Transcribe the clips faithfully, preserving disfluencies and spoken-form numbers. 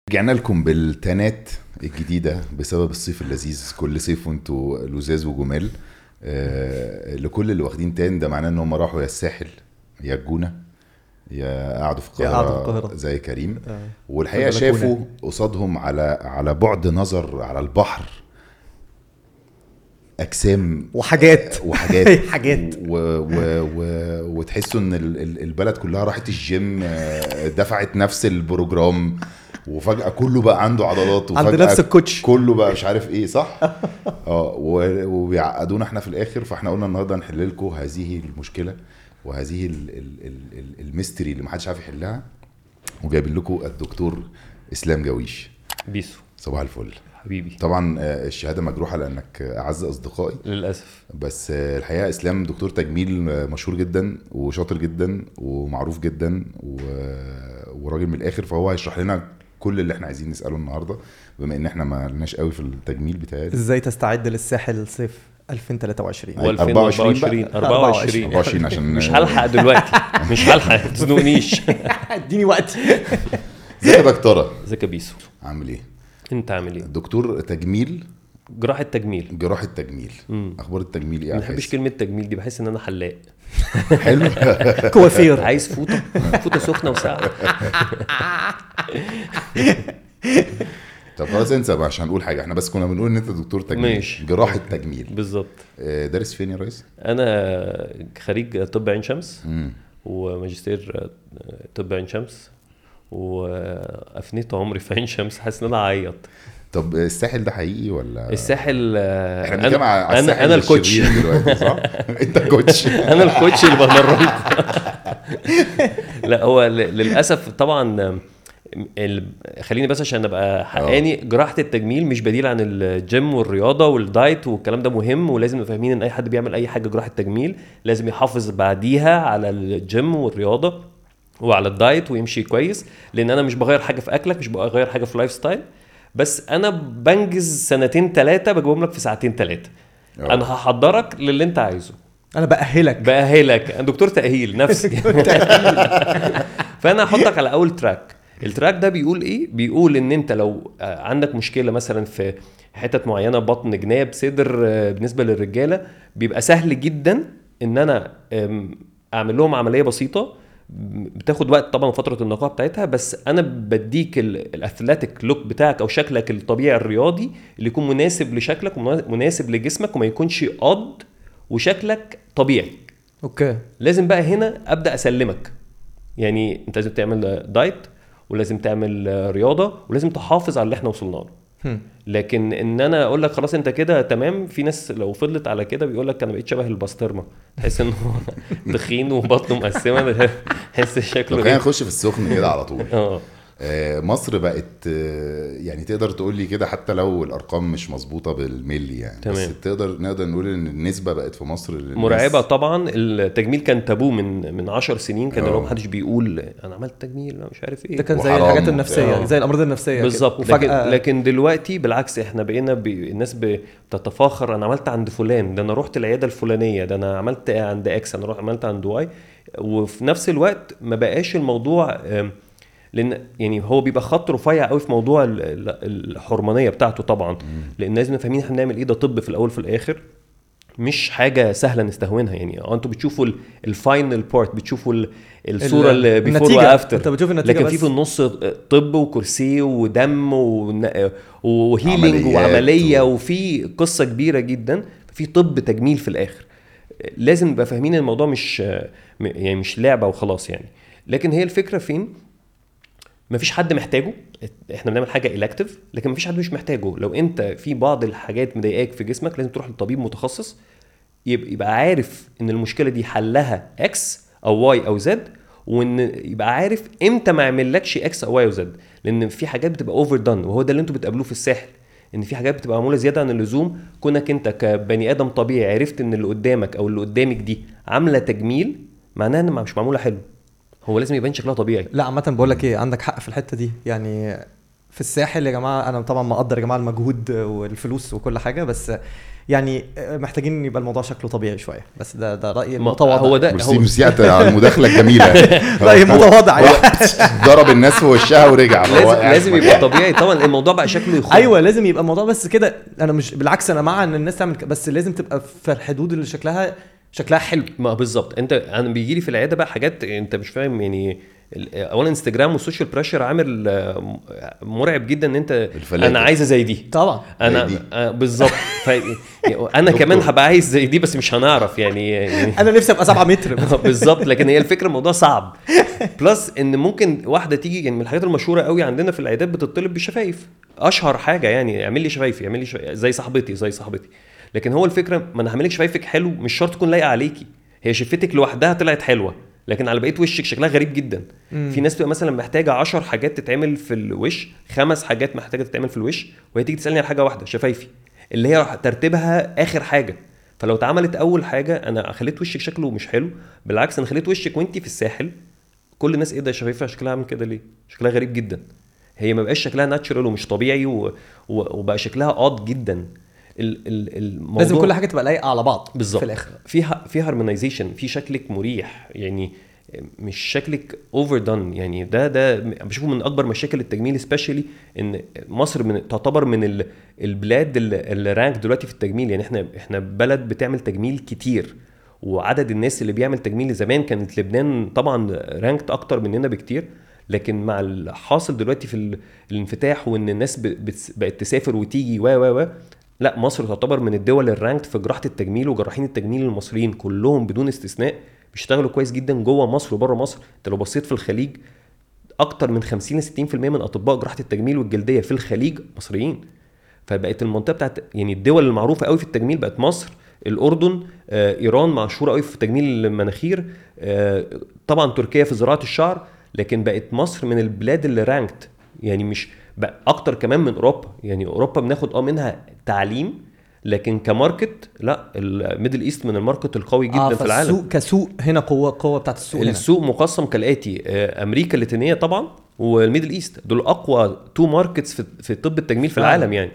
رجعنا لكم بالتانات الجديدة بسبب الصيف اللذيذ. كل صيف وانتوا لزاز وجمال. آه لكل اللي واخدين تان ده معناه ان هم راحوا يا الساحل يا الجونة يا قعدوا في يا قعدوا في القاهرة القاهرة. زي كريم. آه. والحقيقة في البلكونة. شافوا قصادهم على على بعد نظر على البحر اجسام وحاجات وحاجات حاجات. و و و وتحسوا ان ال- ال- البلد كلها راحت الجيم، آه، دفعت نفس البروجرام، وفجأة كله بقى عنده عضلات، عند وفجأة نفس الكوتش. كله بقى مش عارف ايه. صح. اه و- وبيعقدونا احنا في الاخر. فاحنا قلنا النهارده نحل لكم هذه المشكله وهذه ال- ال- ال- ال- الميستري اللي محدش عارف يحلها. وجايبين لكم الدكتور اسلام جويش. بيسو صباح الفل. حبيبي. طبعا آه، الشهاده مجروحه لانك اعز اصدقائي، للأسف بس آه، الحقيقه اسلام دكتور تجميل آه، مشهور جدا وشاطر جدا ومعروف جدا و- وراجل من الاخر. فهو هيشرح لنا كل اللي احنا عايزين نساله النهارده، بما ان احنا ما لناش قوي في التجميل بتاعي. ازاي تستعد للساحل صيف ألفين وثلاثة وعشرين؟ أيوة. و2024 أربعة وعشرين أربعة وعشرين عشان مش هلحق دلوقتي مش هلحق تزنونيش. اديني وقت. ازيك يا دكتوره؟ ازيك يا بيسو؟ عامل ايه؟ انت عامل ايه؟ دكتور تجميل، جراحة تجميل. جراحة تجميل. مم. اخبار التجميل ايه؟ ما بحبش كلمة تجميل دي، بحس ان انا حلاق. حلو. كوافير. عايز فوطة فوطة سخنة وساقعة. طب خلاص انسى بقى عشان نقول حاجه. احنا بس كنا بنقول ان انت دكتور تجميل. ماشي. جراحة تجميل. بالظبط. آه، دارس فين يا ريس؟ انا خريج طب عين شمس مم. وماجستير طب عين شمس، وافنيت عمري في عين شمس. حاسس ان انا اعيط. طب الساحل ده حقيقي ولا؟ الساحل آه، احنا بنتكلم على انا الساحل انا, أنا الكوتش. الشرير دلوقتي صح؟ انت الكوتش. انا الكوتش اللي بمرنكم. لا هو ل- للاسف طبعا ال... خليني بس عشان ابقى حقاني، جراحه التجميل مش بديل عن الجيم والرياضه والدايت والكلام ده مهم، ولازم نبقى فاهمين ان اي حد بيعمل اي حاجه جراحه تجميل لازم يحافظ بعديها على الجيم والرياضه وعلى الدايت ويمشي كويس، لان انا مش بغير حاجه في اكلك، مش بغير حاجه في لايف ستايل، بس انا بنجز سنتين ثلاثه بجيبهم لك في ساعتين ثلاثه. أوه. انا هحضرك للي انت عايزه، انا بأهلك. بأهلك. انا دكتور تأهيل نفسي. فانا هحطك على اول تراك. التراك ده بيقول ايه؟ بيقول ان انت لو عندك مشكله مثلا في حتت معينه، بطن، جناب، صدر، بالنسبه للرجاله بيبقى سهل جدا ان انا اعمل لهم عمليه بسيطه، بتاخد وقت طبعا فتره النقاهه بتاعتها، بس انا بديك الاثليتيك لوك بتاعك او شكلك الطبيعي الرياضي اللي يكون مناسب لشكلك ومناسب لجسمك وما يكونش قد وشكلك طبيعي. اوكي. لازم بقى هنا ابدا اسلمك، يعني انت لازم تعمل دايت ولازم تعمل رياضه ولازم تحافظ على اللي احنا وصلنا له. هم. لكن ان انا اقول لك خلاص انت كده تمام، في ناس لو فضلت على كده بيقول لك انا بقيت شبه البسطرمه، تحس انه تخين وبطنه مقسمه، تحس شكله. خلينا نخش في السخن كده على طول. اه آه، مصر بقت آه، يعني تقدر تقول لي كده حتى لو الارقام مش مظبوطه بالملي يعني، تمام. بس تقدر نقدر نقول ان النسبه بقت في مصر للناس مرعبه طبعا. التجميل كان تابو من من عشر سنين، كان آه. لو محدش بيقول انا عملت تجميل لا مش عارف ايه. ده كان زي وحرام الحاجات وبتاع. النفسيه، زي الامراض النفسيه بالظبط. كده. لكن, وفجاه لكن دلوقتي بالعكس، احنا بقينا ب... الناس بتتفاخر انا عملت عند فلان، ده انا رحت العياده الفلانيه، ده انا عملت عند اكس، انا رحت عملت عند واي. وفي نفس الوقت ما بقاش الموضوع آم، لان يعني هو بيبقى خط رفيع قوي في موضوع ال- ال- الحرمانيه بتاعته طبعا، لان لازم فاهمين احنا بنعمل ايه. ده طب في الاول في الاخر، مش حاجه سهله نستهونها. يعني اه انتوا بتشوفوا الفاينل بارت، بتشوفوا ال- الصوره اللي بيفور النتيجة. وافتر، انت بتشوف النتيجة لكن بس. في في النص طب وكرسي ودم ون- وهيلينج عمليات وعمليه و- وفي قصه كبيره جدا، في طب تجميل في الاخر. لازم نبقى فاهمين الموضوع مش يعني مش لعبه وخلاص يعني. لكن هي الفكره فين؟ مفيش حد محتاجه، احنا بنعمل حاجه إلكتيف، لكن مفيش حد مش محتاجه. لو انت في بعض الحاجات مضايقاك في جسمك لازم تروح لطبيب متخصص يبقى, يبقى عارف ان المشكله دي حلها اكس او واي او زد، وان يبقى عارف امتى ما يعملكش اكس او واي او زد، لان في حاجات بتبقى اوفر دان، وهو ده اللي انتوا بتقابلوه في الساحل، ان في حاجات بتبقى معموله زياده عن اللزوم. كونك انت كبني ادم طبيعي عرفت ان اللي قدامك او اللي قدامك دي عامله تجميل، معناها ان مش معموله حلو، هو لازم يبان شكلها طبيعي. لا عامه بقول لك ايه، عندك حق في الحته دي. يعني في الساحل يا جماعه، انا طبعا مقدر يا جماعه المجهود والفلوس وكل حاجه، بس يعني محتاجين يبقى الموضوع شكله طبيعي شويه. بس ده ده رايي المتواضع. هو ده ميرسي هو ميرسي على المداخله الجميله. رايي متواضع يعني. ضرب الناس في وشها ورجع. لازم لازم يبقى طبيعي طبعا، الموضوع بقى شكله يخوف. ايوه لازم يبقى الموضوع بس كده. انا مش بالعكس، انا مع ان الناس تعمل كده، بس لازم تبقى في الحدود اللي شكلها شكلها حلو. ما بالظبط. انت انا بيجي لي في العياده بقى حاجات انت مش فاهم يعني. اولا انستجرام والسوشيال بريشر عامل مرعب جدا ان انت الفلاتة. انا عايزه زي دي طبعا انا دي. آه بالظبط. انا كمان هبقى عايز زي دي بس مش هنعرف يعني, يعني انا نفسي ابقى سبعة متر بالظبط. لكن هي الفكره الموضوع صعب. بلس ان ممكن واحده تيجي يعني من الحاجات المشهوره قوي عندنا في العيادات بتطلب بالشفايف. اشهر حاجه يعني اعمل لي شفايفي، اعمل لي شفايف زي صاحبتي زي صاحبتي. لكن هو الفكره ما انا هعمل لك شفايفك حلو مش شرط تكون لايقه عليكي. هي شفتك لوحدها طلعت حلوه لكن على بقيه وشك شكلها غريب جدا. مم. في ناس بتبقى مثلا محتاجه عشر حاجات تتعمل في الوش، خمس حاجات محتاجه تتعمل في الوش، وهي تيجي تسالني على حاجه واحده شفايفي اللي هي ترتيبها اخر حاجه. فلو اتعملت اول حاجه انا خليت وشك شكله مش حلو، بالعكس انا خليت وشك وانتي في الساحل كل الناس ايه ده شفايفها شكلها عامل كده ليه، شكلها غريب جدا. هي ما بقاش شكلها ناتشورال ومش طبيعي و... و... وبقى شكلها قاض جدا. الموضوع لازم كل حاجه تبقى لايقه على بعض بالظبط. في الاخر فيها في هارمونايزيشن، في شكلك مريح يعني، مش شكلك اوفر دان يعني. ده ده بشوفه من اكبر مشاكل التجميل سبيشالي ان مصر من تعتبر من البلاد اللي رانك دلوقتي في التجميل. يعني احنا احنا بلد بتعمل تجميل كتير، وعدد الناس اللي بيعمل تجميل زمان كانت لبنان طبعا رانكت اكتر مننا بكتير. لكن مع الحاصل دلوقتي في الانفتاح وان الناس بقت تسافر وتيجي و و و لا مصر تعتبر من الدول الرانكت في جراحه التجميل. وجراحين التجميل المصريين كلهم بدون استثناء بيشتغلوا كويس جدا جوه مصر وبره مصر. انت لو بصيت في الخليج اكتر من خمسين لستين في المية من اطباء جراحه التجميل والجلديه في الخليج مصريين. فبقت المنطقه بتاعت يعني الدول المعروفه قوي في التجميل بقت مصر، الاردن، آه، ايران مشهوره قوي في تجميل المناخير، آه، طبعا تركيا في زراعه الشعر. لكن بقت مصر من البلاد اللي رانكت يعني مش بقى اكتر كمان من اوروبا. يعني اوروبا بناخد اه منها تعليم، لكن كماركت لا الميدل ايست من الماركت القوي جدا آه في العالم. السوق كسوق هنا قوه قوه بتاعت السوق هنا. السوق مقسم كالاتي: امريكا اللاتينيه طبعا والميدل ايست، دول اقوى تو ماركتس في في طب التجميل في العالم يعني.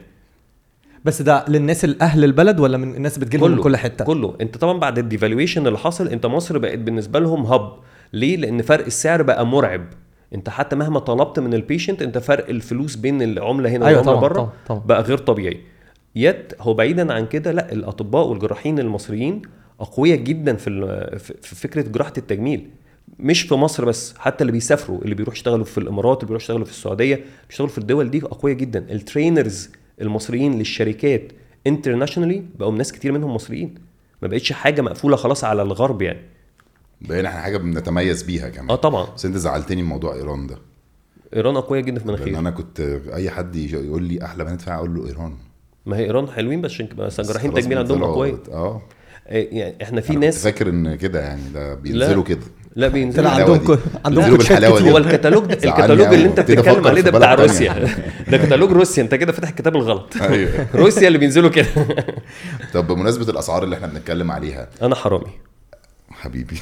بس ده للناس الاهل البلد ولا من الناس بتجيلهم من كل حته؟ كله. انت طبعا بعد الديفالويشن اللي حصل انت مصر بقت بالنسبه لهم هب. ليه؟ لان فرق السعر بقى مرعب. انت حتى مهما طلبت من البيشنت انت فرق الفلوس بين العمله هنا أيوة والعمله بره بقى غير طبيعي. يت هو بعيدا عن كده لا الاطباء والجراحين المصريين اقوياء جدا في في فكره جراحه التجميل. مش في مصر بس، حتى اللي بيسافروا اللي بيروحوا يشتغلوا في الامارات اللي بيروحوا يشتغلوا في السعوديه بيشتغلوا في الدول دي اقوياء جدا. الترينرز المصريين للشركات انترناشونالي بقوا ناس كتير منهم مصريين، ما بقتش حاجه مقفوله خلاص على الغرب يعني. بقينا احنا حاجه بنتميز بيها كمان. اه طبعا. بس انت زعلتني موضوع ايران ده. ايران اقوياء جدا في مناخير. انا كنت اي حد يقول لي احلى بنات فيها اقول له ايران. ما هي ايران حلوين بس بس جراحين تجميل عندهم اقوياء. اه يعني احنا في ناس فاكر ان كده يعني ده بينزلوا كده. لا بينزلوا عندهم عندهم بالحلاوه دي. هو الكتالوج الكتالوج اللي انت بتتكلم عليه ده بتاع روسيا. ده كتالوج روسيا، انت كده فاتح الكتاب الغلط. روسيا اللي بينزلوا كده. طب بمناسبه الاسعار اللي احنا بنتكلم عليها، انا حرامي حبيبي.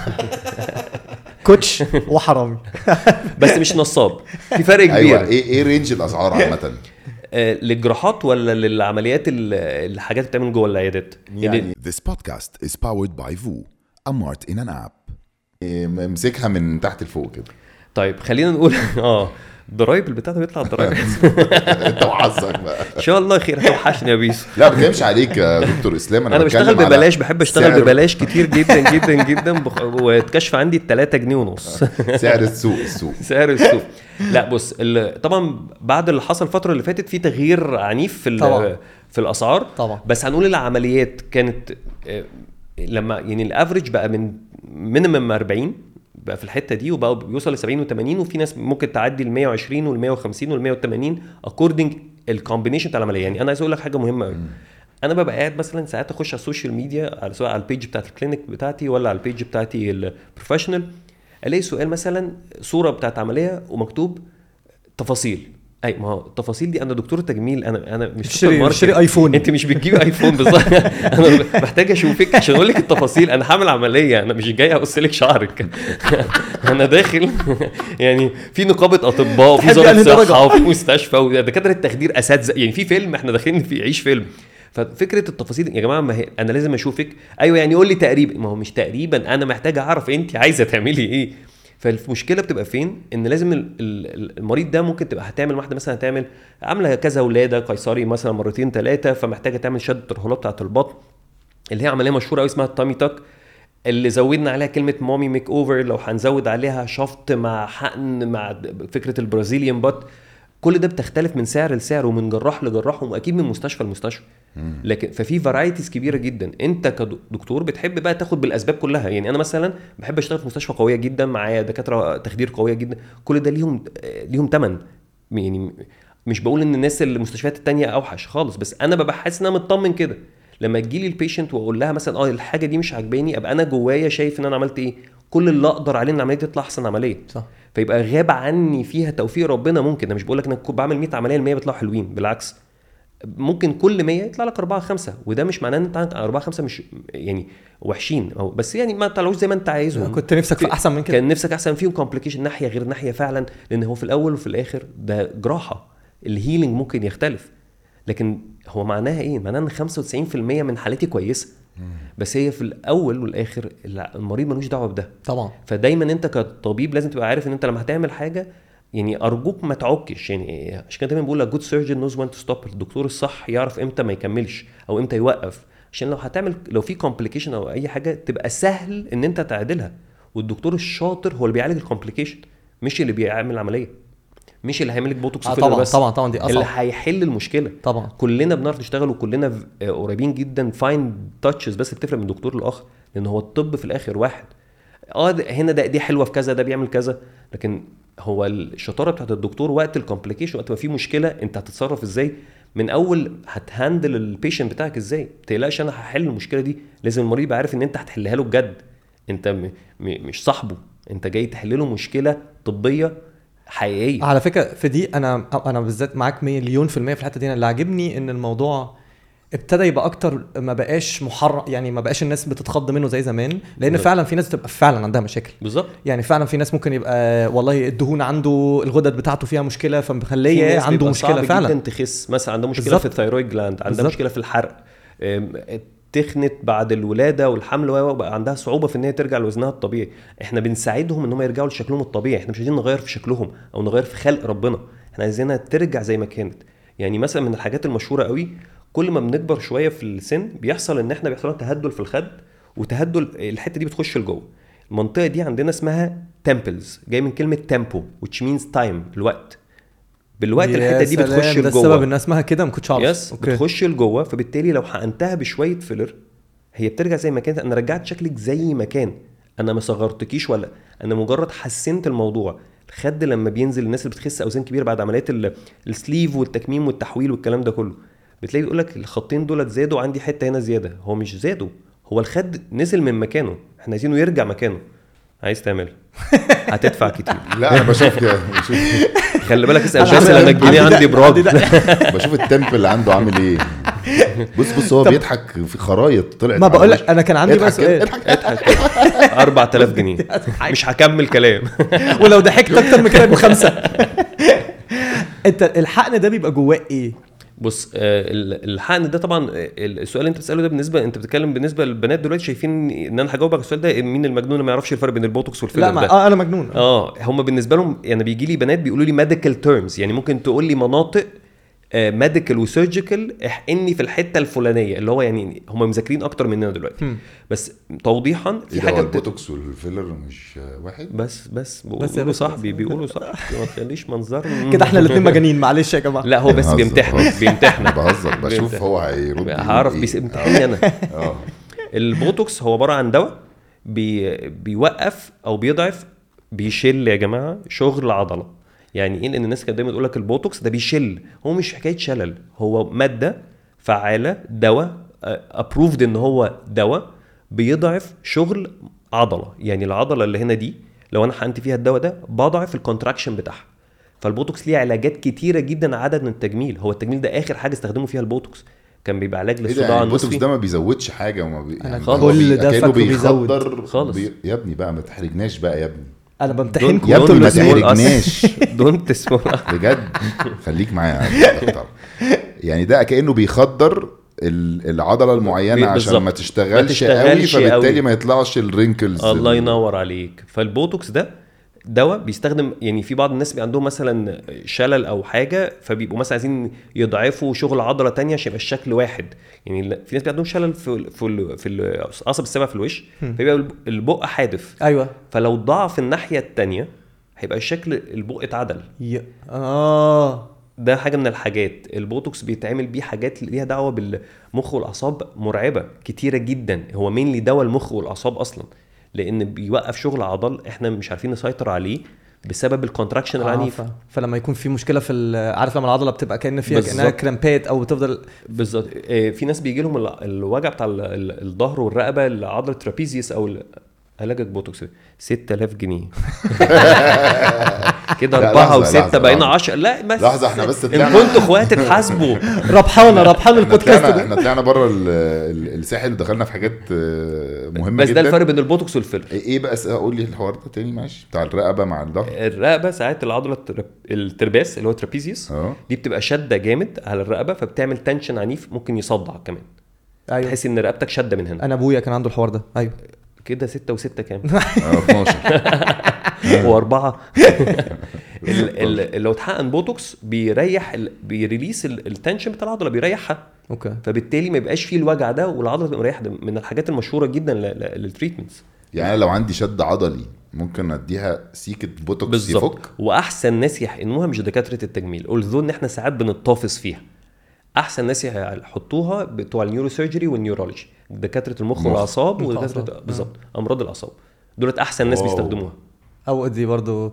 كوتش وحرامي بس مش نصاب، في فرق كبير. ايوه ايه ايه رينج الاسعار عامه؟ للجراحات ولا للعمليات الحاجات اللي بتعمل جوه العيادات يعني. This podcast is powered by Voo, a mart in an app. امسكها من تحت لفوق كده. طيب خلينا نقول اه الضرايب البتاع ده بيطلع الضرايب. انت وحظك بقى. ان شاء الله خير. هتوحشني يا بيسو. لا ما بتكلمش عليك يا دكتور اسلام. انا, أنا بشتغل ببلاش، بحب اشتغل ببلاش كتير جدا جدا جدا بخ... واتكشف عندي ثلاثة جنيه ونص. سعر السوق السوق سعر السوق. لا بص ال... طبعا بعد اللي حصل الفتره اللي فاتت في تغيير عنيف في ال... في الاسعار طبعا. بس هنقول العمليات كانت لما يعني الافريج بقى من مينيمم أربعين بقى في الحته دي، وبقى بيوصل ل سبعين وثمانين، وفي ناس ممكن تعدي ال مية وعشرين وال مية وخمسين وال مية وثمانين اكوردنج الكومبينيشن بتاع العمليه. يعني انا عايز اقول لك حاجه مهمه قوي. انا ببقى قاعد مثلا ساعات اخش على السوشيال ميديا على سواء على البيج بتاعت الكلينيك بتاعتي ولا على البيج بتاعتي البروفيشنال، الاقي سؤال مثلا صوره بتاعت عمليه ومكتوب تفاصيل. اي ما هو التفاصيل دي انا دكتور تجميل انا انا مش تشتري سوبر تشتري ماركت. ايفون. انت مش بتجيبي ايفون بالظبط. انا محتاج اشوفك عشان اقول لك التفاصيل. انا هعمل عمليه انا مش جاي اقص لك شعرك. انا داخل يعني في نقابه اطباء وفي تحب يعني وزاره درجة. صحه وفي مستشفى ودكاتره التخدير اساتذه يعني في فيلم احنا داخلين في عيش فيلم. ففكره التفاصيل يا جماعه ما هي انا لازم اشوفك. ايوه يعني قول لي تقريبا ما هو مش تقريبا انا محتاج اعرف انت عايزه تعملي ايه. فالمشكله بتبقى فين ان لازم ال- ال- المريض ده ممكن تبقى هتعمل واحده مثلا هتعمل عامله كذا ولاده قيصري مثلا مرتين ثلاثه فمحتاجه تعمل شد الترهلات بتاعه البطن اللي هي عمليه مشهوره قوي اسمها التامي تاك اللي زودنا عليها كلمه مامي ميك اوفر. لو هنزود عليها شفط مع حقن مع فكره البرازيليان بات كل ده بتختلف من سعر لسعر ومن جراح لجراح واكيد من مستشفى لمستشفى. لكن ففي فرايتيز كبيره جدا. انت كدكتور بتحب بقى تاخد بالاسباب كلها. يعني انا مثلا بحب اشتغل في مستشفى قويه جدا معايا دكاتره تخدير قويه جدا كل ده ليهم ليهم ثمن. يعني مش بقول ان الناس المستشفيات التانية اوحش خالص بس انا ببقى حاسس ان انا مطمن كده لما تجي لي البيشنت واقول لها مثلا اه الحاجه دي مش عاجباني ابقى انا جوايا شايف ان انا عملت ايه كل اللي اقدر عليه ان العمليه تطلع احسن عمليه. صح. فيبقى غاب عني فيها توفيق ربنا. ممكن انا مش بقول لك انا بعمل مية عمليه المية بيطلعوا حلوين بالعكس ممكن كل مية يطلع لك أربعة خمسة وده مش معناه ان انت عندك أربعة خمسة مش يعني وحشين او بس يعني ما طلعوش زي ما انت عايزهم. كنت نفسك في احسن من كده. كان نفسك احسن فيهم كومبليكيشن ناحيه غير ناحيه فعلا لان هو في الاول وفي الاخر ده جراحه. الهيلينج ممكن يختلف لكن هو معناها ايه معناها ان خمسة وتسعين بالمية من حالتي كويسه بس هي في الاول والاخر المريض ملوش دعوه بده طبعا. فدايما انت كطبيب لازم تبقى عارف ان انت لما هتعمل حاجه يعني ارجوك ما تعكش. يعني عشان كده دايما بقول لك جود سيرجن نوز وين تو ستوب. الدكتور الصح يعرف امتى ما يكملش او امتى يوقف عشان لو هتعمل لو في كومبليكيشن او اي حاجه تبقى سهل ان انت تعدلها. والدكتور الشاطر هو اللي بيعالج الكومبليكيشن مش اللي بيعمل عمليه مش اللي هيعمل لك بوتوكس آه وفيلر طبعا بس طبعا طبعا دي اللي اصعب هيحل المشكله. طبعا. كلنا بنعرف نشتغل وكلنا قريبين جدا فاين تاتشز بس بتفرق من دكتور لاخر لان هو الطب في الاخر واحد. اه هنا ده دي حلوه في كذا ده بيعمل كذا لكن هو الشطاره بتاعت الدكتور وقت الكومبليكيشن وقت ما في مشكله انت هتتصرف ازاي من اول هتهاندل البيشنت بتاعك ازاي. ما تقلقش انا هحل المشكله دي. لازم المريض يبقى عارف ان انت هتحلها له بجد. انت م- م- مش صاحبه انت جاي تحل له مشكله طبيه حقيقيه. على فكره في دي انا انا بالذات معاك مليون في الميه في الحته دي. انا اللي عاجبني ان الموضوع ابتدى يبقى اكتر ما بقاش محرم يعني ما بقاش الناس بتتخض منه زي زمان لان بالزبط. فعلا في ناس بتبقى فعلا عندها مشاكل بالظبط. يعني فعلا في ناس ممكن يبقى والله الدهون عنده الغدد بتاعته فيها مشكله فمخليه عنده مشكله فعلا جدا تخس مثلا عنده مشكله بالزبط. في الثايرويد جلاند عندها بالزبط. مشكله في الحرق تخنت بعد الولاده والحمل وبقى عندها صعوبه في ان هي ترجع لوزنها الطبيعي. احنا بنساعدهم ان هم يرجعوا لشكلهم الطبيعي. احنا مش عايزين نغير في شكلهم او نغير في خلق ربنا احنا عايزينها ترجع زي ما كانت. يعني مثلا من الحاجات المشهوره قوي كل ما بنكبر شويه في السن بيحصل ان احنا بيحصل تهدل في الخد وتهدل الحته دي بتخش لجوه. المنطقه دي عندنا اسمها تمبلز جاي من كلمه تيمبو which means time الوقت. بالوقت الحته دي بتخش لجوه. ده السبب ان اسمها كده ما كنتش عارف. يس بتخش لجوه فبالتالي لو حقنتها بشويه فيلر هي بترجع زي ما كانت. انا رجعت شكلك زي ما كان انا ما صغرتكيش ولا انا مجرد حسنت الموضوع. الخد لما بينزل الناس اللي بتخس اوزان كبيره بعد عمليات السليف والتكميم والتحويل والكلام ده كله بتلاقي بيقول لك الخطين دولت زادوا عندي حته هنا زياده. هو مش زادوا هو الخد نزل من مكانه احنا عايزينه يرجع مكانه. عايز تعمل هتدفع كتير. لا انا بشوف كده بشوف خلي بالك اسال أنا شخص عندي- لما الجنيه عندي ده- عندي براج. عندي ده. بشوف التمبل اللي عنده عامل ايه. بص بص هو طب- بيضحك في خرايط طلعت ما على بقول لك وشه. انا كان عندي بقى اضحك كده، سؤال اضحك. اضحك أربعة آلاف جنيه مش هكمل كلام. ولو ضحكت اكتر من كده يبقوا خمسه. انت الحقن ده بيبقى جواه ايه؟ بص آه، ال- الحقن ده طبعا آه، السؤال اللي انت بتساله ده بالنسبه انت بتتكلم بالنسبه للبنات دلوقتي شايفين ان انا هجاوبك على السؤال ده مين المجنون اللي ما يعرفش الفرق بين البوتوكس والفيلر لا ما ده. اه انا مجنون. اه هم بالنسبه لهم يعني بيجي لي بنات بيقولوا لي ميديكال تيرمز يعني ممكن تقول لي مناطق ميديكال وسيرجيكال احقني في الحته الفلانيه اللي هو يعني هم مذاكرين اكتر مننا دلوقتي. هم. بس توضيحا إيه في ده، حاجه هو بت... البوتوكس والفيلر مش واحد. بس بس بس يا بيقولوا باشا، صاحبي بيقولوا صح ما تخليش منظر كده احنا الاثنين مجانين معلش يا جماعه. لا هو بس بهزر، بيمتحنك بهزر. بيمتحنك بهزر بشوف بيمتحن. هو هيرد هعرف يقول إيه. بيمتحني انا. اه البوتوكس هو عباره عن دواء بي بيوقف او بيضعف بيشل يا جماعه شغل عضله. يعني ايه؟ لان الناس كانت دايما تقول لك البوتوكس ده بيشل. هو مش حكايه شلل هو ماده فعاله دواء ابروفد ان هو دواء بيضعف شغل عضله. يعني العضله اللي هنا دي لو انا حقنت فيها الدواء ده بضعف الكونتراكشن بتاعها فالبوتوكس ليه علاجات كتيره جدا عدد من التجميل. هو التجميل ده اخر حاجه استخدموا فيها البوتوكس، كان بيبقى علاج ايه ده للصداع يعني البوتوكس النصفي. ده ما بيزودش حاجه وما بي... أنا يعني خالص. هو كل بي... ده كأنه فاكره بيزود. بيخدر خالص. بي... يا ابني بقى ما تحرجناش بقى يا ابني، انا بمتحنكم يا انتوا ابني ما اللي small us. تحرجناش دونت اسمه بجد. خليك معايا يا دكتور. يعني ده كأنه بيخدر ال- العضله المعينه عشان بالظبط. ما تشتغلش, ما قوي، تشتغلش فبالتالي قوي. ما يطلعش الرينكلز. الله ينور عليك. فالبوتوكس ده دواء بيستخدم، يعني في بعض الناس بي عندهم مثلا شلل او حاجه، فبيبقوا مثلا عايزين يضعفوا شغل عضله تانية عشان يبقى الشكل واحد. يعني في ناس بي عندهم شلل في في في العصب السابع في الوش، فيبقى البق حادف. ايوه فلو ضعف الناحيه التانية هيبقى الشكل البق اتعدل. ي... اه ده حاجه من الحاجات. البوتوكس بيتعمل بيه حاجات ليها دعوه بالمخ والاعصاب مرعبه كتيره جدا. هو مين لي دواء المخ والاعصاب اصلا، لان بيوقف شغل عضل احنا مش عارفين نسيطر عليه بسبب الكونتراكشن العنيف. ف... فلما يكون في مشكله في ال- عارف لما العضله بتبقى كأن فيها كأنها بالظبط. كرامبات او بتفضل بالظبط. آه، في ناس بيجي لهم ال- الوجع بتاع ال- ال- الظهر والرقبه، عضله ترابيزيوس او ال- علاجك بوتوكس ستة آلاف جنيه كده. لا، أربعة لحظة، وستة لحظة، بقينا لحظة. عشرة. لا بس لحظة، احنا بس إن طلعنا- كنتوا اخوات تحاسبوا. ربحانه ربحان احنا البودكاست طلعنا ده. احنا طلعنا بره ال- ال- الساحل ودخلنا في حاجات آه، مهمه بس جدا. ده الفرق بين البوتوكس والفيلر. ايه بقى س- قول لي الحوار ده تاني ماشي، بتاع الرقبه مع الظهر. الرقبه ساعات العضله التر- الترباس اللي هو ترابيزيوس اه دي بتبقى شده جامد على الرقبه، فبتعمل تنشن عنيف ممكن يصدع كمان. ايوه تحس ان رقبتك شده من هنا انا ابويا كان عنده الحوار ده. ايوه كده. ستة وستة كام؟ اه اتناشر. واربعة. ال- ال- لو اتحقن بوتوكس بيريح ال- بيريليس ال- التنشن بتاع العضله، بيريحها، اوكي فبالتالي ما يبقاش فيه الوجع ده والعضله تبقى مريحه. ده من الحاجات المشهوره جدا ل- ل- للتريتمنتس. يعني أنا لو عندي شد عضلي ممكن اديها سيكه بوتوكس يفك. بالظبط. واحسن ناس يحقنوها مش دكاتره التجميل، قلنا ان احنا ساعات بنتطافس فيها. احسن ناس يحطوها بتوع النيورو سيرجري والنيورولوجي، دكاتره المخ مخ. والاعصاب مخ ودكاتره وأعصاب. بالظبط امراض الاعصاب. دولت احسن ناس واو. بيستخدموها. او دي برضو.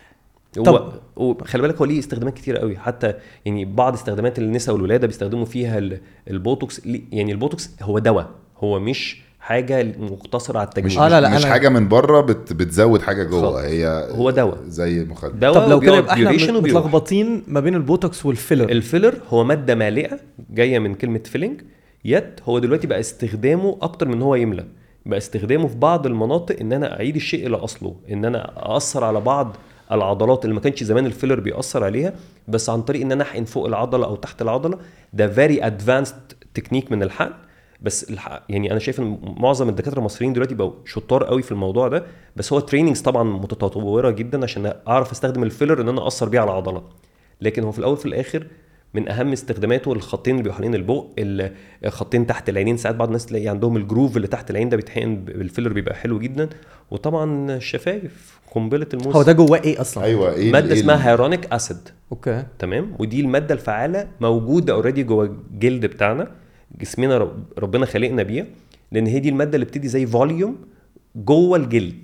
هو طب- وخلي بالك هو ليه استخدامات كتير قوي. حتى يعني بعض استخدامات النساء والولاده بيستخدموا فيها ال- البوتوكس. ليه؟ يعني البوتوكس هو دواء، هو مش حاجه مقتصره على مش التجميل. آه، لا، لا، مش أنا- حاجه من بره بت بتزود حاجه جوه، خالص. هي هو دواء. زي مخدر. دواء طب لو كده وبيقعد يبقى احنا duration وبيروح. متلخبطين ما بين البوتوكس والفيلر. الفيلر هو ماده مالئه جايه من كلمه فيلينج، يت هو دلوقتي بقى استخدامه اكتر من هو يملى. بقى استخدامه في بعض المناطق ان انا اعيد الشيء الى اصله، ان انا اثر على بعض العضلات اللي ما كانش زمان الفيلر بيأثر عليها، بس عن طريق ان انا احقن فوق العضله او تحت العضله. ده فيري ادفانسد تكنيك من الحقن. بس الحق يعني انا شايف ان معظم الدكاتره المصريين دلوقتي بقوا شطار قوي في الموضوع ده، بس هو تريننجز طبعا متطوره جدا عشان اعرف استخدم الفيلر ان انا اثر بيه على العضله. لكن هو في الاول في الاخر من اهم استخداماته الخطين اللي بيحقنين البق، الخطين تحت العينين. ساعات بعض الناس تلاقي عندهم الجروف اللي تحت العين ده بيتحقن بالفيلر، بيبقى حلو جدا. وطبعا الشفايف قنبله الموس. هو ده جواه ايه اصلا؟ ايوه ايه ماده إيه اسمها هيرونيك اسيد. اوكي تمام. ودي الماده الفعاله موجوده اوريدي جوه الجلد بتاعنا، جسمنا رب ربنا خلقنا بيها، لان هي دي الماده اللي بتدي زي فوليوم جوه الجلد.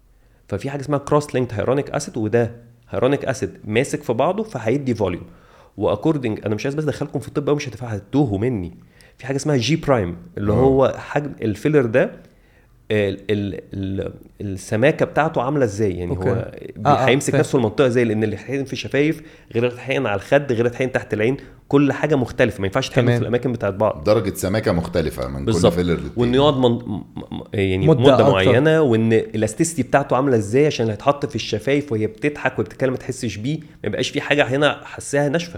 ففي حاجه اسمها كروس لينكد هيرونيك اسيد، وده هيرونيك اسيد ماسك في بعضه فهيدي فوليوم. واكوردنج انا مش عايز بس ادخلكم في الطب قوي مش هتفهموا هتتوهوا مني. في حاجه اسمها جي برايم اللي هو حجم الفيلر ده، ال ال ال السماكه بتاعته عامله ازاي. يعني أوكي. هو آه، آه، هيمسك فاهم. نفسه المنطقه زي، لان اللي هيتحقن في الشفايف غير اللي هيتحقن على الخد غير اللي هيتحقن تحت العين. كل حاجه مختلفه، ما ينفعش تحقن تمام. في الاماكن بتاعت بعض. درجه سماكه مختلفه من كل بالظبط. فيلر للتاني. وانه يقعد من... م- م- يعني مدة مده, أكتر. معينه، وان الاستيستي بتاعته عامله ازاي عشان اللي هيتحط في الشفايف وهي بتضحك وبتتكلم ما تحسش بيه، ما يبقاش في حاجه هنا حساها ناشفه.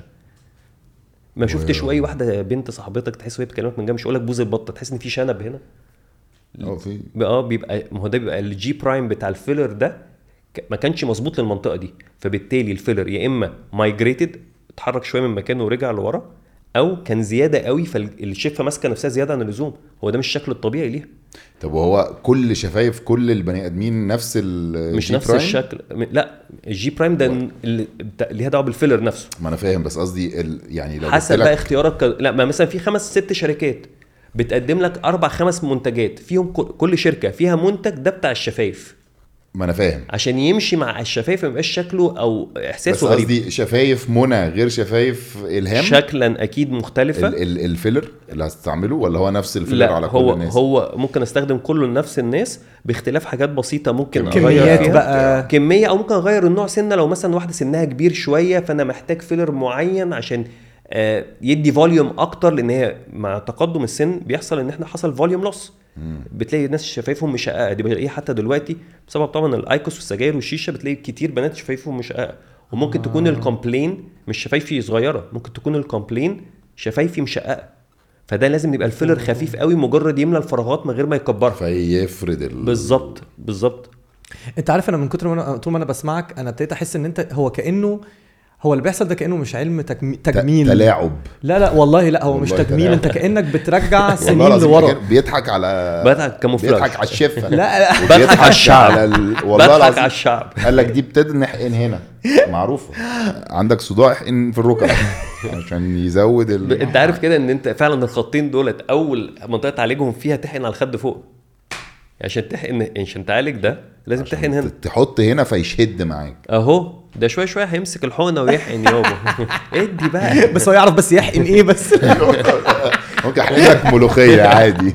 ما شفتش اي واحده بنت صاحبتك تحس وهي بتكلمك من جنب مش هقول لك بوز البطه، تحس ان في شنب هنا. اه في اه بيبقى ما هو ده بيبقى الجي برايم بتاع الفيلر ده ك- ما كانش مظبوط للمنطقه دي، فبالتالي الفيلر يا اما مايجريتد اتحرك شويه من مكانه ورجع لورا، او كان زياده قوي فالشفه ماسكه نفسها زياده عن اللزوم. هو ده مش الشكل الطبيعي ليها. طب وهو كل شفايف كل البني ادمين نفس ال مش G نفس prime؟ الشكل. م- لا الجي برايم ده اللي بتاع- ليها دعوه بالفيلر نفسه. ما انا فاهم، بس قصدي ال... يعني لو حسب قلت بقى لك اختيارك ك... لا ما مثلا في خمس ست شركات بتقدم لك اربع خمس منتجات فيهم ك- كل شركه فيها منتج ده بتاع الشفايف. ما انا فاهم عشان يمشي مع الشفايف ما يبقاش شكله او بس احساسه غريب. قصدي شفايف منى غير شفايف الهام شكلا اكيد مختلفه. ال ال الفيلر اللي هتستعمله ولا هو نفس الفيلر لا على كل هو الناس؟ هو ممكن استخدم كله لنفس الناس باختلاف حاجات بسيطه ممكن كميات اغير فيها بقى. كميه، او ممكن اغير النوع سنه. لو مثلا واحده سنها كبير شويه فانا محتاج فيلر معين عشان آه يدي فوليوم اكتر، لان هي مع تقدم السن بيحصل ان احنا حصل فوليوم لوس. بتلاقي ناس شفايفهم مشققه، دي بتلاقيه حتى دلوقتي بسبب طبعا الايكوس والسجاير والشيشه، بتلاقي كتير بنات شفايفهم مشققه. وممكن آه. تكون الكومبلين مش شفايفي صغيره، ممكن تكون الكومبلين شفايفي مشققه، فده لازم يبقى الفيلر خفيف قوي مجرد يملى الفراغات من غير ما يكبرها فيفرد ال... بالظبط بالظبط. انت عارف انا من كتر ما انا طول ما انا بسمعك انا ابتديت احس ان انت هو كانه هو اللي بيحصل ده كانه مش علم تجمي... تجميل تلاعب. لا لا والله لا هو مش تجميل تلاعب. انت كانك بترجع سنين لورا. بيضحك على بضحك كاموفلاج، بيضحك على الشفه. لا لا بضحك على الشعب على ال... والله بضحك العظيم على الشعب. قال لك دي ابتدى نحقن هنا معروفه، عندك صداع احقن في الركبه عشان يزود ال... انت عارف كده ان انت فعلا الخطين دولت اول منطقه تعالجهم فيها تحقن على الخد فوق، عشان تحقن عشان تعالج ده لازم تحقن هنا، تحط هنا فيشد معاك اهو. ده شويه شويه هيمسك الحقنه ويحقن يابا ادي بقى. بس هو يعرف بس يحقن ايه بس. ممكن احقن لك ملوخيه عادي.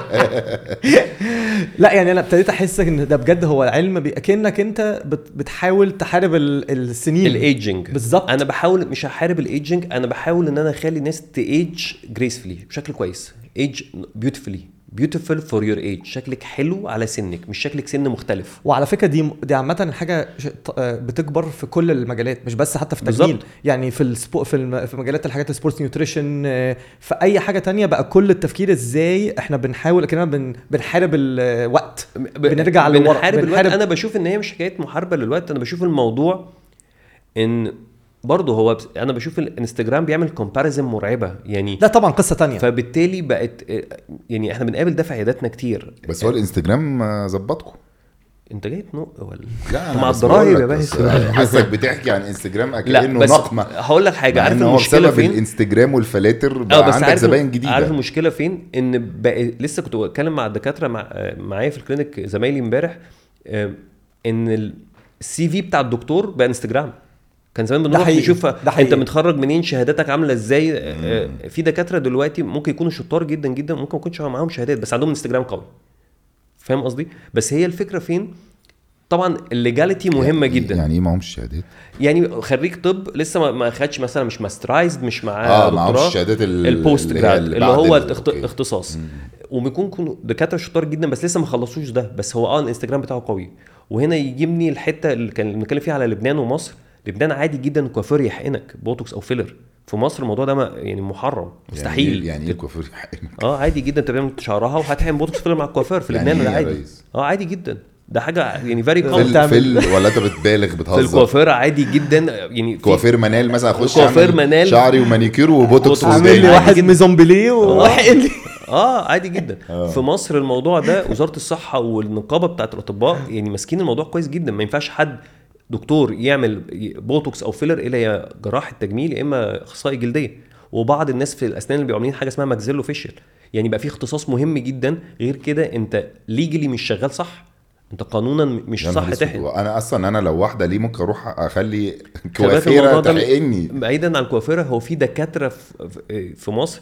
لا يعني انا ابتديت احس ان ده بجد هو علم كأنك انت بتحاول تحارب السنين الايجنج. بالظبط. انا بحاول مش هحارب الايجنج، انا بحاول ان انا اخلي الناس تايج جريسفلي بشكل كويس. ايج بيوتيفولي beautiful for your age، شكلك حلو على سنك مش شكلك سن مختلف. وعلى فكره دي دي عامه حاجه بتكبر في كل المجالات مش بس حتى في التجميل، يعني في السبو في, الم... في مجالات الحاجات السبورتس نيوتريشن، في اي حاجه تانية بقى كل التفكير ازاي احنا بنحاول كده بن... بنحارب الوقت، بنرجع للورا بنحارب الوقت. انا بشوف ان هي مش حكايه محاربه للوقت، انا بشوف الموضوع ان برضه هو بس انا بشوف الانستجرام بيعمل كومباريزن مرعبه يعني. ده طبعا قصه تانية. فبالتالي بقت يعني احنا بنقابل ده في عياداتنا كتير. بس هو الانستجرام ظبطكم. انت جاي تنق ولا لا مع الضرايب يا باشا؟ حاسك بتحكي عن انستجرام كأنه نقمه. هقول لك حاجه، عارف المشكله فين؟ الانستجرام والفلاتر بقى عندك زباين جديده. عارف المشكله فين؟ ان بقى لسه كنت بتكلم مع الدكاتره مع معايا في الكلينيك زمايلي امبارح ان السي في بتاع الدكتور بقى انستجرام. كان زمان بنروح نشوف انت متخرج منين، شهاداتك عامله ازاي. مم. في دكاتره دلوقتي ممكن يكونوا شطار جدا جدا، ممكن ما يكونش معاهم شهادات بس عندهم انستجرام قوي. فاهم قصدي؟ بس هي الفكره فين؟ طبعا الليجاليتي مهمه يعني جدا. يعني ايه معهمش شهادات؟ يعني خريج طب لسه ما اخدش مثلا مش ماسترايزد، مش معاه اه معهوش شهادات البوست جراد اللي, اللي هو الاختصاص. مم. وبيكون دكاتره شطار جدا بس لسه ما خلصوش ده، بس هو اه الانستجرام بتاعه قوي. وهنا يجيبني الحته اللي كان بنتكلم فيها على لبنان ومصر. لبنان عادي جدا كوافير يحقنك بوتوكس او فيلر. في مصر الموضوع ده يعني محرم مستحيل. يعني, يعني ايه الكوافير يحقنك؟ اه عادي جدا انت بتعمل شعرها وهتحقن بوتوكس فيلر مع الكوافير في لبنان. يعني عادي اه عادي جدا، ده حاجه يعني فيري كومن. في ولا انت بتبالغ بتهزر؟ في الكوافير عادي جدا يعني. كوافير منال مثلا اخش كوافير منال شعري ومانيكير وبوتوكس عامل لي واحد ميزومبليه وحقن لي اه عادي جدا. آه. في مصر الموضوع ده وزاره الصحه والنقابه بتاعه الاطباء يعني ماسكين الموضوع كويس جدا. ما ينفعش حد دكتور يعمل بوتوكس او فيلر الا يا جراح التجميل يا اما اخصائي جلديه. وبعض الناس في الاسنان اللي بيبقوا عاملين حاجه اسمها ماكسيلو فيشل، يعني بقى في اختصاص مهم جدا. غير كده انت ليجلي مش شغال صح، انت قانونا مش صح تحقن. انا اصلا انا لو واحده ليه ممكن اروح اخلي كوافيره تحقني بعيدا عن الكوافيره. هو في دكاتره في مصر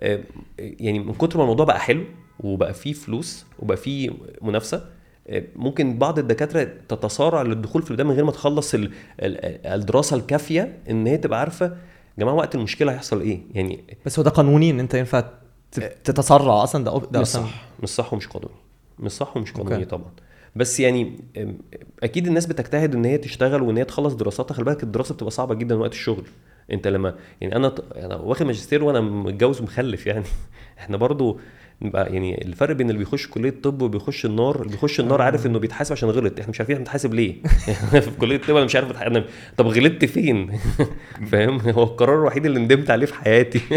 يعني من كتر ما الموضوع بقى حلو وبقى فيه فلوس وبقى فيه منافسه، ممكن بعض الدكاتره تتصارع للدخول في ده من غير ما تخلص الدراسه الكافيه ان هي تبقى عارفه يا جماعه وقت المشكله هيحصل ايه يعني. بس هو ده قانوني ان انت ينفع تتسرع اصلا؟ ده ده مش صح، مش صح ومش قانوني، مش صح ومش قانوني طبعا. بس يعني اكيد الناس بتجتهد ان هي تشتغل وان هي تخلص دراساتها. خلي بالك الدراسه بتبقى صعبه جدا وقت الشغل. انت لما يعني انا انا واخد ماجستير وانا متجوز ومخلف يعني احنا برضو يعني الفرق بين اللي بيخش كليه الطب وبيخش النار، اللي بيخش النار عارف انه بيتحاسب عشان غلط. احنا مش عارفين بنتحاسب ليه في كليه الطب انا مش عارف انا طب غلطت فين. فاهم؟ هو القرار الوحيد اللي ندمت عليه في حياتي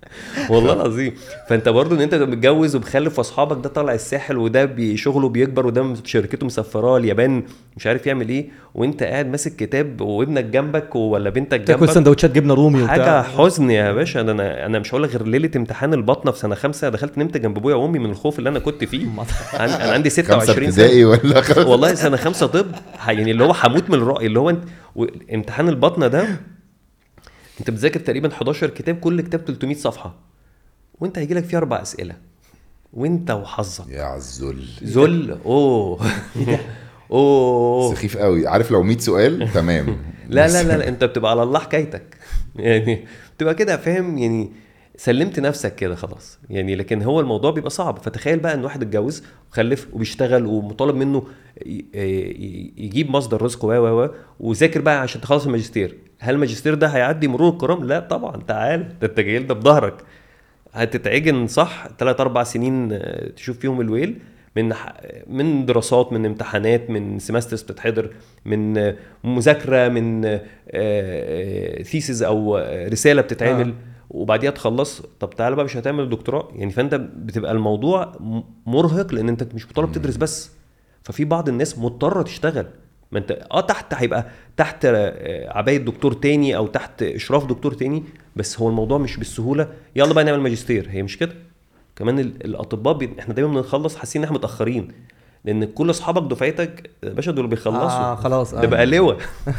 والله العظيم. فانت برضو ان انت متجوز وبخلف واصحابك ده طالع الساحل وده بشغله بيكبر وده شركته مسفراه اليابان مش عارف يعمل ايه، وانت قاعد ماسك كتاب وابنك جنبك ولا بنتك تاكل جنبك سندوتشات جبنه رومي حاجه وبتاع. حزن يا باشا. ده انا انا مش هقول لك غير ليله امتحان البطنه في سنه خمسة دخلت نمت جنب ابويا وامي من الخوف اللي انا كنت فيه. انا أنا عندي ستة وعشرين خمسة ابتدائي ولا خمسة؟ والله سنه خمسة طب يعني اللي هو هموت من الرأي اللي هو انت امتحان البطنه ده انت بتذاكر تقريبا حداشر كتاب كل كتاب ثلاثمية صفحه وانت هيجي لك فيه اربع اسئله وانت وحظك يا عالذل ذل. اوه اوه سخيف قوي. عارف لو مية سؤال تمام. لا لا لا انت بتبقى على الله حكايتك يعني بتبقى كده فاهم يعني سلمت نفسك كده خلاص يعني. لكن هو الموضوع بيبقى صعب. فتخيل بقى ان واحد اتجوز وخلف وبيشتغل ومطالب منه يجيب مصدر رزقه و و وذاكر بقى عشان تخلص الماجستير. هل الماجستير ده هيعدي مرور الكرام؟ لا طبعا. تعال ده انت جاي ده بظهرك هتتعجن صح ثلاثة أربعة سنين تشوف فيهم الويل من من دراسات من امتحانات من سيمسترز بتتحضر من مذاكره من ثيسز او رساله بتتعمل آه. وبعديها تخلص. طب تعالى بقى مش هتعمل دكتوراه يعني. فانت بتبقى الموضوع مرهق لان انت مش مطالب تدرس بس. ففي بعض الناس مضطره تشتغل. ما انت اه تحت هيبقى تحت عبايه دكتور تاني او تحت اشراف دكتور تاني بس هو الموضوع مش بالسهوله يلا بقى نعمل ماجستير. هي مش كده. كمان الاطباء بي... احنا دايما بنخلص حاسين ان احنا متاخرين لان كل اصحابك دفعتك باشا دول بيخلصوا آه خلاص ده بقى لواء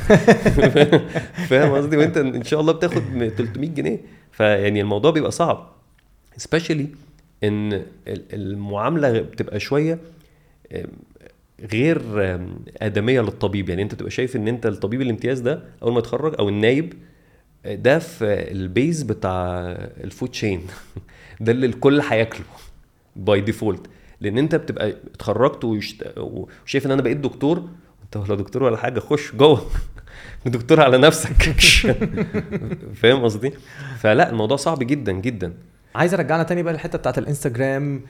فاهم قصدي. وانت ان شاء الله بتاخد ثلاثمية جنيه. فيعني الموضوع بيبقى صعب especially ان المعامله بتبقى شويه غير ادميه للطبيب. يعني انت بتبقى شايف ان انت الطبيب الامتياز ده اول ما يتخرج او النايب ده في البيز بتاع الفود تشين ده اللي الكل هياكله باي ديفولت لان انت بتبقى اتخرجت وشت... وشايف ان انا بقيت دكتور. انت ولا دكتور ولا حاجه خش جوه دكتور على نفسك فاهم قصدي. فلا الموضوع صعب جدا جدا. عايز ارجعنا تاني بقى للحته بتاعه الانستجرام.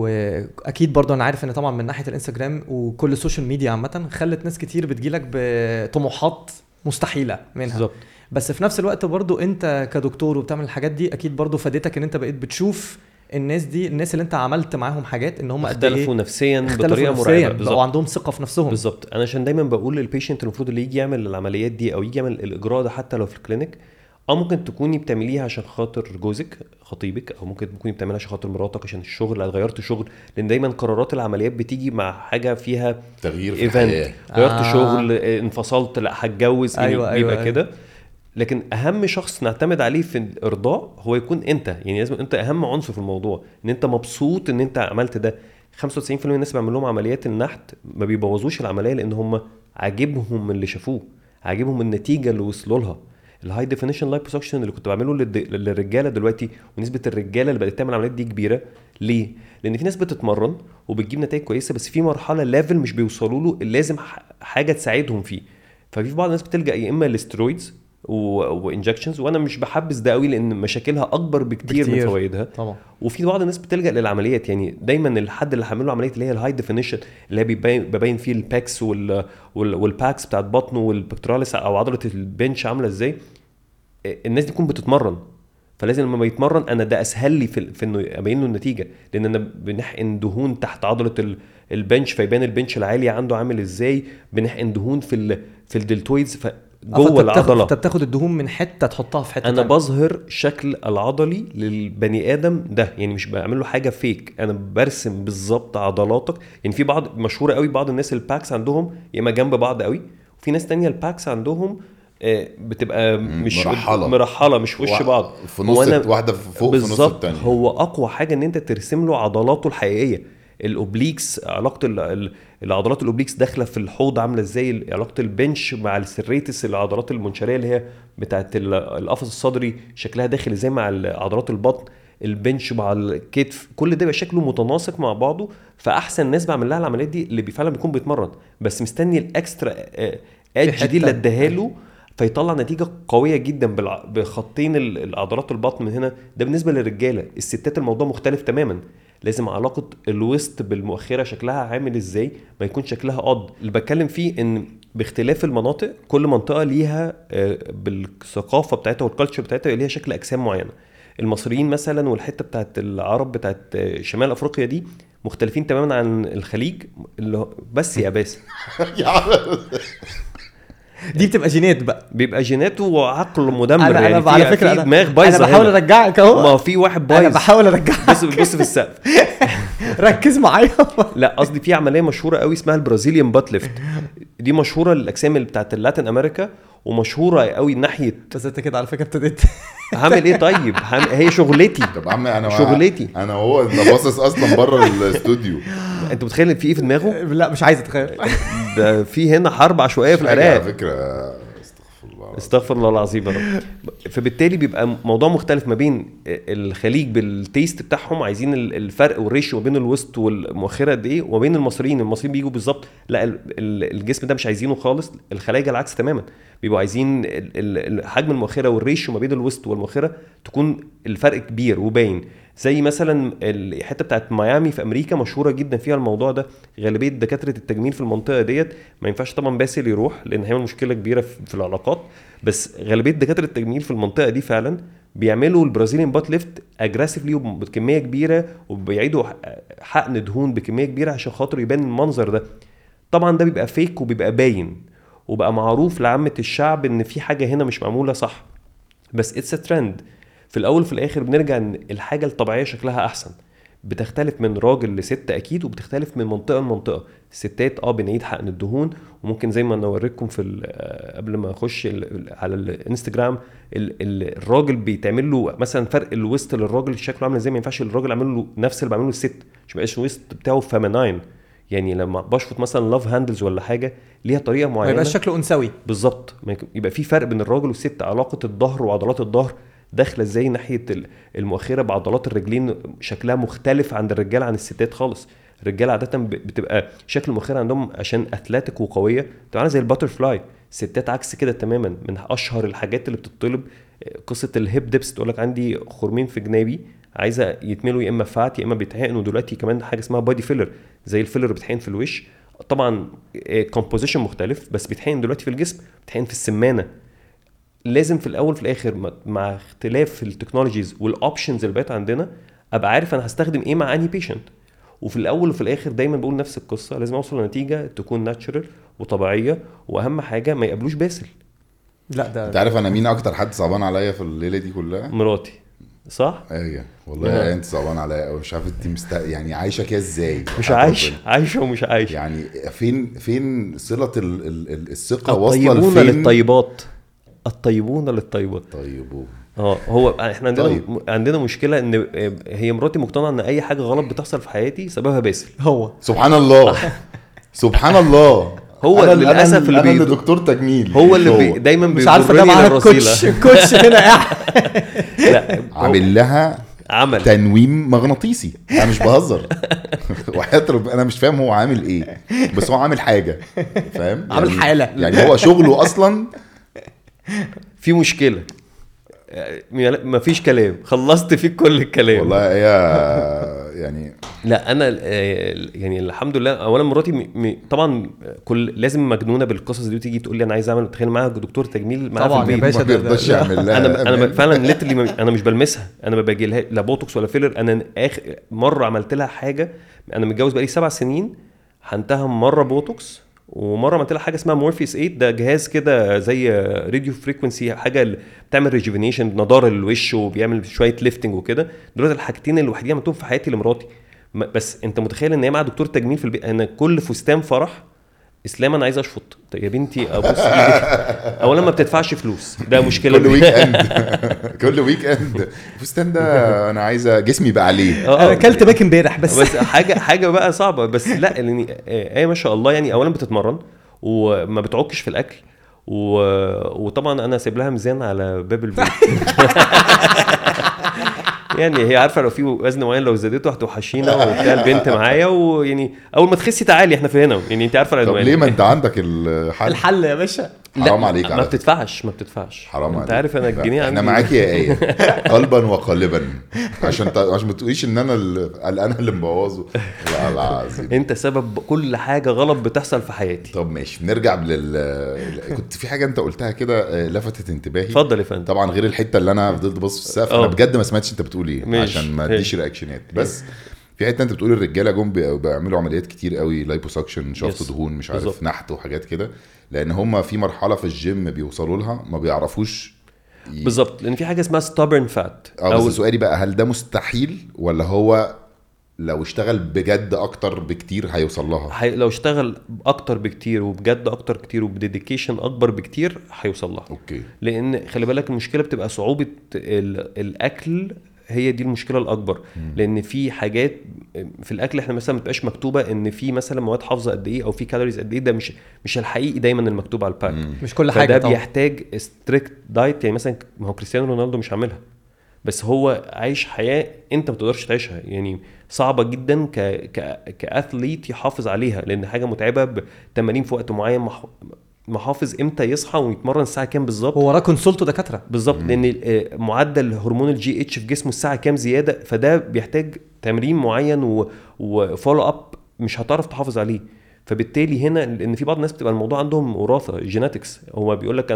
واكيد برضو انا عارف ان طبعا من ناحيه الانستجرام وكل السوشيال ميديا عامه خلت ناس كتير بتجيلك بطموحات مستحيله منها بالزبط. بس في نفس الوقت برضو انت كدكتور وبتعمل الحاجات دي اكيد برضو فادتك ان انت بقيت بتشوف الناس دي الناس اللي انت عملت معاهم حاجات ان هم اختلفوا نفسيا بطريقه مرعبه بقوا عندهم ثقه في نفسهم بالظبط. انا عشان دايما بقول للبيشنت المفروض اللي يجي يعمل العمليات دي او يجي يعمل الاجراء ده حتى لو في الكلينيك اه ممكن تكوني بتعمليها عشان خاطر جوزك خطيبك او ممكن تكوني بتعملها عشان خاطر مراتك عشان الشغل او غيرت شغل. لان دايما قرارات العمليات بتيجي مع حاجه فيها تغيير في الحياه. غيرت آه. شغل انفصلت لا هتجوز أيوة بيبقى أيوة كده. لكن اهم شخص نعتمد عليه في الارضاء هو يكون انت. يعني لازم انت اهم عنصر في الموضوع ان انت مبسوط ان انت عملت ده. خمسة وتسعين بالمية من الناس بيعملوا لهم عمليات النحت ما بيبوظوش العمليه لان هم عاجبهم اللي شافوه عاجبهم النتيجه اللي وصلوا لها. الهاي ديفينيشن لايبوسكشن اللي كنت بعمله للرجاله دلوقتي ونسبه الرجاله اللي بدات تعمل العمليات دي كبيره. ليه؟ لان في ناس بتتمرن وبتجيب نتائج كويسه بس في مرحله ليفل مش بيوصلوا له لازم حاجه تساعدهم فيه. ففي بعض الناس بتلجا يا اما للسترويدز وانجكشنز وانا مش بحبس ده قوي لان مشاكلها اكبر بكتير, بكتير. من فوائدها طبعا. وفي بعض الناس بتلجا للعمليات. يعني دايما الحد اللي هعمل له عمليه اللي هي الهاي ديفينيشن اللي هي بيبين ببين فيه الباكس وال والباكس بتاعت بطنه والبكتراليس او عضله البنش عامله ازاي. الناس دي تكون بتتمرن فلازم لما بيتمرن انا ده اسهل لي في, في انه ابين له النتيجه لان انا بنحقن دهون تحت عضله البنش فيبان البنش العالي عنده عامل ازاي. بنحقن دهون في ال في الدلتويدز ف جوه العضله. انت بتاخد الدهون من حته تحطها في حته انا تانية. بظهر شكل العضلي للبني ادم ده. يعني مش بعمل له حاجه فيك انا برسم بالظبط عضلاتك. يعني في بعض مشهوره قوي بعض الناس الباكس عندهم يا اما جنب بعض قوي وفي ناس تانية الباكس عندهم بتبقى مش مرحلة. مرحله مش في وش بعض في نص واحده فوق في نص الثانيه. هو اقوى حاجه ان انت ترسم له عضلاته الحقيقيه. الاوبليكس علاقه العضلات الاوبليكس داخله في الحوض عامله ازاي. علاقه البنش مع السريتس العضلات المنشريه اللي هي بتاعه القفص الصدري شكلها داخل ازاي مع عضلات البطن. البنش مع الكتف كل ده بيبقى شكله متناسق مع بعضه. فاحسن ناس بعمل لها العمليات دي اللي فعلا بيكون بيتمرن بس مستني الاكسترا ادج دي اللي اداها فيطلع نتيجه قويه جدا بخطين العضلات البطن من هنا. ده بالنسبه للرجاله. الستات الموضوع مختلف تماما. لازم علاقه الوسط بالمؤخره شكلها عامل ازاي ما يكون شكلها قد. اللي بتكلم فيه ان باختلاف المناطق كل منطقه ليها بالثقافه بتاعتها والكالتشر بتاعتها ليها شكل اجسام معينه. المصريين مثلا والحته بتاعت العرب بتاعت شمال افريقيا دي مختلفين تماما عن الخليج اللي هو بس يا باسم دي بتبقى جينات بقى, بيبقى جينات وعقل مدمر. أنا يعني أنا على فكره في دماغ بايظه. انا بحاول ارجعك اهو, ما في واحد بايظ. انا بحاول ارجعك بص بص في السقف ركز معايا. لا قصدي في عمليه مشهوره قوي اسمها البرازيليان بات ليفت. دي مشهوره للاجسام اللي بتاعت اللاتين امريكا ومشهوره قوي ناحيه. بس انت كده على فكره ابتديت هعمل ايه طيب؟ هعمل... هي شغلتي. طب عم انا شغلتي انا هو اللي باصص اصلا بره الاستوديو. انت متخيل في ايه في دماغه؟ لا مش عايز اتخيل. ده في هنا حرب عشوائيه في العراق على فكره. استغفر الله العظيم يا رب. فبالتالي بيبقى موضوع مختلف ما بين الخليج بالتيست بتاعهم, عايزين الفرق والريشيو ما بين الوسط والمؤخره قد ايه, وما بين المصريين. المصريين بيجوا بالظبط لا الجسم ده مش عايزينه خالص. الخلايجه العكس تماما, بيبقوا عايزين حجم المؤخره والريشيو ما بين الوسط والمؤخره تكون الفرق كبير وباين. زي مثلا الحته بتاعت ميامي في امريكا مشهوره جدا فيها الموضوع ده. غالبيه دكاتره التجميل في المنطقه ديت ما ينفعش طبعا باسل يروح لان هي مشكله كبيره في العلاقات, بس غالبيه دكاتره التجميل في المنطقه دي فعلا بيعملوا البرازيليان بات ليفت اجريسيفلي وبكميه كبيره, وبيعيدوا حقن دهون بكميه كبيره عشان خاطر يبان المنظر ده. طبعا ده بيبقى فيك وبيبقى باين وبقى معروف لعامه الشعب ان في حاجه هنا مش معموله صح, بس اتس ترند. في الاول في الاخر بنرجع ان الحاجه الطبيعيه شكلها احسن. بتختلف من راجل لست اكيد, وبتختلف من منطقه لمنطقه. الستات اه بنعيد حقن الدهون, وممكن زي ما نوريكم في قبل ما اخش على الانستجرام الراجل بيتعمل له مثلا فرق الوسط للراجل شكله عامل ازاي. ما ينفعش الراجل يعمل له نفس اللي بيعمله الست, مش بقاش الوسط بتاعه فيميناين. يعني لما بشفط مثلا لاف هاندلز ولا حاجه ليها طريقه معينه, ما يبقاش شكله انثوي بالظبط. يبقى في فرق بين الراجل والست. علاقه الظهر وعضلات الظهر داخله ازاي ناحيه المؤخره بعضلات الرجلين شكلها مختلف عند الرجال عن الستات خالص. الرجال عاده بتبقى شكل المؤخره عندهم عشان اثليتيك وقويه طبعا زي الباترفلاي. الستات عكس كده تماما. من اشهر الحاجات اللي بتطلب قصه الهيب ديبس, تقول لك عندي خرمين في جنابي عايزه يتملوا يا اما فات يا اما بيتحقنوا. دلوقتي كمان حاجه اسمها بادي فيلر زي الفيلر بيتحقن في الوش, طبعا كومبوزيشن مختلف بس بيتحقن دلوقتي في الجسم, بيتحقن في السمانه. لازم في الاول في الاخر مع اختلاف التكنولوجيز والاوبشنز اللي بقت عندنا ابقى عارف انا هستخدم ايه مع اني بيشنت. وفي الاول وفي الاخر دايما بقول نفس القصه, لازم اوصل لنتيجه تكون ناتشرال وطبيعيه, واهم حاجه ما يقابلوش باسل. لا ده انت عارف انا مين اكتر حد صعبان عليا في الليله دي كلها؟ مراتي. صح ايوه والله انت صعبان عليا قوي. مش عارف انت مست... يعني عايشه كده ازاي؟ مش عايشه عايشه ومش عايشه. يعني فين فين صله ال... ال... الثقه واصله لفين؟ للطيبات. الطيبون للطيبات. طيبون اه هو احنا عندنا طيب. عندنا مشكله ان هي مراتي مقتنعه ان اي حاجه غلط بتحصل في حياتي سببها باسل. هو سبحان الله سبحان الله. هو أنا للاسف اللي بي... دكتور تجميل هو اللي بي... دايما مش عارفه ده معاها الكوتش الكوتش هنا قاعد لا عامل لها عمل تنويم مغناطيسي. انا مش بهزر وحياة ربنا انا مش فاهم هو عامل ايه, بس هو عامل حاجه فاهم, عامل يعني حاله. يعني هو شغله اصلا في مشكله. ما فيش كلام, خلصت فيك كل الكلام والله. هي يعني لا انا يعني الحمد لله. اولا مراتي طبعا كل لازم مجنونه بالقصص دي, وتيجي تقول لي انا عايز اعمل تخيل معاها دكتور تجميل معاها طبعا في يا البيت. باشا ما بيرضاش يعمل لها. انا انا فعلا ليتلي انا مش بلمسها, انا ما باجي لها لا بوتوكس ولا فيلر. انا اخر مره عملت لها حاجه, انا متجوز بقالي سبع سنين, حنتها مره بوتوكس ومره عملت لها حاجه اسمها مورفيس ثمانية. ده جهاز كده زي راديو فريكوينسي, حاجه بتعمل ريجوفينيشن نضاره الوش وبيعمل شويه ليفتنج وكده. دول الحاجتين الوحيدين عملتهم في حياتي لمراتي. بس انت متخيل ان هي مع دكتور تجميل في البيت. انا كل فستان فرح اسلام انا عايز اشفط. طيب يا بنتي ابص ايدك, اولا ما بتدفعش فلوس, ده مشكله. كل ويك اند كل ويك اند الفستان ده انا عايزه جسمي بقى عليه. انا اكلت باك امبارح بس بس حاجه حاجه بقى صعبه. بس لا يعني ايه ما شاء الله, يعني اولا بتتمرن وما بتعكش في الاكل, و... وطبعا انا سيب لها ميزان على باب البيت يعني هي عارفه لو في وزن معين لو زادته هتوحشينا وبتاع البنت معايا, ويعني اول ما تخسي تعالي احنا في هنا, يعني انت عارفه طب ليه ما انت عندك الحل؟ الحل يا باشا. حرام عليك ما على بتدفعش ما بتدفعش حرام انت عليك. عارف انا الجنيه احنا عندي معاك يا ايه قلبا وقالبا عشان ت... عشان ما تقوليش ان انا ال... انا اللي مبوظه. لا لا عظيم. انت سبب كل حاجه غلط بتحصل في حياتي. طب ماشي نرجع لل كنت في حاجه انت قلتها كده لفتت انتباهي. اتفضل يا فندم. طبعا غير الحته اللي انا فضلت بص في السقف انا بجد ما سمعتش انت بتقول ايه عشان ما اديش رياكشنات. بس في حته انت بتقول الرجاله جم بيعملوا عمليات كتير قوي لايبوسكشن شفط دهون مش عارف بالزبط. نحت وحاجات كده لان هم في مرحله في الجيم بيوصلوا لها ما بيعرفوش ي... بالظبط لان في حاجه اسمها stubborn fat. اه بس سؤالي بقى هل ده مستحيل ولا هو لو اشتغل بجد اكتر بكتير هيوصل لها؟ حي... لو اشتغل اكتر بكتير وبجد اكتر كتير وبديديكيشن اكبر بكتير هيوصل لها. اوكي. لان خلي بالك المشكله بتبقى صعوبه ال... الاكل هي دي المشكله الاكبر. م. لان في حاجات في الاكل احنا مثلا ما بتبقاش مكتوبه ان في مثلا مواد حافظه قد ايه او في كالوريز قد ايه. ده مش مش الحقيقي دايما المكتوب على الباك. مش كل حاجه. ده بيحتاج ستريكت دايت. يعني مثلا ما هو كريستيانو رونالدو مش عاملها بس هو عايش حياه انت ما تقدرش تعيشها. يعني صعبه جدا ك ك كاثليت يحافظ عليها لان حاجه متعبه بتمارين في وقت معين مح... محافظ امتى يصحى ويتمرن الساعه كام بالظبط. هو وراه كونسلت دكاتره بالظبط لان معدل هرمون الجي اتش في جسمه الساعه كام زياده فده بيحتاج تمرين معين و... وفولو اب مش هتعرف تحافظ عليه. فبالتالي هنا لان في بعض الناس بتبقى الموضوع عندهم وراثه جيناتكس. هو بيقول لك انا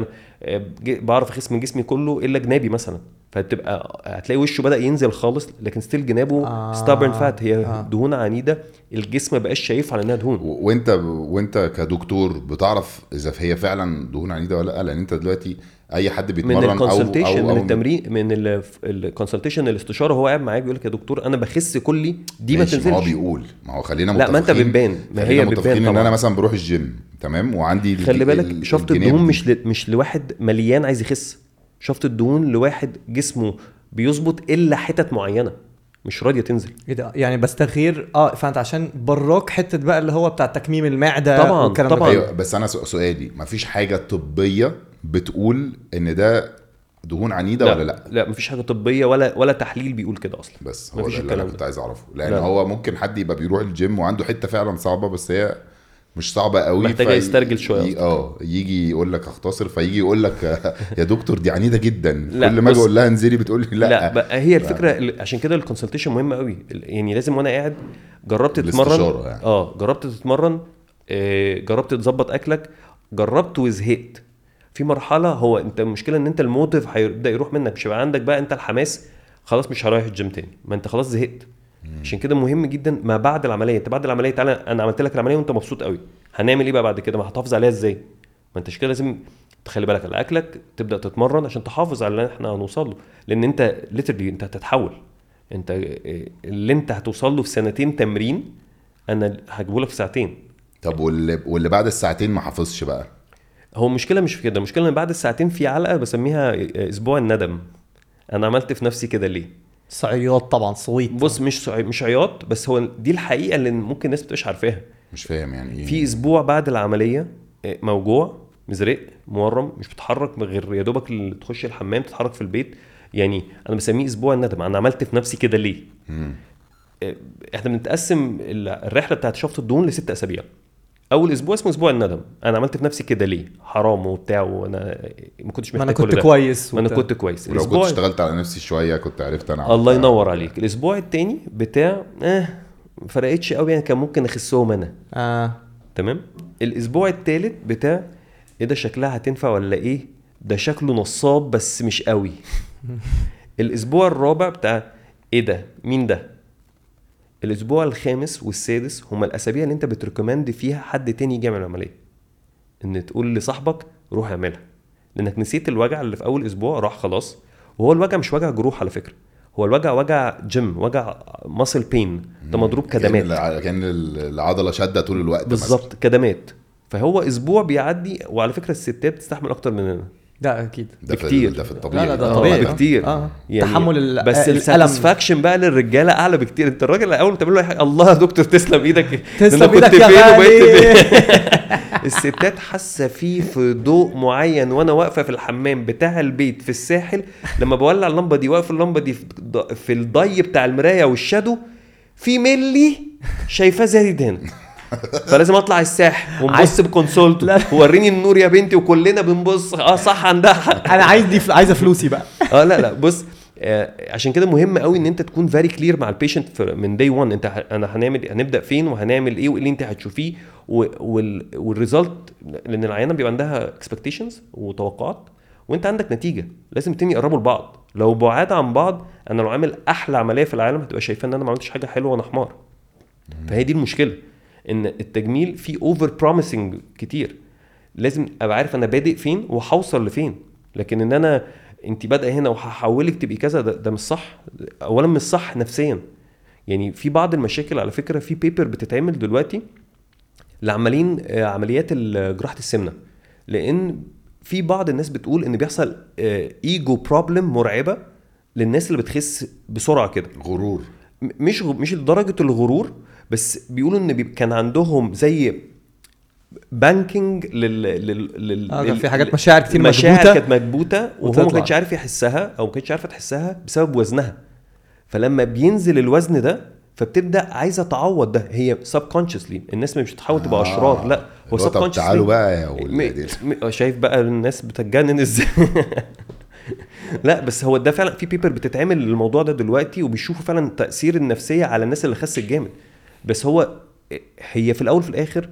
بعرف اخس من جسمي كله الا جنابي مثلا فتبقى هتلاقي وشه بدا ينزل خالص لكن ستيل جنابه آه ستابرن فات هي آه. دهون عنيده الجسم ما بقاش شايف على انها دهون. وانت وانت كدكتور بتعرف اذا هي فعلا دهون عنيده ولا لا لان انت دلوقتي اي حد بيتمرن من الكونسلتيشن أو, أو من التمرين من الكونسلتيشن الاستشاره هو قاعد معاك بيقول لك يا دكتور انا بخس كلي دي ما تنزلش. ما هو بيقول ما هو خلينا متفقين. لا ما انت بتبان ما هي بتبان ان انا مثلا بروح الجيم تمام وعندي خلي بالك شفط الدهون مش ل... مش لواحد مليان عايز يخس. شفط الدهون لواحد جسمه بيظبط الا حتت معينه مش راضيه تنزل. ايه ده يعني بس تغيير اه فانت عشان براك حته بقى اللي هو بتاع تكميم المعده طبعا طبعا. أيوة بس انا سؤالي مفيش حاجه طبيه بتقول ان ده دهون عنيده لا ولا لا؟ لا مفيش حاجه طبيه ولا ولا تحليل بيقول كده اصلا. بس هو ده اللي انا كنت عايز اعرفه لان لا. هو ممكن حد يبقى بيروح الجيم وعنده حته فعلا صعبه بس هي مش صعبه قوي محتاج يسترجل شويه اه يجي يقول لك اختصر فيجي يقول لك يا دكتور دي عنيده جدا كل ما اجي اقول لها انزلي بتقول لي لا. لا بقى هي الفكره ف... عشان كده الكونسلتيشن مهم قوي. يعني لازم وانا قاعد جربت تتمرن يعني. اه جربت تتمرن آه جربت تظبط اكلك جربت وزهقت في مرحله. هو انت المشكله ان انت الموتيف هيبدا يروح منك مش هيبقى عندك بقى انت الحماس خلاص مش هرايح الجيم تاني ما انت خلاص زهقت. عشان كده مهم جدا ما بعد العمليه. انت بعد العمليه تعالى انا عملت لك العمليه وانت مبسوط قوي هنعمل ايه بقى بعد كده؟ ما هتحافظ عليها ازاي؟ ما انتش كده لازم تخلي بالك على اكلك تبدا تتمرن عشان تحافظ على اللي احنا هنوصل له لان انت ليترلي انت هتتحول. انت اللي انت هتوصل له في سنتين تمرين انا هجيبه لك في ساعتين. طب واللي واللي بعد الساعتين ما حافظش بقى؟ هو المشكله مش في كده. المشكله ان بعد الساعتين في علقه بسميها اسبوع الندم. انا عملت في نفسي كده ليه؟ صعيات طبعا صويت. بص مش مش عياط بس هو دي الحقيقه اللي ممكن الناس بتبقاش عارفاها. مش فاهم يعني ايه. في اسبوع بعد العمليه موجوع مزرق مورم مش بتحرك غير يا دوبك اللي تخش الحمام تتحرك في البيت. يعني انا بسميه اسبوع الندم. انا عملت في نفسي كده ليه؟ مم. احنا بنتقسم الرحله بتاعت شفط الدهون لست اسابيع. اول اسبوع اسمه اسبوع الندم. انا عملت في نفسي كده ليه؟ حرام وبتاع وانا ما كنتش محتاج كل ده. انا كنت كويس ما انا كنت كويس. لو كنت اشتغلت على نفسي شويه كنت عرفت انا. الله ينور عليك. الاسبوع الثاني بتاع اه ما فرقتش قوي يعني كان ممكن اخسهم انا اه تمام. الاسبوع الثالث بتاع ايه ده شكلها هتنفع ولا ايه؟ ده شكله نصاب بس مش قوي. الاسبوع الرابع بتاع ايه ده مين ده؟ الاسبوع الخامس والسادس هما الاسابيع اللي انت بتريكومند فيها حد تاني يجي يعمل العمليه. ان تقول لصاحبك روح اعملها لانك نسيت الوجع اللي في اول اسبوع راح خلاص. وهو الوجع مش وجع جروح على فكره. هو الوجع وجع جيم وجع ماسل بين. ده مضروب كدمات كان العضله شاده طول الوقت بالظبط كدمات. فهو اسبوع بيعدي. وعلى فكره الستات بتستحمل اكتر مننا. ده اكيد ده بكتير. ده في الطبيعي. لا لا ده طبيعي بكتير آه. يعني تحمل بس الساتسفاكشن بقى للرجاله اعلى بكتير. انت الراجل اول تعمل له الله يا دكتور تسلم ايدك تسلم ايدك يا غالي. الستات حاسه فيه في ضوء معين وانا واقفه في الحمام بتاع البيت في الساحل لما بولع اللمبه دي واقف اللمبه دي في الضي بتاع المرايه والشادو في ملي شايفاه زايد هنا فلازم اطلع الساحل ونبص بكونسولت لا. وريني النور يا بنتي وكلنا بنبص اه صح عندها حق. انا عايز دي عايزه فلوسي بقى. اه لا لا بص آه عشان كده مهم قوي ان انت تكون فيري كلير مع البيشنت من داي واحد. انت ه- انا هنعمل هنبدا فين وهنعمل ايه وايه اللي انت هتشوفيه والريزلت، لان العيانه بيبقى عندها اكسبكتيشنز وتوقعات وانت عندك نتيجه، لازم تاني يقربوا لبعض. لو بعاد عن بعض انا لو عامل احلى عمليه في العالم هتبقى شايفه ان انا ما عملتش حاجه حلوه وانا حمار. فهي دي المشكله، ان التجميل فيه اوفر بروميسنج كتير. لازم ابقى عارف انا بادئ فين وهوصل لفين، لكن ان انا انت بادئه هنا وهحولك تبقي كذا ده, ده مش صح. اولا مش صح نفسيا. يعني في بعض المشاكل على فكره في بيبر بتتعمل دلوقتي لعملين عمليات جراحه السمنه، لان في بعض الناس بتقول ان بيحصل ايجو بروبلم مرعبه للناس اللي بتخس بسرعه كده. غرور. م- مش غ- مش لدرجه الغرور، بس بيقولوا ان بي- كان عندهم زي بانكينج لل لل لل اه كان لل- في حاجات مشاعر كتير مشاعر مكبوته كانت مكبوته وهو ما وتطلع. كانش عارف يحسها او ما كانش عارفه تحسها بسبب وزنها. فلما بينزل الوزن ده فبتبدا عايزه تعوض ده. هي سب كونشسلي، الناس مش بتحاول تبقى اشرار، لا هو سب طب تعالوا بقى يا ولاد. م... شايف بقى الناس بتتجنن ازاي. لا بس هو ده فعلا في بيبر بتتعمل للموضوع ده دلوقتي، وبيشوفوا فعلا تأثير النفسية على الناس اللي خست جامد. بس هو هي في الاول في الاخر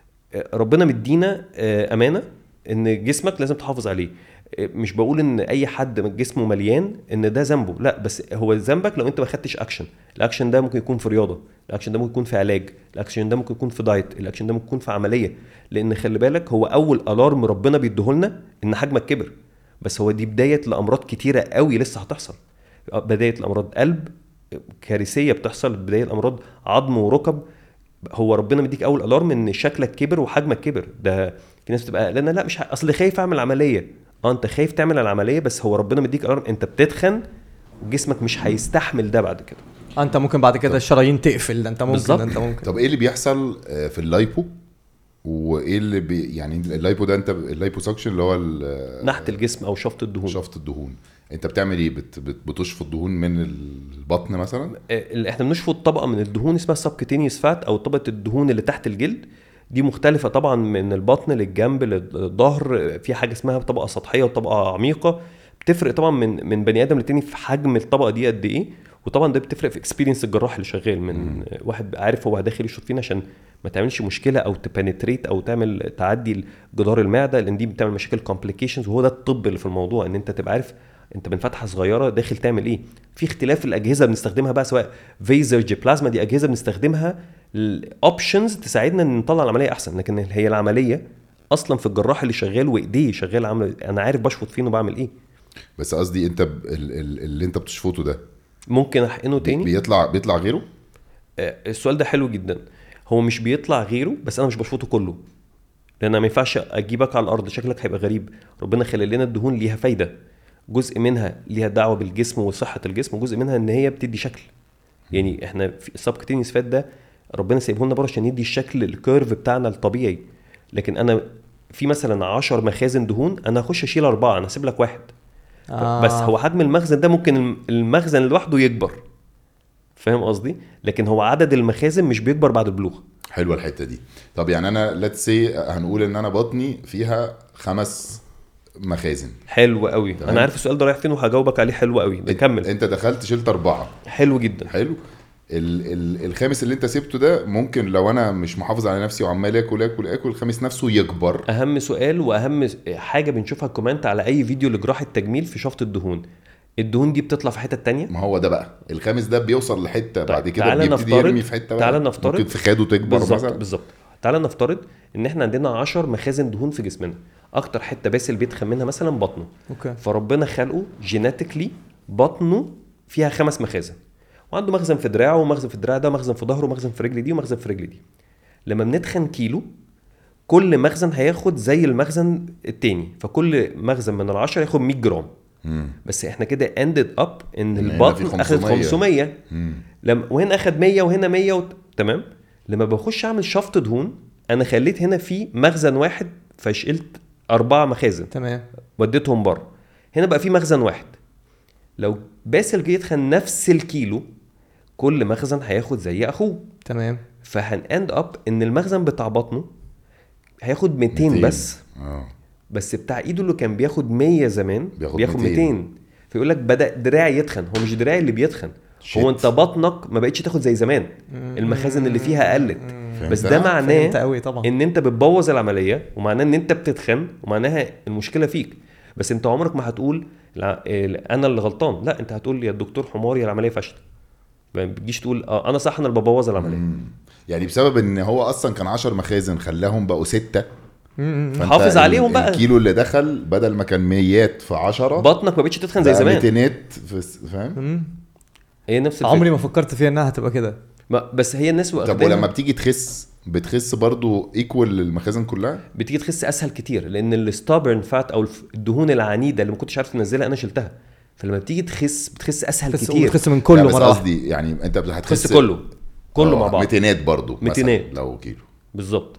ربنا مدينا امانة ان جسمك لازم تحافظ عليه. مش بقول ان اي حد جسمه مليان ان ده ذنبه، لا، بس هو ذنبك لو انت ما خدتش اكشن. الاكشن ده ممكن يكون في رياضه، الاكشن ده ممكن يكون في علاج، الاكشن ده ممكن يكون في دايت، الاكشن ده ممكن يكون في عمليه. لان خلي بالك هو اول الارم ربنا بيديهولنا ان حجمك كبر، بس هو دي بدايه لامراض كتيره قوي لسه هتحصل. بدايه لامراض قلب كارثيه بتحصل، بدايه لامراض عظم وركب. هو ربنا مديك اول الارم ان شكلك كبر وحجمك كبر. ده في ناس بتبقى لان لا مش ه... اصل خايف اعمل عمليه. اه انت خايف تعمل العمليه، بس هو ربنا مديك الارم انت بتتخن وجسمك مش هيستحمل ده بعد كده. انت ممكن بعد كده الشرايين تقفل، ده انت ممكن بالظبط. ده انت ممكن. طب ايه اللي بيحصل في اللايبو وايه اللي بي يعني اللايبو ده انت اللايبو سكشن اللي هو نحت الجسم او شفط الدهون. شفط الدهون انت بتعمل ايه؟ بت بتشفط دهون من البطن مثلا؟ اللي احنا بنشفط طبقه من الدهون اسمها سبكتينيوس فات او طبقه الدهون اللي تحت الجلد. دي مختلفه طبعا من البطن للجنب للظهر. في حاجه اسمها طبقه سطحيه وطبقه عميقه، بتفرق طبعا من من بني ادم للتاني في حجم الطبقه دي قد ايه. وطبعا ده بتفرق في اكسبيرينس الجراح اللي شغال من م. واحد عارف هو داخل يشوط فين عشان ما تعملش مشكله او تبنتريت او تعمل تعدي جدار المعده، لان دي بتعمل مشاكل كومبليكيشنز. وهو ده الطب اللي في الموضوع، ان انت تبقى عارف انت من فتحه صغيره داخل تعمل ايه. في اختلاف الاجهزه بنستخدمها بقى، سواء فيزر جي بلازما، دي اجهزه بنستخدمها الاوبشنز تساعدنا ان نطلع العمليه احسن، لكن هي العمليه اصلا في الجراح اللي شغال وايديه شغال عامل انا عارف بشفط فين وبعمل ايه. بس قصدي انت اللي انت بتشفطه ده ممكن احقنه تاني بيطلع بيطلع غيره؟ آه السؤال ده حلو جدا. هو مش بيطلع غيره، بس انا مش بشفطه كله، لان ما ينفعش اجيبك على الارض شكلك هيبقى غريب. ربنا خلق لنا الدهون ليها فايده، جزء منها ليها دعوه بالجسم وصحه الجسم، وجزء منها ان هي بتدي شكل. يعني احنا في السبكتينيوس فات ده ربنا سايبه لنا بره عشان يدي الشكل الكيرف بتاعنا الطبيعي. لكن انا في مثلا عشر مخازن دهون انا هخش اشيل اربعه، انا اسيب لك واحد. آه. بس هو حجم المخزن ده ممكن المخزن لوحده يكبر، فاهم قصدي؟ لكن هو عدد المخازن مش بيكبر بعد البلوغ. حلوه الحته دي. طب يعني انا ليتس سي هنقول ان انا بطني فيها خمس مخازن. حلو قوي تمام. انا عارف السؤال ده رايح فين وهجاوبك عليه. حلو قوي، نكمل. انت دخلت شلت اربعه. حلو جدا. حلو. ال ال الخامس اللي انت سيبته ده ممكن لو انا مش محافظ على نفسي وعمال اكل اكل اكل الخامس نفسه يكبر. اهم سؤال واهم حاجه بنشوفها كومنت على اي فيديو لجراحه التجميل في شفط الدهون، الدهون دي بتطلع في حته تانية. ما هو ده بقى الخامس ده بيوصل لحته طيب. بعد كده بيبتدي يرمي في حته. تعالى نفترض ممكن في خاده تكبر بالزبط. مثلا. بالظبط. تعالى نفترض ان احنا عندنا عشر مخازن دهون في جسمنا. اكتر حته باسل بيتخن منها مثلا بطنه. أوكي. فربنا خلقه جيناتيكلي بطنه فيها خمس مخازن، وعنده مخزن في دراعه ومخزن في الدراع ده ومخزن في ظهره ومخزن في رجل دي ومخزن في رجل دي. لما بنتخن كيلو كل مخزن هياخد زي المخزن التاني، فكل مخزن من العشر ياخد مية جرام. مم. بس احنا كده اندد اب ان البطن اخد خمسمية. لما وهنا اخد مية وهنا مية و... تمام. لما بخش اعمل شفط دهون انا خليت هنا في مخزن واحد فشلت اربعة مخازن. تمام. وديتهم بره. هنا بقى في مخزن واحد. لو باسل جه يتخن نفس الكيلو كل مخزن هياخد زي اخوه. تمام. فهن اند اب ان المخزن بتاع بطنه هياخد ميتين, ميتين بس اه بس بتاع ايده اللي كان بياخد مية زمان بياخد, بياخد ميتين. ميتين. فيقول لك بدا دراعي يتخن. هو مش دراعي اللي بيتخن، هو انت بطنك ما بقتش تاخد زي زمان، المخازن اللي فيها قلت. بس ده معناه ان انت بتبوظ العمليه، ومعناه ان انت بتتخن، ومعناها المشكله فيك. بس انت عمرك ما هتقول لا انا اللي غلطان، لا انت هتقول يا الدكتور حماري العمليه فشلت. ما بتجيش تقول اه انا صح انا اللي ببوظ العمليه. مم. يعني بسبب ان هو اصلا كان عشر مخازن خلاهم بقوا ستة، حافظ عليهم بقى. الكيلو اللي دخل بدل ما كان ميات في عشرة بطنك ما بقتش تتخن زي زمان، ميتينات فاهم. هي نفس الفكرة. عمري ما فكرت فيها انها هتبقى كده، بس هي الناس طب ولما بتيجي تخس بتخس برضو ايكوال للمخازن كلها؟ بتيجي تخس اسهل كتير، لان الستابرن فات او الدهون العنيده اللي ما كنتش عارف تنزلها انا شلتها. فلما بتيجي تخس بتخس اسهل بتخس كتير، بتخس من كله مره واحده. قصدي يعني انت هتخس كله كله مع بعض ميتينات برضو ميتينات لو كيلو بالظبط.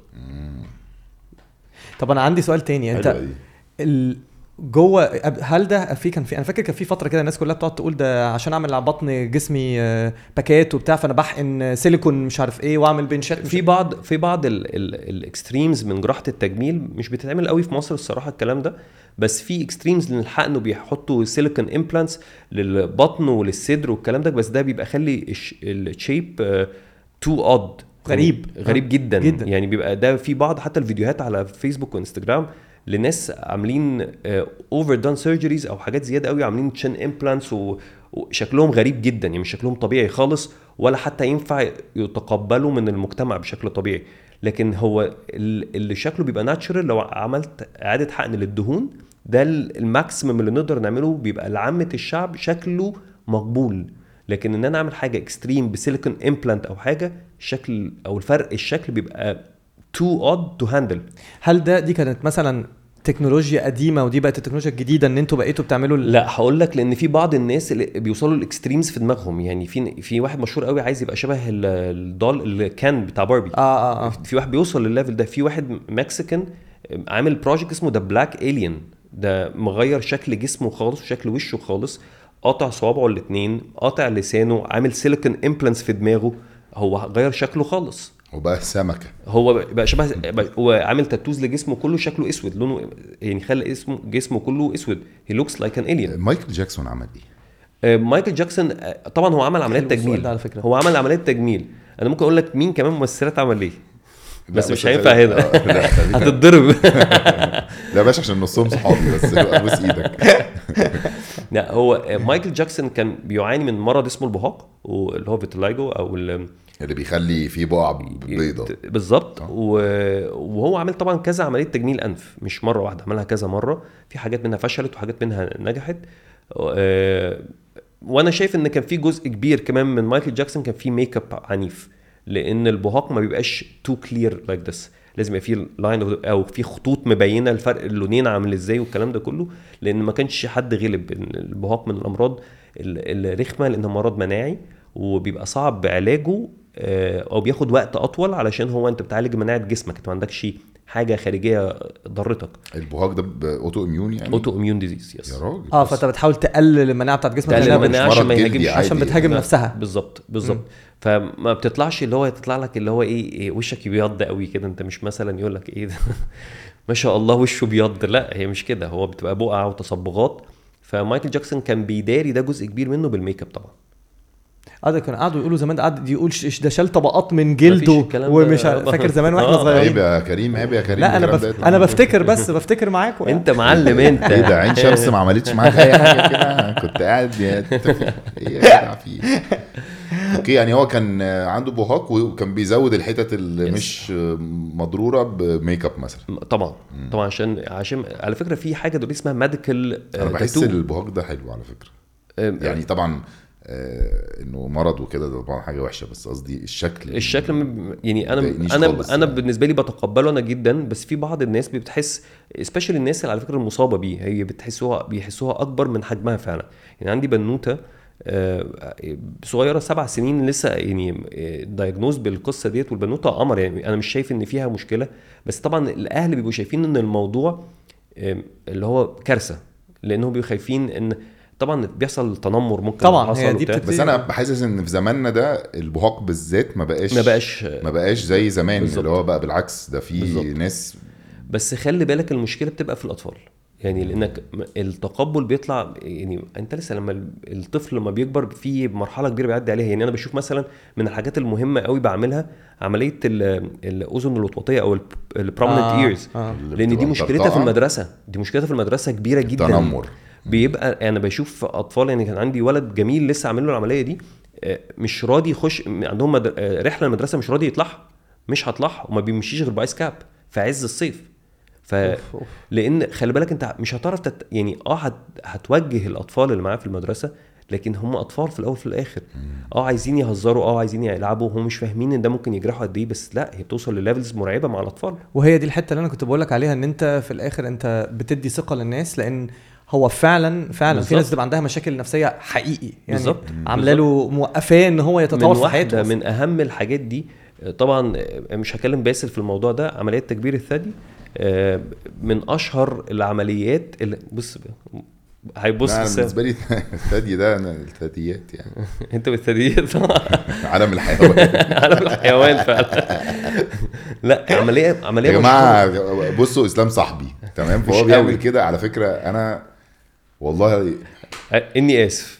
طب انا عندي سؤال تاني، انت ال... جوه هل ده في كان في انا فاكر كان في فتره كده الناس كلها بتقعد تقول ده عشان اعمل على بطن جسمي باكات وبتاع، فانا بحقن سيليكون مش عارف ايه واعمل بنشات. في بعض في بعض الاكستريمز من جراحه التجميل مش بتتعمل قوي في مصر الصراحه الكلام ده، بس في اكستريمز للحقن وبيحطوا سيليكون امبلانتس للبطن وللصدر والكلام ده، بس ده بيبقى خلي الشيب تو اود غريب غريب جدا, جدا يعني بيبقى ده في بعض حتى الفيديوهات على فيسبوك وانستجرام لناس عاملين اوفر دان سيرجريز او حاجات زياده قوي، عاملين تشين امبلانتس وشكلهم غريب جدا، يعني مش شكلهم طبيعي خالص ولا حتى ينفع يتقبلوا من المجتمع بشكل طبيعي. لكن هو اللي شكله بيبقى ناتشورال لو عملت اعاده حقن للدهون، ده الماكسيمم اللي نقدر نعمله، بيبقى لعامه الشعب شكله مقبول. لكن ان انا اعمل حاجه اكستريم بسيليكون امبلانت او حاجه، الشكل او الفرق الشكل بيبقى too odd to handle. هل ده دي كانت مثلا تكنولوجيا قديمه ودي بقت التكنولوجيا الجديده ان انتوا بقيتوا بتعملوا ال... لا هقول لك، لان في بعض الناس اللي بيوصلوا الاكستريمز في دماغهم. يعني في في واحد مشهور قوي عايز يبقى شبه الدول اللي كان بتاع باربي. اه اه اه في واحد بيوصل للليفل ده. في واحد مكسيكان عامل بروجكت اسمه ذا بلاك الين، ده مغير شكل جسمه خالص وشكل وشه خالص، قاطع صوابعه الاثنين، قاطع لسانه، عامل سيليكون امبلانتس في دماغه، هو غير شكله خالص، وبقى سمكه، هو بقى شبه، هو عامل تاتوز لجسمه كله شكله اسود لونه، يعني خلى اسمه جسمه كله اسود. هي لوكس لايك ان الين. مايكل جاكسون عمل ايه؟ مايكل جاكسون طبعا هو عمل عمليات تجميل، على فكرة. هو عمل عمليات تجميل. انا ممكن اقول لك مين كمان ممثلات عمل ايه، بس, بس مش هينفع هنا هتتضرب. لا باش عشان نصهم صحابي، بس ابوس ايدك. لا هو مايكل جاكسون كان بيعاني من مرض اسمه البهاق، اللي هو فيتلايجو او اللي بيخلي فيه بقع بيضاء بالظبط. وهو عمل طبعا كذا عمليه تجميل انف، مش مره واحده، عملها كذا مره، في حاجات منها فشلت وحاجات منها نجحت. وانا شايف ان كان في جزء كبير كمان من مايكل جاكسون كان في ميك اب عنيف، لان البهاق ما بيبقاش تو كلير لايك ذس، لازم يبقى في لاين او في خطوط مبينه الفرق اللونين عامل ازاي والكلام ده كله، لان ما كانش حد غلب. البهاق من الامراض الرخمه لانه مرض مناعي وبيبقى صعب علاجه، او بياخد وقت اطول، علشان هو انت بتعالج مناعه جسمك، انت ما عندكش حاجه خارجيه ضرتك. البهاق ده اوتو اميون يعني اوتو اميون ديزيز يس. يا راجل اه فانت بتحاول تقلل المناعه بتاعت جسمك، تقلل المناعه عشان ما يهاجمش، عشان بتهاجم نفسها. بالظبط بالظبط. فما بتطلعش اللي هو يطلع لك اللي هو ايه, إيه وشك يبيض قوي كده، انت مش مثلا يقول لك ايه ده ما شاء الله وشه بيض، لا هي مش كده، هو بتبقى بقع وتصبغات. فمايكل جاكسون كان بيداري ده جزء كبير منه بالميك اب طبعا. قاعد كانوا قاعدوا يقولوا زمان، قاعد يقول ده شال طبقات من جلده ومش فاكر زمان واحنا صغيرين. عيب يا كريم، عيب يا كريم. لا انا بف... انا بفتكر بس بفتكر معاكم انت معلم انت. ايه ده عين شمس ما عملتش معاك اي حاجه كده؟ كنت قاعد يا ايه يا فيه. اوكي يعني هو كان عنده بهاق وكان بيزود الحتت اللي مش مضروره بميك اب مثلا. طبعا طبعا عشان عشان على فكره في حاجه دول اسمها ميديكال. انا بحس البهاق ده حلو على فكره، يعني طبعا آه انه مرض وكده ده طبعا حاجه وحشه، بس قصدي الشكل الشكل يعني انا انا انا يعني. بالنسبه لي بتقبله انا جدا، بس في بعض الناس بتحس سبيشال الناس اللي على فكره المصابه بيه هي بتحسوها بيحسوها اكبر من حجمها فعلا. يعني عندي بنوته آه صغيره سبع سنين لسه يعني دايجنوز بالقصه ديت، والبنوته قمر، يعني انا مش شايف ان فيها مشكله، بس طبعا الاهل بيبقوا شايفين ان الموضوع آه اللي هو كارثه، لانهم بيبقوا خايفين ان طبعا بيحصل تنمر ممكن طبعا حصل هي دي وبتاع. بتبتدي- بس انا بحسس ان في زماننا ده البهاق بالذات ما بقاش ما بقاش ما بقاش زي زمان بالظبط. اللي هو بقى بالعكس ده في بالظبط. ناس. بس خلي بالك المشكله بتبقى في الاطفال، يعني لانك م- التقبل بيطلع، يعني انت لسه لما ال- الطفل لما بيكبر في مرحله كبيره بيعدي عليها. يعني انا بشوف مثلا من الحاجات المهمه قوي بعملها عمليه ال- الاذن الوطواطيه او البرومننت آه، ايرز، آه. اللي لان دي بتبقى مشكلتها في مطرطقة. المدرسه، دي مشكلتها في المدرسه كبيره جدا. تنمر. بيبقى انا بشوف اطفال، يعني كان عندي ولد جميل لسه عامل له العمليه دي، آه، مش راضي يخش عندهم مدر... آه، رحله المدرسه مش راضي يطلعها، مش هطلعها وما بيمشيش غير بايس كاب في عز الصيف. ف أوف، أوف. لان خلي بالك انت مش هتعرف تت... يعني اه هت... هتوجه الاطفال اللي معاه في المدرسه، لكن هم اطفال في الاول في الاخر. اه عايزين يهزروا، اه عايزين يلعبوا، هم مش فاهمين ان ده ممكن يجرحوا قد ايه. بس لا، هي بتوصل لليفلز مرعبه مع الاطفال. وهي دي الحته اللي انا كنت بقول لك عليها، ان انت في الاخر انت بتدي ثقه للناس، لان هو فعلا فعلا بالظبط. في ناس بتبقى عندها مشاكل نفسيه حقيقي، يعني بالظبط. عامله له موقفاه ان هو من يتطور في واحده حياته. من اهم الحاجات دي طبعا، مش هكلم باسل في الموضوع ده، عمليات تكبير الثدي آه، من اشهر العمليات اللي بص هيبص لا، أنا السبب. بالنسبه لي الثدي ده انا الثدييات يعني انت بالثدييات طبعا عالم الحيوان. عالم الحيوان فعلا. لا عمليه عمليه يا مشهورة. جماعه بصوا اسلام صاحبي تمام، مش فهو بيعمل قوي. كده على فكره. انا والله اني اسف.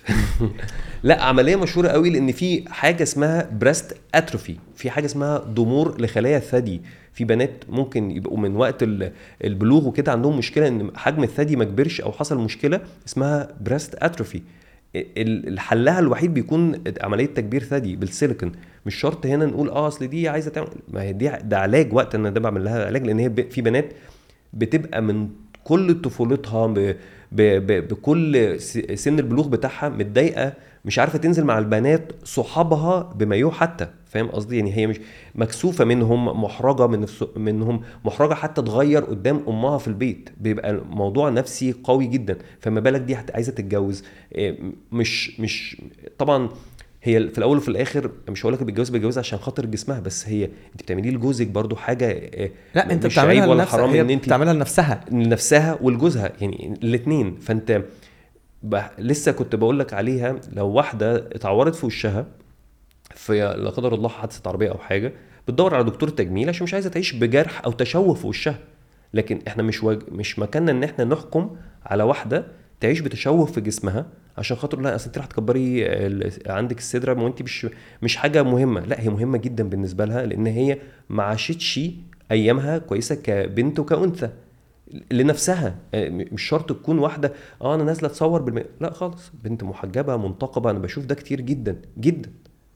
لا عمليه مشهوره قوي، لان في حاجه اسمها بريست اتروفي، في حاجه اسمها ضمور لخلايا الثدي. في بنات ممكن يبقوا من وقت ال- البلوغ وكده عندهم مشكله ان حجم الثدي ما كبرش او حصل مشكله اسمها بريست اتروفي. ال- الحلها الوحيد بيكون عمليه تكبير ثدي بالسيليكون. مش شرط هنا نقول اه اصل دي عايزه تعمل، ما هي دي ده علاج، وقت ان ده بعمل لها علاج، لان هي ب- في بنات بتبقى من كل طفولتها ب... ب... ب... بكل س- سن البلوغ بتاعها متضايقه، مش عارفه تنزل مع البنات صحابها بمايوه حتى، فاهم قصدي؟ يعني هي مش مكسوفه منهم، محرجه من نفس... منهم، محرجه حتى تغير قدام امها في البيت، بيبقى الموضوع نفسي قوي جدا. فما بالك دي هت- عايزه تتجوز، إيه، مش مش طبعا هي في الاول وفي الاخر مش هقول لك بتتجوز بتتجوز عشان خاطر جسمها، بس هي انت بتعمليه لجوزك برضو حاجه إيه، لا انت مش بتعملها عيب ولا لنفسك، حرام هي ان انت بتعملها لنفسها. لنفسها ولجوزها، يعني الاثنين. فانت ب... لسه كنت بقول لك عليها، لو واحده اتعورت في وشها في لا قدر الله حادثه عربيه او حاجه، بتدور على دكتور تجميل عشان مش عايزه تعيش بجرح او تشوه في وشها. لكن احنا مش وج... مش مكاننا ان احنا نحكم على واحده تعيش بتشوه في جسمها عشان خاطر لا اصل انت راح تكبري ال- عندك الصدر وانت مش مش حاجه مهمه. لا هي مهمه جدا بالنسبه لها، لان هي ما عاشتش ايامها كويسه كبنت وكأنثى لنفسها. آه، مش شرط تكون واحده اه انا نازله اتصور بالم... لا خالص، بنت محجبه منتقبه، انا بشوف ده كتير جدا جدا.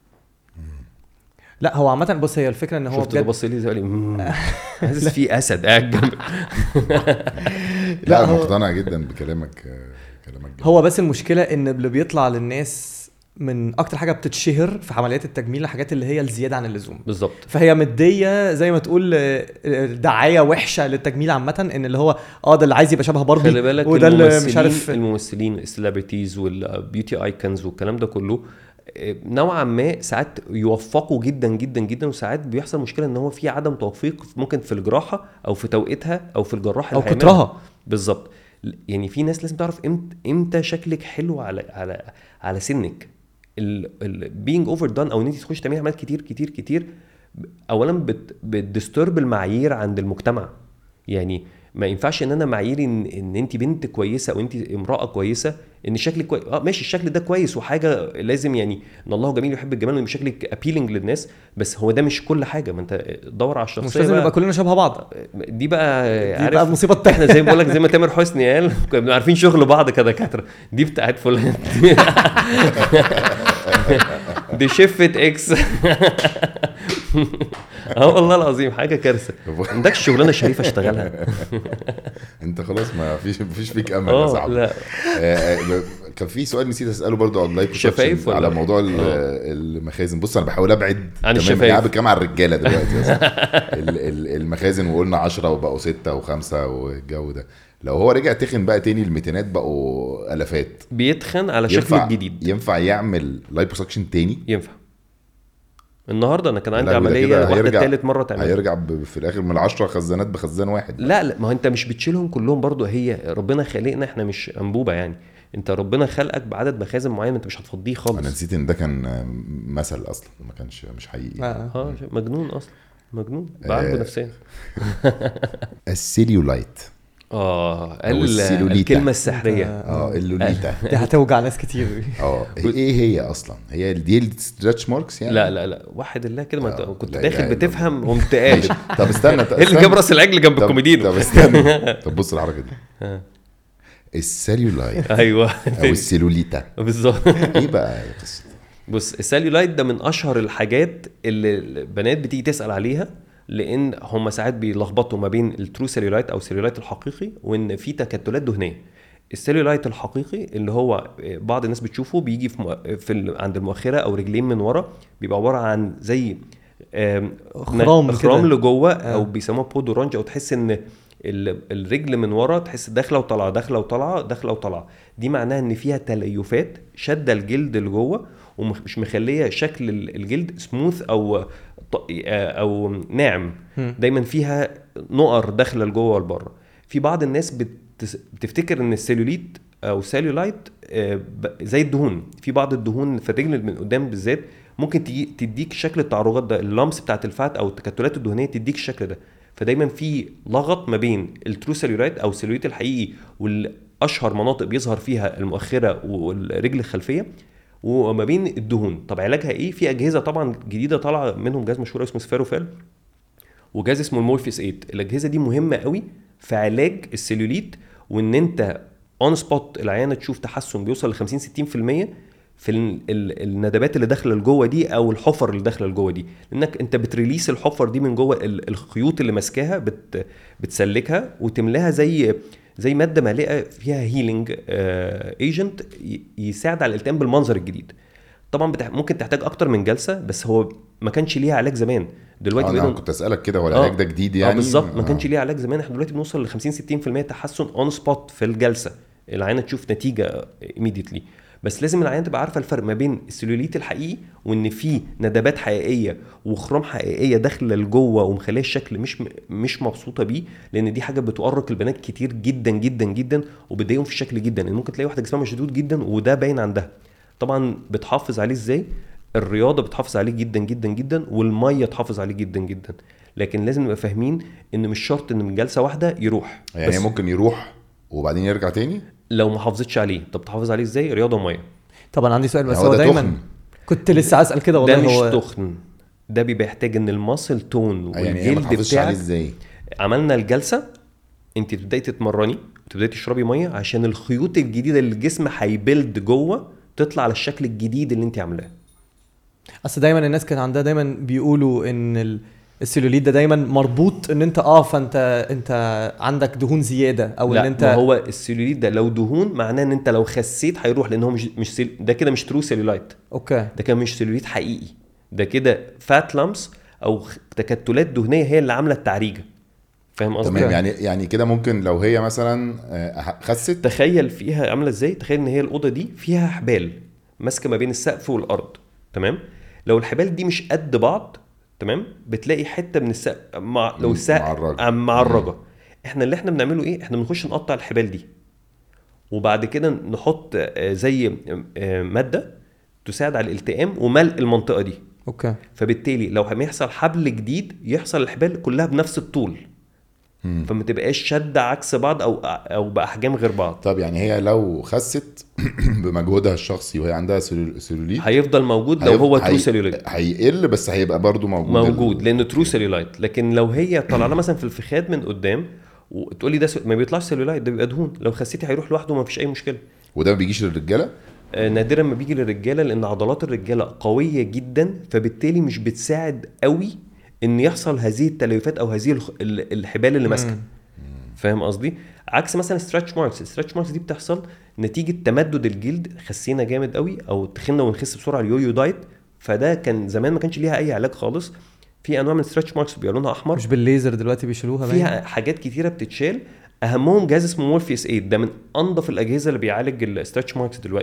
لا هو عامه بص، هي الفكره ان هو شفت ده بجد بص لي زي قال لي حاسس في اسد قاعد جنبي. لا لا، انا هو- مقتنع جدا بكلامك آه، كلامك جدا. هو بس المشكله ان اللي بيطلع للناس من اكتر حاجه بتتشهر في عمليات التجميل الحاجات اللي هي الزياده عن اللزوم، بالظبط. فهي مديه زي ما تقول آه، آه، دعايه وحشه للتجميل عامه، ان اللي هو اه ده اللي عايز يبقى شبه باربي، خلي بالك وده اللي مش الممثلين عارف. الممثلين السليبرتيز والبيوتي ايكونز والكلام ده كله آه، نوعا ما ساعات يوفقوا جدا جدا جدا، وساعات بيحصل مشكله ان هو في عدم توفيق ممكن في الجراحه او في توقيتها او في الجراح او اللي هيعملها. كترها. بالظبط. يعني في ناس لازم تعرف امتى امتى شكلك حلو على على على سنك. ال being overdone او ان انت تخش تعملي عمليات كتير كتير كتير اولا بت بتديسترب المعايير عند المجتمع. يعني ما ينفعش ان انا معاييري ان, إن انت بنت كويسه او انت امراه كويسه ان شكلك كويس، اه ماشي الشكل ده كويس وحاجه لازم، يعني ان الله جميل يحب الجمال وان شكلك ابيلينج للناس، بس هو ده مش كل حاجه. ما انت دور على الشخصيه مش لازم بقى. نبقى كلنا شبه بعض، دي بقى دي عارف بقى المصيبه التانية. احنا زي ما بقول لك، زي ما تامر حسني قال كنا بنبقى عارفين شغل بعض كدكاتره، دي بتاعت فلان دي شفت اكس. اه والله العظيم حاجه كارثه. عندك شغلانه شريفه اشتغلها. انت خلاص ما فيش ما فيش فيك امل يا اه صاحبي. لا آه، كان في سؤال نسيت اساله برضو على اللايف الشفايف ولا- على موضوع ال- آه. المخازن. بص انا بحاول ابعد عن تمام، الشفايف. يعني بتكلم على الرجاله دلوقتي اصلا. ال- ال- المخازن وقلنا عشرة وبقوا ستة وخمسة والجو ده، لو هو رجع تخن بقى تاني الميتينات بقوا الافات، بيتخن على شكل ينفع الجديد. ينفع يعمل لايبوسكشن تاني؟ ينفع. النهارده انا كان عندي لا، وده عمليه كده واحده هيرجع- ثالث مره تعمل. هيرجع ب- في الاخر من العشرة خزانات بخزان واحد. لا لا ما هو انت مش بتشيلهم كلهم برضو، هي ربنا خلقنا احنا مش انبوبه يعني. انت ربنا خلقك بعدد مخازن معين انت مش هتفضيه خالص. انا نسيت ان ده كان مثل اصلا ما كانش مش حقيقي. آه. اه مجنون اصلا مجنون بعالجه آه. نفسيا. السيليولايت اه أو السيلوليتا. الكلمه السحريه. اه اللوليتا دي هتوجع ناس كتير. اه ايه هي اصلا؟ هي دي الستريتش ماركس يعني؟ لا لا لا واحد الله كده، ما انت آه، كنت لا داخل إله إلا بتفهم وقمت قايل طب استنى طب ايه اللي جاب راس العجل جنب طب- الكوميدينو. طب استنى طب بص الحركه دي. آه. السيلولايت ايوه او السيلوليتا بالظبط. ايه بقى قصة؟ بص السيلولايت ده من اشهر الحاجات اللي البنات بتيجي تسال عليها، لان هم ساعات بيلخبطوا ما بين الترو سيلولايت او السيلولايت الحقيقي وان في تكتلات دهنيه. السيلولايت الحقيقي اللي هو بعض الناس بتشوفه بيجي في, مو... في ال... عند المؤخره او رجلين من ورا، بيبقى عباره عن زي آم، خرام خرام كده. لجوه آه. او بيسموها بودورانج، او تحس ان ال- الرجل من ورا تحس داخله وطالعه داخله وطالعه داخله وطالعه. دي معناها ان فيها تليفات شاده الجلد لجوه ومش مخليه شكل ال- الجلد سموث او ط- او ناعم، مم. دايما فيها نقر داخله لجوه ولبره. في بعض الناس بت- بتفتكر ان السيلوليت او سيلولايت آه، ب- زي الدهون. في بعض الدهون في الرجل من قدام بالذات ممكن تجي تديك شكل التعرجات ده، اللمس بتاعت الفات او التكتلات الدهنيه تديك الشكل ده. فدايما في لغط ما بين الترو سيلولايت او السيلوليت الحقيقي والاشهر مناطق بيظهر فيها المؤخره والرجل الخلفيه، وما بين الدهون. طب علاجها ايه؟ في اجهزه طبعا جديده طالعه منهم جهاز مشهور اسمه سفيروفيل وجهاز اسمه المورفيس ثمانية. الاجهزه دي مهمه قوي في علاج السيلوليت، وان انت اون سبوت العيانه تشوف تحسن بيوصل ل خمسين ستين في المية في ال- ال- الندبات اللي داخله لجوه دي او الحفر اللي داخله لجوه دي، لانك انت بتريليس الحفر دي من جوه ال- الخيوط اللي ماسكاها، بت بتسلكها وتملاها زي زي ماده مالئه فيها هيلينج ايجنت يساعد على الالتئام بالمنظر الجديد. طبعا بتح... ممكن تحتاج اكتر من جلسه، بس هو ما كانش ليها علاج زمان. دلوقتي آه، انا بقينا كنت اسالك كده، هو العلاج ده جديد يعني؟ اه بالظبط، ما آه. كانش ليه علاج زمان. احنا دلوقتي بنوصل ل خمسين ستين في المية تحسن اون سبوت في الجلسه، العينه تشوف نتيجه ايميديتلي. بس لازم العينه تبقى عارفه الفرق ما بين السيلوليت الحقيقي وان في ندبات حقيقيه وخرام حقيقيه داخله لجوه ومخليه الشكل مش مش مبسوطه بيه، لان دي حاجه بتؤرق البنات كتير جدا جدا جدا وبتضايقهم في الشكل جدا. يعني ممكن تلاقي واحده جسمها مشدود جدا وده باين عندها. طبعا بتحافظ عليه ازاي؟ الرياضه بتحافظ عليه جدا جدا جدا، والميه تحافظ عليه جدا جدا. لكن لازم نبقى فاهمين ان مش شرط ان من جلسه واحده يروح. يعني بس ممكن يروح وبعدين يرجع تاني لو ما حافظتش عليه. طب تحافظ عليه ازاي؟ رياضه وميه. طبعا عندي سؤال، بس هو هو ده دايما تخن. كنت لسه اسال كده والله. ده مش هو تخن، ده بيبقى يحتاج ان الماسل تون يعني ايه ما والجلد تحافظش عليه بتاعك. ازاي؟ عملنا الجلسه، انت بتبداي تتمرني وتبداي تشربي ميه عشان الخيوط الجديده اللي الجسم هيبيلد جوه تطلع على الشكل الجديد اللي انت عاملاه. اصل دايما الناس كان عندها دايما بيقولوا ان ال- السيلوليت ده دايما مربوط ان انت اه فانت انت عندك دهون زياده او لا ان انت ما هو السيلوليت ده لو دهون معناه ان انت لو خسيت هيروح، لان هو مش مش سيل... ده كده مش ترو سيلولايت، اوكي. ده كان مش سيلوليت حقيقي، ده كده فات لامس او خ- تكتلات دهنيه هي اللي عامله التعريجه. فاهم قصدي؟ تمام. يعني يعني كده ممكن لو هي مثلا آه، خست. تخيل فيها عامله ازاي. تخيل ان هي الاوضه دي فيها حبال ماسكه ما بين السقف والارض، تمام؟ لو الحبال دي مش قد بعض، تمام، بتلاقي حته من السقف مع لو السقف معرجة. معرجه. احنا اللي احنا بنعمله ايه؟ احنا بنخش نقطع الحبال دي وبعد كده نحط آه، زي آه، ماده تساعد على الالتئام وملء المنطقه دي. اوكي. فبالتالي لو هيحصل حبل جديد يحصل الحبال كلها بنفس الطول، مم. فما تبقاش شد عكس بعض او او باحجام غير بعض. طب يعني هي لو خست بمجهودها الشخصي وهي عندها سيلو- سيلوليت هيفضل موجود لو هيف- هو هي- ترو سيلولايت هيقل، بس هيبقى برضو موجود موجود ال- لانه ترو سيلولايت. لكن لو هي طالعه لها مثلا في الفخاد من قدام وتقول لي ده س- ما بيطلعش سيلولايت، ده بيبقى دهون. لو خسيتي هيروح لوحده وما فيش اي مشكله. وده ما بيجيش للرجاله. آه، نادرا ما بيجي للرجاله لان عضلات الرجاله قويه جدا، فبالتالي مش بتساعد قوي ان يحصل هذه التليفات او هذه الخ- ال- الحبال اللي ماسكه. فاهم قصدي؟ عكس مثلا ستريتش ماركس. الستريتش ماركس دي بتحصل نتيجه تمدد الجلد، خسينا جامد قوي او تخنا ونخس بسرعه، اليويو دايت. فده كان زمان ما كانش ليها اي علاج خالص. في انواع من الستريتش ماركس بيبقى لونها احمر، مش بالليزر دلوقتي بيشيلوها باين؟ فيها حاجات كتيره بتتشال. اهمهم جهاز اسمه مورفيس ثمانية، ده من انظف الاجهزه اللي بيعالج الستريتش ماركس دلوقتي.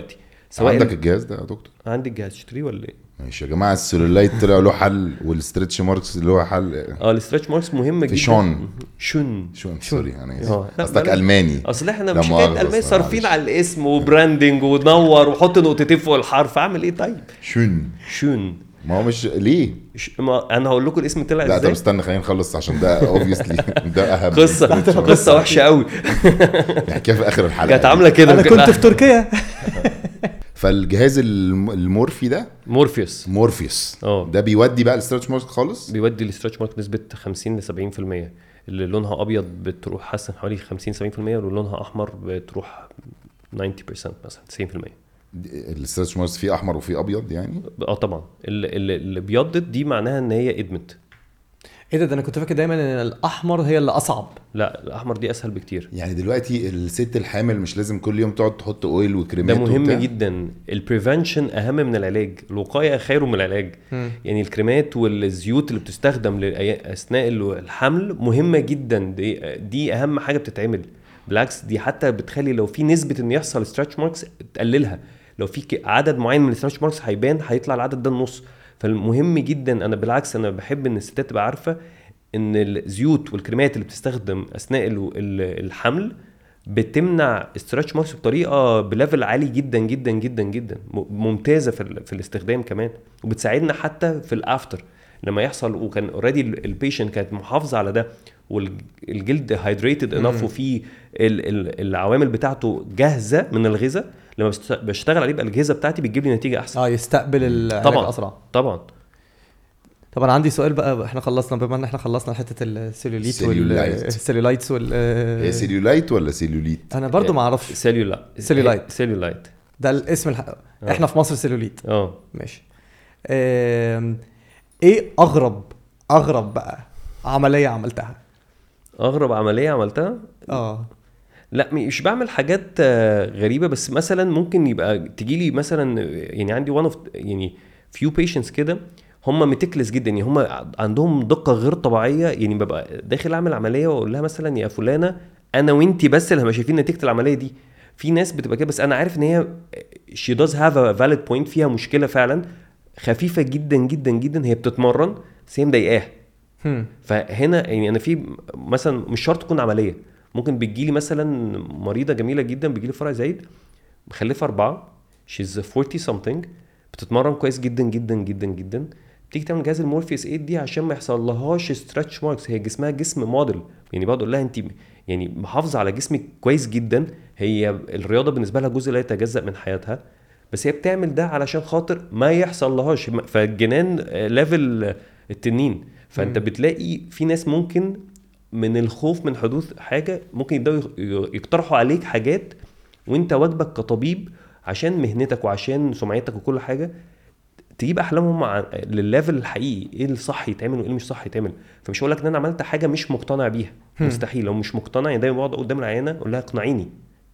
سواء عندك الجهاز ده يا دكتور؟ عندي الجهاز اشتريه ولا ايه؟ ماشي يا جماعه، السيلولايت طلع له حل والستريتش ماركس اللي هو حل. اه الاسترتش ماركس مهمه جدا. في شون شون شون سوري يعني آه، لا، قصدك لا. الماني. اصل احنا لا مش مؤاخذة حكايه الماني، أصلاً، صارفين معلش. على الاسم وبراندنج ونور وحط نقطتين فوق الحرف، اعمل ايه طيب؟ شون شون. ما هو مش ليه. ش... ما انا هقول لكم الاسم طلع لا طب ازاي. استنى خلينا نخلص عشان ده اوبفيسلي ده اهم قصه قصه وحشه قوي نحكيها في اخر الحلقه. كانت عامله كده انا كنت في تركيا. فالجهاز الم- المورفي ده مورفيوس مورفيوس اه ده بيودي بقى الستريتش مارك خالص. بيودي الاسترتش مارك نسبه خمسين ل سبعين في المية. اللي لونها ابيض بتروح حسن حوالي خمسين سبعين في المية، واللي لونها احمر بتروح تسعين بالمية مثلا تسعين في المية. الستريتش مارك فيه احمر وفيه ابيض يعني. اه طبعا اللي, اللي اللي بيضت دي معناها ان هي ادمت. ايه ده, ده انا كنت فاكر دايما ان الاحمر هي اللي اصعب. لا الاحمر دي اسهل بكتير. يعني دلوقتي الست الحامل مش لازم كل يوم تقعد تحط اويل وكريمات ده مهم وبتاع. جدا. البريفنشن اهم من العلاج، الوقايه خير من العلاج. مم. يعني الكريمات والزيوت اللي بتستخدم للأي- اثناء الحمل مهمه جدا. دي, دي اهم حاجه بتتعمل. بالعكس دي حتى بتخلي لو في نسبه ان يحصل ستريتش ماركس تقللها. لو في ك- عدد معين من الستريتش ماركس هيبان، هيطلع العدد ده النص. فالمهم جدا، انا بالعكس انا بحب ان الستات تبقى عارفه ان الزيوت والكريمات اللي بتستخدم اثناء ال- ال- الحمل بتمنع استراتش ماركس بطريقه بليفل عالي جدا جدا جدا جدا، م- ممتازه في, ال- في الاستخدام كمان. وبتساعدنا حتى في الافتر لما يحصل، وكان اوريدي البيشنت كانت محافظه على ده والجلد هايدريتد انف وفي ال- ال- العوامل بتاعته جاهزه من الغذاء. لما بست- بشتغل عليه بالاجهزه بتاعتي بتجيب لي نتيجه احسن. اه يستقبل العلاج طبعا اسرع. طبعا. طب انا عندي سؤال بقى. احنا خلصنا بما ان احنا خلصنا حته السيلوليت سيلولايت. والسيلولايتس وال هي سيلولايت ولا سيلوليت؟ انا برضو ما اعرفش. سيلولا سيلولايت. سيلولايت ده الاسم الح... احنا في مصر سيلوليت. اه ماشي. آم، ايه اغرب اغرب بقى عمليه عملتها؟ اغرب عمليه عملتها اه لا مش بعمل حاجات آه، غريبه، بس مثلا ممكن يبقى تجي لي مثلا، يعني عندي one of يعني few patients كده هم متكلس جدا، يعني هم عندهم دقه غير طبيعيه. يعني ببقى داخل اعمل عمليه واقول لها مثلا يا فلانه انا وانتي بس اللي هنبقى شايفين نتيجه العمليه دي. في ناس بتبقى كده، بس انا عارف ان هي she does have a valid point، فيها مشكله فعلا خفيفه جدا جدا جدا، هي بتتمرن بس هي مضايقاها. هم. فهنا يعني انا في مثلا مش شرط تكون عمليه، ممكن بتجيلي مثلا مريضه جميله جدا بتجيلي فرع زايد مخلفه اربعه she's forty something بتتمرن كويس جدا جدا جدا جدا، تيجي تعمل جهاز المورفيوس ثمانية دي عشان ما يحصل لهاش ستريتش ماركس. هي جسمها جسم موديل، يعني بقعد اقول لها انت يعني محافظه على جسمك كويس جدا، هي الرياضه بالنسبه لها جزء لا يتجزأ من حياتها، بس هي بتعمل ده علشان خاطر ما يحصل لهاش فالجنان ليفل التنين. فانت بتلاقي في ناس ممكن من الخوف من حدوث حاجه ممكن يبداوا يقترحوا عليك حاجات، وانت واجبك كطبيب عشان مهنتك وعشان سمعتك وكل حاجه تجيب احلامهم مع للليفل الحقيقي، ايه الصح يتعمل وايه اللي مش صح يتعمل. فمش هقول لك ان انا عملت حاجه مش مقتنع بيها، مستحيل. لو مش مقتنع يعني دايما بقعد قدام العيانه اقول لها اقنعيني،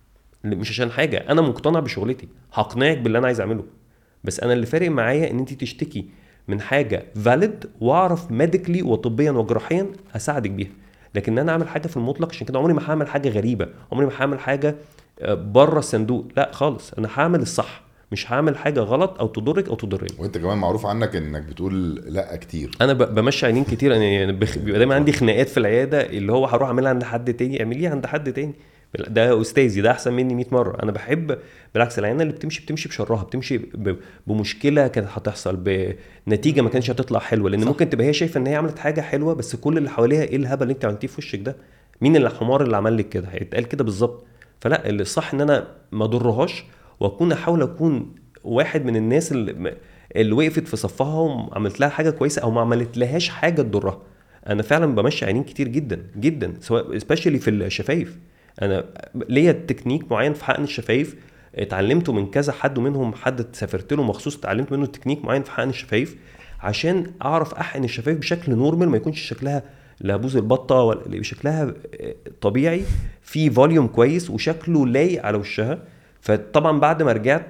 مش عشان حاجه انا مقتنع بشغلتي هقنعك باللي انا عايز اعمله، بس انا اللي فارق معايا ان انت تشتكي من حاجه فاليد واعرف ميديكلي وطبيا وجراحيا اساعدك بيها. لكن انا اعمل حاجه في المطلق، عشان كده عمري ما هعمل حاجه غريبه، عمري ما هعمل حاجه بره الصندوق، لا خالص. انا هعمل الصح، مش هعمل حاجه غلط او تضرك او تضرني. وانت كمان معروف عنك انك بتقول لا كتير. انا ب- بمشي عينين كتير، انا يعني بخ... بيبقى دايما عندي خناقات في العياده اللي هو هروح اعملها عند حد تاني، اعمليها عند حد تاني، ده استاذي ده احسن مني مية مره. انا بحب بالعكس العيانه اللي بتمشي بتمشي بشرها، بتمشي ب... بمشكله كانت هتحصل، بنتيجه ما كانتش هتطلع حلوه، لان صح. ممكن تبقى هي شايفه ان هي عملت حاجه حلوه، بس كل اللي حواليها ايه الهبل اللي انت عملتيه في وشك ده، مين اللي الحمار اللي عمل لك كده، هيتقال كده بالظبط. فلا الصح ان انا ما اضرهاش، واكون احاول اكون واحد من الناس اللي, اللي وقفت في صفها وعملت لها حاجه كويسه او ما عملت لهاش حاجه تضرها. انا فعلا بمشي عينين كتير جدا جدا، سواء سبيشالي في الشفايف. انا ليا تكنيك معين في حقن الشفايف اتعلمته من كذا حد، ومنهم حد سافرت له مخصوص اتعلمت منه تكنيك معين في حقن الشفايف عشان اعرف احقن الشفايف بشكل نورمال، ما يكونش شكلها لابوز البطه ولا شكلها طبيعي، في فوليوم كويس وشكله لايق على وشها. فطبعا بعد ما رجعت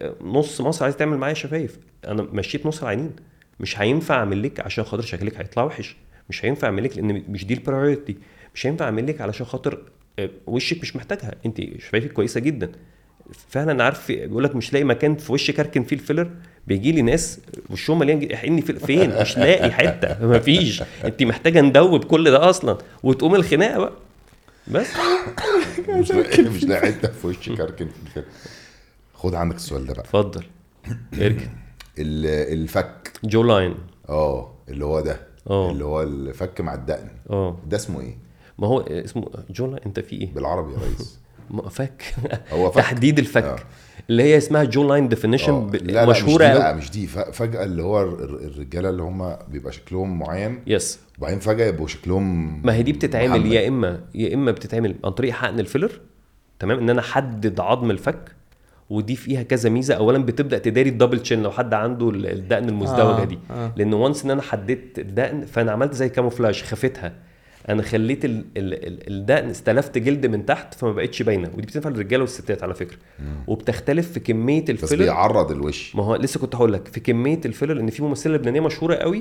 نص مصر عايز تعمل معايا شفايف، انا مشيت نص العينين. مش هينفع اعمل لك عشان خاطر شكلك هيطلع وحش، مش هينفع اعمل لك لان مش دي البرايورتي، مش هينفع اعمل لك علشان خاطر وشك مش محتاجها، انت شفايفك كويسه جدا، فعلا عارف بيقول لك مش لاقي مكان في وش كركن فيه الفيلر. بيجي لي ناس وشهم مليان احقني في فين مش لاقي حته ما فيش. انت محتاجه ندوب كل ده اصلا وتقوم الخناقه بقى بس. مش لاقي مش لاقي حته في وش كركن في الفيلم. خد عندك السؤال ده بقى. اتفضل ارجع. الفك جو لاين اه اللي هو ده أوه. اللي هو الفك مع الدقن اه ده اسمه ايه؟ ما هو اسمه جو لاين. انت في ايه بالعربي يا ريس؟ فك هو فك. تحديد الفك آه. اللي هي اسمها جو لاين ديفينيشن مشهوره. لا مش دي فجاه اللي هو الرجاله اللي هم بيبقى شكلهم معين يس وبعدين فجاه يبقوا شكلهم. ما هي دي بتتعمل محمد. يا اما يا اما بتتعمل عن طريق حقن الفيلر. تمام ان انا احدد عظم الفك ودي فيها كذا ميزه. اولا بتبدا تداري الدبل تشين لو حد عنده الدقن المزدوجه آه. دي آه. لان وانس ان انا حددت الدقن فانا عملت زي كاموفلاج خفتها. انا خليت ال ال ال الدقن استلفت جلد من تحت فما بقتش باينه. ودي بتنفع للرجاله والستات على فكره. مم. وبتختلف في كميه بس الفيلر. بيعرض الوش. ما هو لسه كنت هقول لك في كميه الفيلر لان في ممثله لبنانيه مشهوره قوي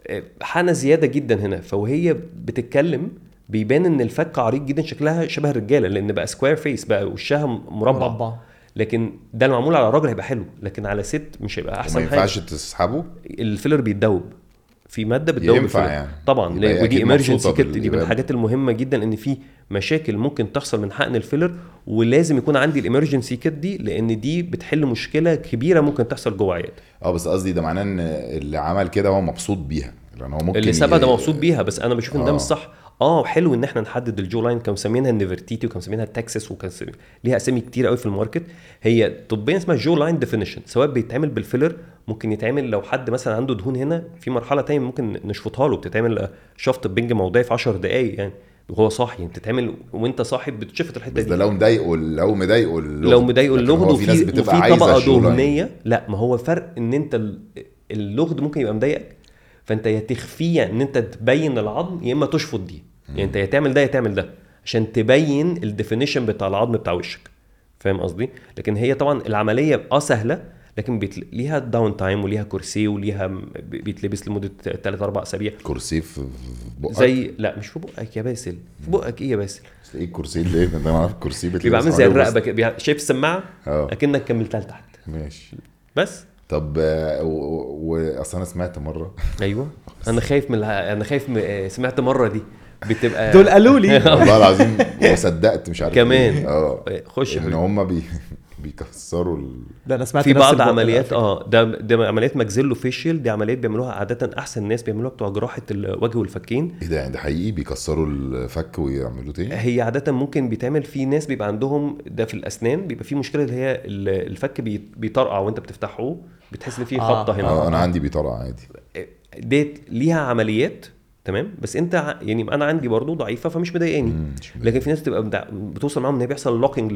حانه زياده جدا هنا. فوهي بتتكلم بيبان ان الفك عريض جدا شكلها شبه الرجاله لان بقى سكوير فيس بقى وشها مربع, مربع. لكن ده المعمول على راجل هيبقى حلو لكن على ست مش هيبقى احسن حاجه. ما ينفعش تسحبه. الفيلر بيتدوب في ماده بتدوب ينفع يعني. طبعا ودي ايمرجنسي كيت دي من الحاجات المهمه جدا ان في مشاكل ممكن تحصل من حقن الفيلر ولازم يكون عندي الامرجنسي كيت دي لان دي بتحل مشكله كبيره ممكن تحصل جوه عيادة. اه بس قصدي ده معناه ان اللي عمل كده هو مبسوط بيها لان هو ممكن اللي سبق ده مبسوط بيها بس انا بشوف ان ده مش صح. اه حلو ان احنا نحدد الجو لاين. كانوا مسمينها النيفرتيتي وكانوا مسمينها التكسس وكان ليها اسامي كتير قوي في الماركت. هي طبيا اسمها جو لاين ديفينيشن سواء بيتعمل بالفيلر ممكن يتعمل لو حد مثلا عنده دهون هنا في مرحله تانية ممكن نشفطها له. بتتعمل شفط بنج موضعي في عشر دقايق يعني وهو صاحي بتتعمل وانت صاحي بتشفط الحته دي. بس ده لو مضايقه لو مضايقه لو مضايقه اللغد وفي وفي طبقه دهنيه. لا ما هو فرق ان انت اللغد ممكن يبقى مضايقك فانت يا تخفيه ان انت تبين العظم يا اما تشفط دي. يعني انت يا تعمل ده يا تعمل ده عشان تبين الديفينيشن بتاع العظم بتاع وشك. فاهم قصدي؟ لكن هي طبعا العمليه اه سهله لكن بيتل... ليها داون تايم وليها كرسي وليها بيتلبس لمده ثلاثة أربعة اسابيع. كرسي في بقك زي لا مش في بقك يا باسل. في بقك ايه يا باسل؟ ايه الكرسي اللي انا ما اعرف الكرسي بيبقى عامل زي الرقبه كده شايف السماعه اه اكنك كملتها لتحت. ماشي بس طب واصل انا سمعت مره. ايوه انا خايف من انا خايف من... سمعت مره دي بتبقى دول قالوا لي والله العظيم وصدقت مش عارف كمان اه خش ان هم بي بيكسروا ال... ده انا سمعت في بعض عمليات اه ده ده عمليات ماكسيلو فيشيال. دي عمليات بيعملوها عاده احسن ناس بيعملوها بتوع جراحه الوجه والفكين. ايه ده يعني ده حقيقي بيكسروا الفك ويعملوه تاني؟ هي عاده ممكن بيتعمل في ناس بيبقى عندهم ده في الاسنان بيبقى في مشكله اللي هي الفك بيطرقع وانت بتفتحه بتحس ان في خبطه هنا. آه انا عندي بيطرقع عادي. ديت ليها عمليات تمام بس انت يعني انا عندي برضو ضعيفه فمش مضايقاني. لكن في ناس بتبقى بتوصل معاهم ان بيحصل لوكينج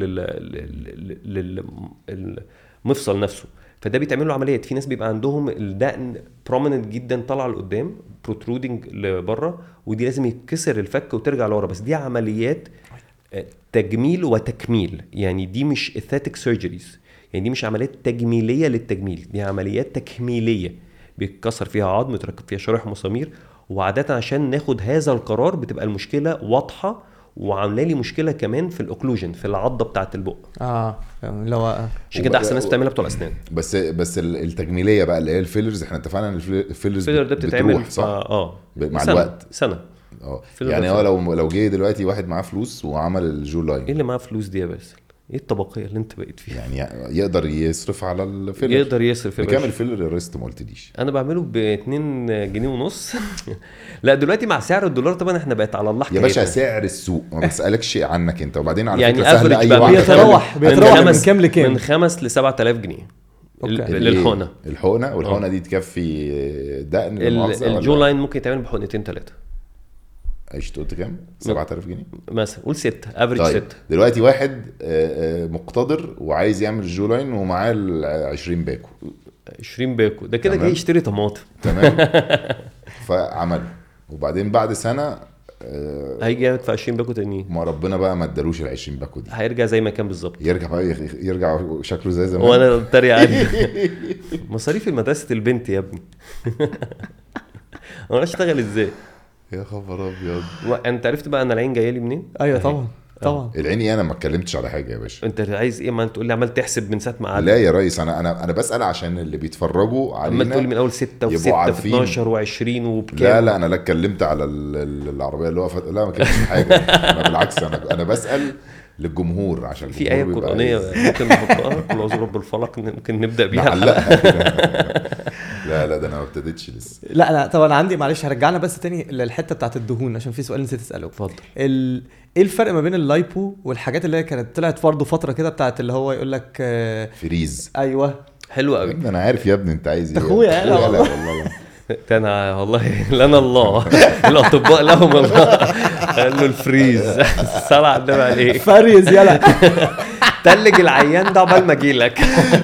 لل للمفصل نفسه فده بيتعمل له عمليات. في ناس بيبقى عندهم الدقن بروميننت جدا طالع لقدام بروترودنج لبره ودي لازم يتكسر الفك وترجع لورا. بس دي عمليات تجميل وتكميل يعني دي مش اثيتيك سيرجريز. يعني دي مش عمليات تجميليه للتجميل دي عمليات تكميليه بيتكسر فيها عظم وتركب فيها شرايح مسامير. وعادة عشان ناخد هذا القرار بتبقى المشكلة واضحة وعامله لي مشكلة كمان في الاوكلوجن في العضة بتاعة البق. اه لو عشان كده احسن ناس بتعملها بتوع الاسنان. بس بس التجميلية بقى اللي هي الفيلرز احنا اتفقنا ان الفيلرز الفيلر ده بتتعمل اه مع سنة. الوقت سنة اه يعني هو لو لو جه دلوقتي واحد معاه فلوس وعمل الجو لاين ايه اللي معاه فلوس دي يا باسل؟ ايه الطبقيه اللي انت بقيت فيها؟ يعني يقدر يصرف على الفيلر. يقدر يصرف. بكام الفيلر الريست ما قلتليش؟ انا بعمله ب اتنين جنيه ونص. لا دلوقتي مع سعر الدولار طبعا احنا بقت على الله يا باشا سعر السوق ما بسالكش عنك انت. وبعدين على يعني فكره سهل اي واحد بيتراوح بيتراوح من كام لكام؟ من خمس ل سبعة آلاف جنيه للحقنه. الحقنه والحقنه دي تكفي دقن الجو لاين ممكن يتعمل بحقنتين ثلاثه. ايش قلت كام؟ سبعة آلاف جنيه مثلا قول ستة افريج طيب. ستة. دلوقتي واحد مقتدر وعايز يعمل الجو لاين ومعاه عشرين باكو عشرين باكو ده كده جاي يشتري طماطم تمام. فعمل وبعدين بعد سنه هيجي يدفع عشرين باكو تانيين. ما ربنا بقى ما ادالوش ال عشرين باكو دي هيرجع زي ما كان بالظبط. يرجع بقى يرجع شكله زي زمان. وانا بتريق عليه. مصاريف المدرسه البنت يا ابني. انا اشتغل ازاي يا خبر ابيض. انت عرفت بقى انا العين جايه لي منين؟ ايوه طبعا طبعا العيني انا ما اتكلمتش على حاجه يا باشا. انت عايز ايه؟ ما انت تقول لي عمال تحسب من ساعه ما قعدت. لا يا ريس، انا انا انا بسال عشان اللي بيتفرجوا علينا. عمال تقول لي من اول ستة يبقوا و6 في عارفين. اتناشر وعشرين وبكام. لا لا انا لا اتكلمت على ال- ال- العربيه اللي وقفت، لا ما كانش حاجه. انا بالعكس انا انا بسال للجمهور عشان في آية الجمهور بيبقى قرآنية عايز- ممكن نحطها كل أعوذ برب الفلق، ممكن نبدأ بيها الحلقة. نعلقها. لا لا ده انا ما ابتديتش لسه. لا لا طبعا عندي، معلش هرجعنا بس تاني للحته بتاعت الدهون عشان في سؤال نسيت اساله. اتفضل. ال... ايه الفرق ما بين اللايبو والحاجات اللي هي كانت طلعت برضه فتره كده بتاعت اللي هو يقول لك آه... فريز. ايوه حلو يا قوي. ابني انا عارف يا ابني انت عايز ايه. أخويا يا أنا لا والله. والله. ده انا والله لنا الله الاطباء لهم الله. قال له الفريز. الصلاة على النبي عليك. فريز يلا. تلج العيان ده عقبال ما اجيلك.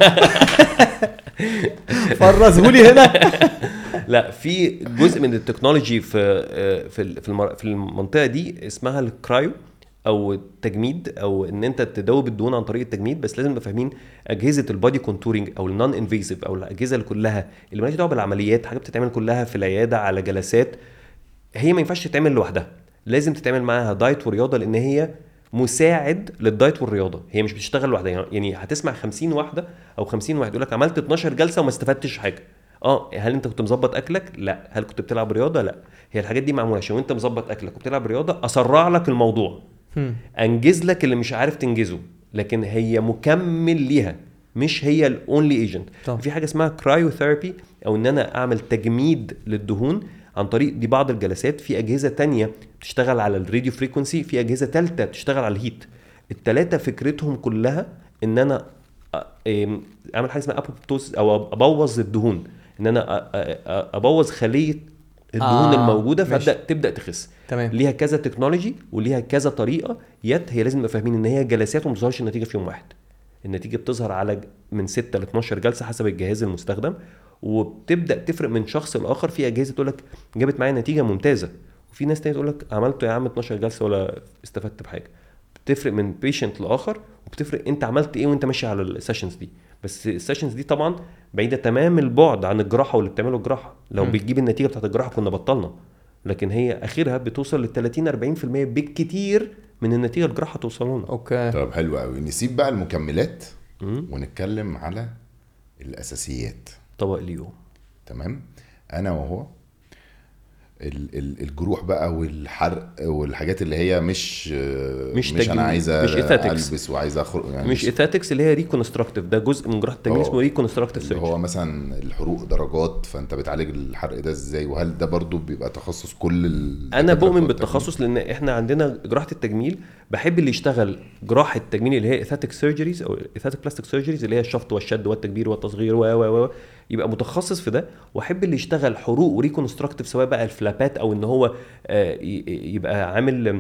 فرزهولي هنا. لا في جزء من التكنولوجي في في في المر- في المنطقه دي اسمها الكرايو او التجميد، او ان انت تدوب الدهون عن طريق التجميد. بس لازم نبقى فاهمين اجهزه البادي كونتورنج او النون انفيزيف او الاجهزه اللي كلها اللي مالهاش دعوه بالعمليات، حاجات بتتعمل كلها في العياده على جلسات، هي ما ينفعش تتعمل لوحدها، لازم تتعمل معاها دايت ورياضه، لان هي مساعد للدايت والرياضه، هي مش بتشتغل لوحدها. يعني هتسمع خمسين واحده او خمسين واحد يقول لك عملت اتناشر جلسه وما استفدتش حاجه. اه هل انت كنت مظبط اكلك؟ لا. هل كنت بتلعب رياضه؟ لا. هي الحاجات دي معموله عشان وانت مظبط اكلك وبتلعب رياضه اسرع لك الموضوع، انجز لك اللي مش عارف تنجزه، لكن هي مكمل ليها، مش هي الاونلي ايجنت. في حاجه اسمها كرايوثيرابي او ان انا اعمل تجميد للدهون عن طريق دي بعض الجلسات. في اجهزه تانية بتشتغل على الراديو فريكونسي، في اجهزه ثالثه بتشتغل على الهيت. الثلاثه فكرتهم كلها ان انا اعمل حاجه اسمها ابوبتوز او ابوظ الدهون، ان انا ابوظ خليه الدهون آه الموجوده فابدا تبدا تخس. تمام. ليها كذا تكنولوجي وليها كذا طريقه. يد هي لازم نبقى فاهمين ان هي جلسات وما بتظهرش النتيجه في يوم واحد، النتيجه بتظهر على من ستة ل اتناشر جلسه حسب الجهاز المستخدم، وبتبدا تفرق من شخص لاخر. في اجهزه تقول لك جابت معايا نتيجه ممتازه، وفي ناس تانية تقول لك عملته يا عم اتناشر جلسه ولا استفدت بحاجه. بتفرق من بيشنت لاخر، وبتفرق انت عملت ايه وانت ماشي على السيشنز دي. بس السيشنز دي طبعا بعيده تمام البعد عن الجراحه واللي بتعمله الجراحه. لو م. بتجيب النتيجه بتاعت الجراحه كنا بطلنا، لكن هي اخرها بتوصل لل ثلاثين اربعين في المية بالكتير من النتيجه الجراحه توصل لنا. اوكي طب حلو قوي. نسيب بقى المكملات م. ونتكلم على الاساسيات. طبق اليوم. تمام. انا وهو الجروح بقى والحرق والحاجات اللي هي مش مش, مش انا عايزه مش البس وعايزه اخرج يعني مش ايثاتكس اللي هي ريكونستراكتيف، ده جزء من جراحه التجميل اسمه ريكونستراكتيف سيرجري. هو مثلا الحروق درجات، فانت بتعالج الحرق ده ازاي؟ وهل ده برضو بيبقى تخصص كل انا بؤمن بالتخصص، لان احنا عندنا جراحه التجميل بحب اللي يشتغل جراحه التجميل اللي هي ايثاتيك سيرجريز او ايثاتيك بلاستيك سيرجريز اللي هي الشفط والشد والتكبير والتصغير و و و يبقى متخصص في ده. واحب اللي يشتغل حروق وريكونستراكتيف سواء بقى الفلابات او ان هو يبقى عامل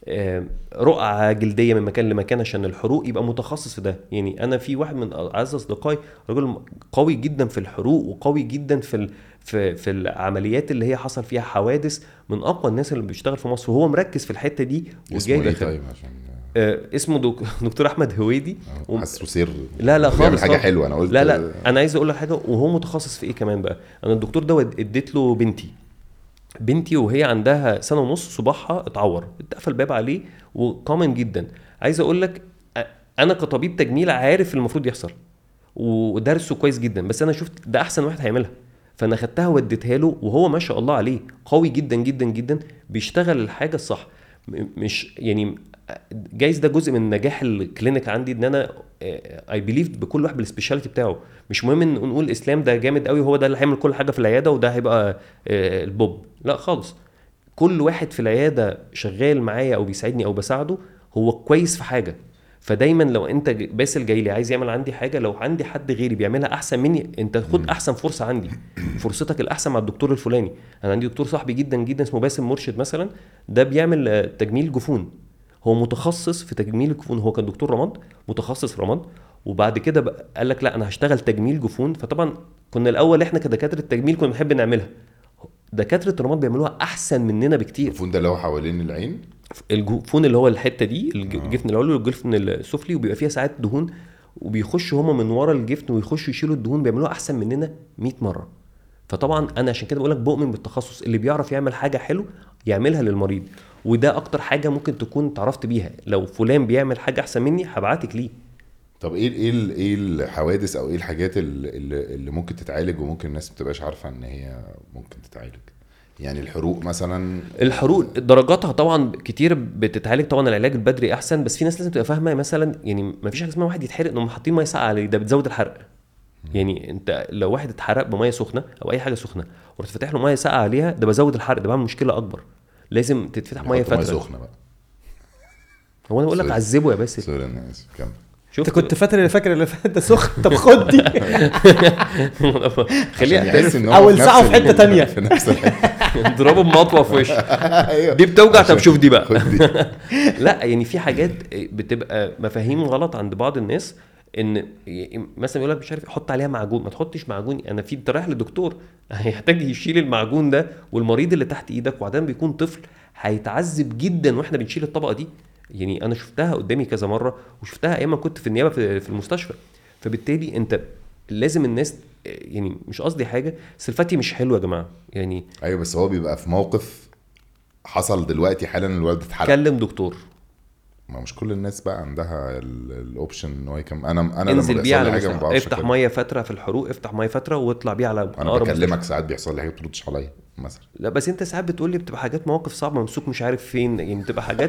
رقعه جلديه من مكان لمكان عشان الحروق، يبقى متخصص في ده. يعني انا في واحد من اعز اصدقائي رجل قوي جدا في الحروق وقوي جدا في في في العمليات اللي هي حصل فيها حوادث، من اقوى الناس اللي بيشتغل في مصر، وهو مركز في الحته دي. اسمه ايه طيب عشان آه اسمه دكتور احمد هويدي. حاسه سر. لا لا خالص حاجه حلوه. انا قلت لا لا انا عايز اقول لك حاجه، وهو متخصص في ايه كمان بقى. انا الدكتور ده اديت له بنتي بنتي وهي عندها سنه ونص صباحها اتعور، اتقفل الباب عليه وكومن جدا. عايز اقول لك انا كطبيب تجميل عارف المفروض يحصل ودرسه كويس جدا، بس انا شفت ده احسن واحد هيعملها، فانا خدتها وديتها له، وهو ما شاء الله عليه قوي جدا جدا جدا، بيشتغل الحاجه الصح. مش يعني جايز ده جزء من نجاح الكلينيك عندي، ان انا اي بيليف بكل واحد بالسبيشاليتي بتاعه. مش مهم ان نقول الاسلام ده جامد قوي هو ده اللي هيعمل كل حاجه في العياده وده هيبقى البوب، لا خالص. كل واحد في العياده شغال معايا او بيساعدني او بساعده هو كويس في حاجه. فدايما لو انت باسل جاي لي عايز يعمل عندي حاجه، لو عندي حد غيري بيعملها احسن مني، انت خد احسن فرصه عندي، فرصتك الاحسن مع الدكتور الفلاني. انا عندي دكتور صاحبي جدا جدا اسمه باسم مرشد مثلا، ده بيعمل تجميل جفون، هو متخصص في تجميل الجفون، هو كان دكتور رماد متخصص في رماد، وبعد كده قال لك لا انا هشتغل تجميل جفون. فطبعا كنا الاول احنا كدكاتره التجميل كنا بنحب نعملها، دكاتره الرماد بيعملوها احسن مننا بكتير. الجفون ده اللي هو حوالين العين، الجفون اللي هو الحته دي الجفن العلوي والجفن السفلي، وبيبقى فيها ساعات دهون، وبيخشوا هما من ورا الجفن ويخشوا يشيلوا الدهون، بيعملوها احسن مننا مية مره. فطبعا انا عشان كده بقول لك بؤمن بالتخصص، اللي بيعرف يعمل حاجه حلو يعملها للمريض، وده اكتر حاجه ممكن تكون تعرفت بيها. لو فلان بيعمل حاجه احسن مني هبعتك ليه. طب ايه ايه ال- ايه الحوادث او ايه الحاجات اللي, اللي ممكن تتعالج وممكن الناس ما تبقاش عارفه ان هي ممكن تتعالج؟ يعني الحروق مثلا. الحروق درجاتها طبعا كتير بتتعالج، طبعا العلاج البدري احسن، بس في ناس لازم تبقى فاهمه مثلا يعني ما فيش حاجه اسمها واحد يتحرق انهم حاطين ميه ساقعه عليه، ده بتزود الحرق. يعني انت لو واحد اتحرق بميه سخنه او اي حاجه سخنه ورحت فاتح له ميه ساقعه عليها، ده بزود الحرق، ده بعمل مشكله اكبر. لازم تتفتح ميه يحطوا فتره. سخنه بقى. هو انا بقول لك سوري. عذبه يا باسل. سوري انا اسف كمل. انت كنت فاكر اللي فاكر اللي فات ده سخن، طب خد دي خليها يحس ان هو أول في ساعة نفس في حتة ال- تانية. في نفس الحته. اضربه بمطوه في وشه. أيوة. دي بتوجع، طب عشان- شوف دي بقى. خد دي. لا يعني في حاجات بتبقى مفاهيم غلط عند بعض الناس، ان مثلا يقول لك مش عارف حط عليها معجون، ما تحطش معجون. انا في انت رايح للدكتور هيحتاج يشيل المعجون ده، والمريض اللي تحت ايدك وعادة بيكون طفل هيتعذب جدا واحنا بنشيل الطبقه دي. يعني انا شفتها قدامي كذا مره، وشفتها ايام ما كنت في النيابه في في المستشفى. فبالتالي انت لازم الناس، يعني مش قصدي حاجه، سلفتي مش حلوه يا جماعه يعني. ايوه بس هو بيبقى في موقف حصل دلوقتي حالا الولد اتحرق. كلم دكتور. ما مش كل الناس بقى عندها ال- الاوبشن ان هو يكم. انا انا لما انزل بيه بيحصل على لي حاجه ما مستشفى. بعرفش افتح أكلم. ميه فتره في الحروق، افتح ميه فتره واطلع بيه على انا أقرب بكلمك مستشفى. ساعات بيحصل لي حاجه ما بتردش عليا مثلا. لا بس انت ساعات بتقول لي بتبقى حاجات مواقف صعبه، ممسوك مش عارف فين، يعني بتبقى حاجات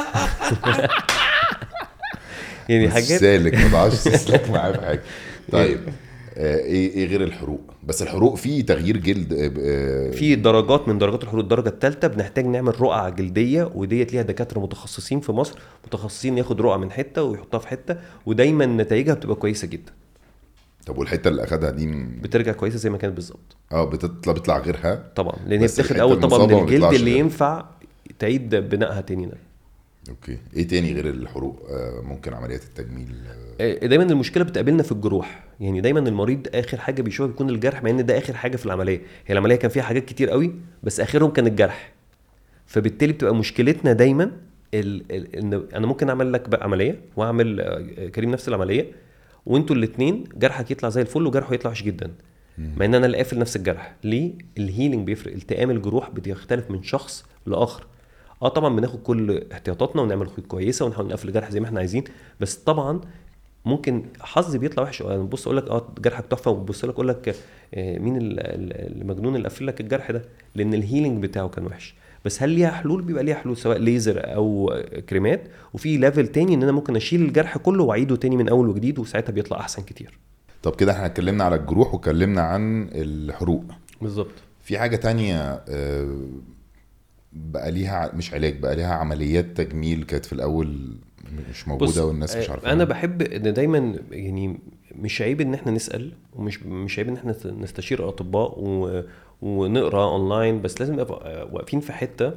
يعني بس حاجات سالك ما تعرفش تسلك معاه في حاجه. طيب آه، ايه ايه غير الحروق؟ بس الحروق في تغيير جلد آه، آه، في درجات من درجات الحروق. الدرجه الثالثه بنحتاج نعمل رقعه جلديه، وديت ليها دكاتره متخصصين في مصر، متخصصين ياخد رقعه من حته ويحطها في حته، ودايما نتائجها بتبقى كويسه جدا. طب والحته اللي اخدها دي م- بترجع كويسه زي ما كانت بالظبط اه بتطلع بيطلع غيرها. طبعا، لان هي بس بتاخد الحتة اول طبقه من المصابة ما الجلد بيطلعش اللي غيرها. ينفع تعيد بنائها تاني ده. اوكي ايه تاني غير الحروق؟ آه، ممكن عمليات التجميل. آه، آه، دايما المشكله بتقابلنا في الجروح. يعني دايما المريض اخر حاجه بيشوفها بيكون الجرح، مع ان ده اخر حاجه في العمليه. هي العمليه كان فيها حاجات كتير قوي، بس اخرهم كان الجرح. فبالتالي بتبقى مشكلتنا دايما ال... ال... ان انا ممكن اعمل لك بقى عمليه واعمل آه، كريم نفس العمليه، وانتوا الاثنين جرحك يطلع زي الفل وجرحه يطلع وحش جدا، مع ان انا اللي قافل نفس الجرح. ليه؟ الهيلينج بيفرق، التئام الجروح بيختلف من شخص لاخر. اه طبعا بناخد كل احتياطاتنا ونعمل خيوط كويسه ونحاول نقفل الجرح زي ما احنا عايزين، بس طبعا ممكن حظي بيطلع وحش. انا ببص اقول لك اه جرحك تحفه، وببص لك اقول لك آه مين ال- ال- المجنون اللي قفل لك الجرح ده، لان الهيلينج بتاعه كان وحش. بس هل ليها حلول؟ بيبقى ليها حلول، سواء ليزر او آه، كريمات. وفي ليفل تاني ان انا ممكن اشيل الجرح كله واعيده تاني من اول وجديد، وساعتها بيطلع احسن كتير. طب كده احنا اتكلمنا على الجروح واتكلمنا عن الحروق. بالظبط. في حاجه تانية آه، بقى ليها مش علاج، بقى ليها عمليات تجميل كانت في الاول مش موجوده والناس مش عارفه. انا بحب ان دايما يعني مش عيب ان احنا نسال، ومش مش عيب ان احنا نستشير اطباء و... ونقرا اونلاين، بس لازم نبقى واقفين في حته.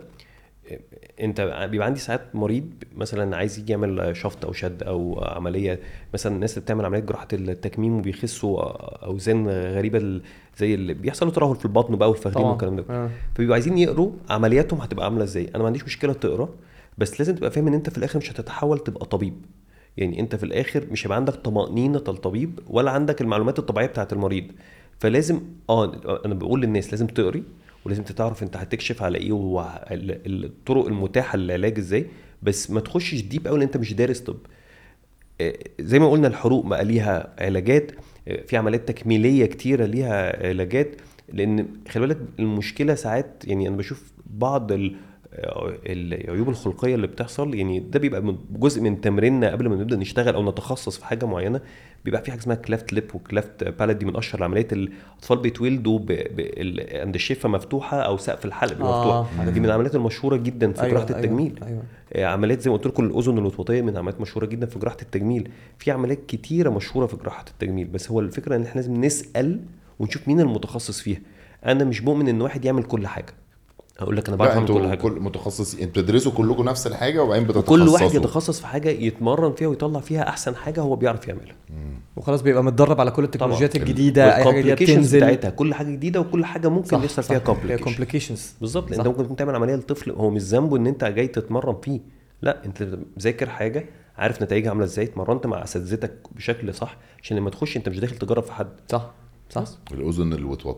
انت بيبقى عندي ساعات مريض مثلا عايز يجي يعمل شفط او شد او عمليه، مثلا الناس اللي بتعمل عمليات جراحه التكميم وبيخسوا اوزان غريبه ال- زي اللي بيحصلوا ترهل في البطن بقى والفخذين والكلام ده، آه. فبيبقوا عايزين يقروا عملياتهم هتبقى عامله ازاي. انا ما عنديش مشكله تقرا، بس لازم تبقى فاهم ان انت في الاخر مش هتتحول تبقى طبيب. يعني انت في الاخر مش هيبقى عندك طمأنينة الطبيب ولا عندك المعلومات الطبيعيه بتاعه المريض. فلازم اه انا بقول للناس لازم تقري، ولازم تعرف انت هتكشف على ايه والطرق المتاحه للعلاج ازاي، بس ما تخشش ديب قوي لان انت مش دارس طب. آه، زي ما قلنا الحروق بقى ليها علاجات، آه، في عمليات تكميليه كتيره ليها علاجات. لان خلي بالك المشكله ساعات، يعني انا بشوف بعض ال- العيوب الخلقيه اللي بتحصل، يعني ده بيبقى من- جزء من تمريننا قبل ما نبدا نشتغل او نتخصص في حاجه معينه. بيبقى في حاجه اسمها كلافت ليب وكلافت بالات، دي من اشهر العمليات. الاطفال بيتولدوا ب... ب... ال- عند الشفه مفتوحه او سقف الحلق بيبقى آه، مفتوح. دي من العمليات المشهوره جدا في أيوة، جراحه أيوة، التجميل. أيوة. آه، عمليات زي ما قلت لكم الاذن الوسطيه من عمليات مشهوره جدا في جراحه التجميل. في عمليات كتيره مشهوره في جراحه التجميل، بس هو الفكره ان احنا لازم نسال ونشوف مين المتخصص فيها. انا مش مؤمن ان واحد يعمل كل حاجه. اقول لك انا بعرف لا اعمل كل انتوا حاجه. كل متخصص، انتوا بتدرسوا كلكم نفس الحاجه وبعدين بتتخصصوا. كل واحد يتخصص في حاجه يتمرن فيها ويطلع فيها احسن حاجه هو بيعرف يعملها. وخلاص بيبقى متدرب على كل التكنولوجيات طبعاً. الجديده، اي حاجه جديده والcomplications بتنزل بتاعتها، كل حاجه جديده وكل حاجه ممكن يحصل فيها complications. كومبليكيشنز بالظبط. صح. انت ممكن تكون تعمل عمليه لطفل هو مش ذنبه ان انت جاي تتمرن فيه، لا انت ذاكر حاجه عارف نتائجها عامله ازاي، اتمرنت مع اساتذتك بشكل صح، عشان لما تخش انت مش داخل تجرب في حد. صح صح. الاذن الوطواطيه